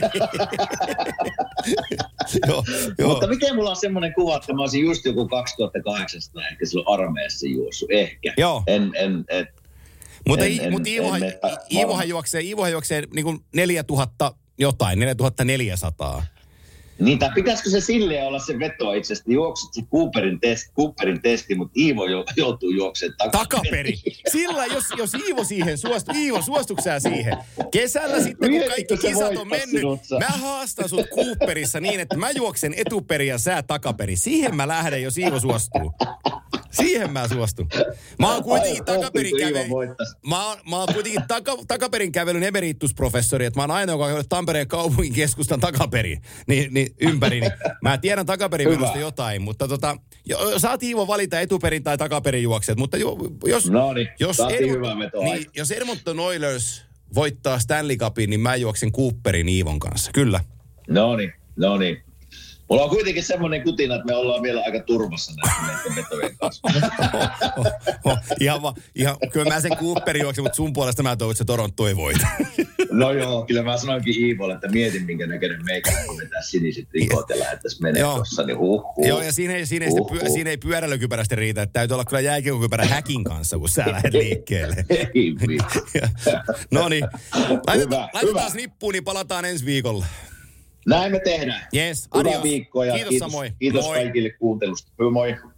Speaker 2: joo, joo.
Speaker 3: Mutta miten mulla on semmoinen kuva, että mä olisin just joku kaksituhattakahdeksantoista ehkä silloin armeijassa juossut, ehkä.
Speaker 2: Joo.
Speaker 3: En, en, en,
Speaker 2: mutta
Speaker 3: en,
Speaker 2: i,
Speaker 3: en,
Speaker 2: mut Iivohan,
Speaker 3: en, en,
Speaker 2: Iivohan juoksee, Iivohan juoksee niin kuin neljätuhatta jotain, neljätuhattaneljäsataa.
Speaker 3: Niin, tai pitäisikö se silleen olla se veto itse asiassa, juokset se Cooperin, test, Cooperin testi, mutta Iivo joutuu juoksemaan takaperi.
Speaker 2: Takaperi. Sillä, jos, jos Iivo siihen suostuu, Iivo, suostuksä sä siihen? Kesällä sitten, kun kaikki kisat on mennyt, mä haastan sut Cooperissa niin, että mä juoksen etuperi ja sä takaperi. Siihen mä lähden, jos Iivo suostuu. Siihen mä suostun. Mä oon kuitenkin takaperin kävelyn, mä oon, mä oon kuitenkin taka, takaperin kävelyn emeritusprofessori, että mä oon aina, joka on Tampereen kaupungin keskustan takaperin niin, niin, ympäri. Niin mä tiedän takaperin minusta jotain, mutta tota, jo, saat Iivo valita etuperin tai takaperin juokset, mutta jo, jos,
Speaker 3: Noniin,
Speaker 2: jos, Edmonton, niin, jos Edmonton Oilers voittaa Stanley Cupin, niin mä juoksen Cooperin Iivon kanssa, kyllä.
Speaker 3: No niin, no niin. Mulla on kuitenkin semmoinen kutina, että me ollaan vielä aika turvassa näiden vetojen kanssa.
Speaker 2: oh, oh, oh, ihan, va, ihan, kyllä mä sen Cooperin juoksen, mutta sun puolesta mä toivon, että se Toronto ei voita.
Speaker 3: No joo, kyllä mä sanoinkin Iivolle, että mietin minkä näköinen meikä, kun vetää siniset rikot ja lähdettäisiin menemään tuossa, niin huh, huh.
Speaker 2: Joo, ja siinä ei, siinä ei, huh, huh. Siinä ei pyöräilykypärästi riitä, että täytyy olla kyllä jääkiekkokypärä häkin kanssa, kun sä lähdet liikkeelle.
Speaker 3: Ei
Speaker 2: no niin, laitetaan, laitetaan nippuun, niin palataan ensi viikolla.
Speaker 3: Näin me tehdään.
Speaker 2: Yes,
Speaker 3: Hyvää
Speaker 2: adios.
Speaker 3: viikkoa ja
Speaker 2: Kiitos,
Speaker 3: kiitos
Speaker 2: samoin.
Speaker 3: Kiitos
Speaker 2: Moi.
Speaker 3: kaikille kuuntelusta. Moi.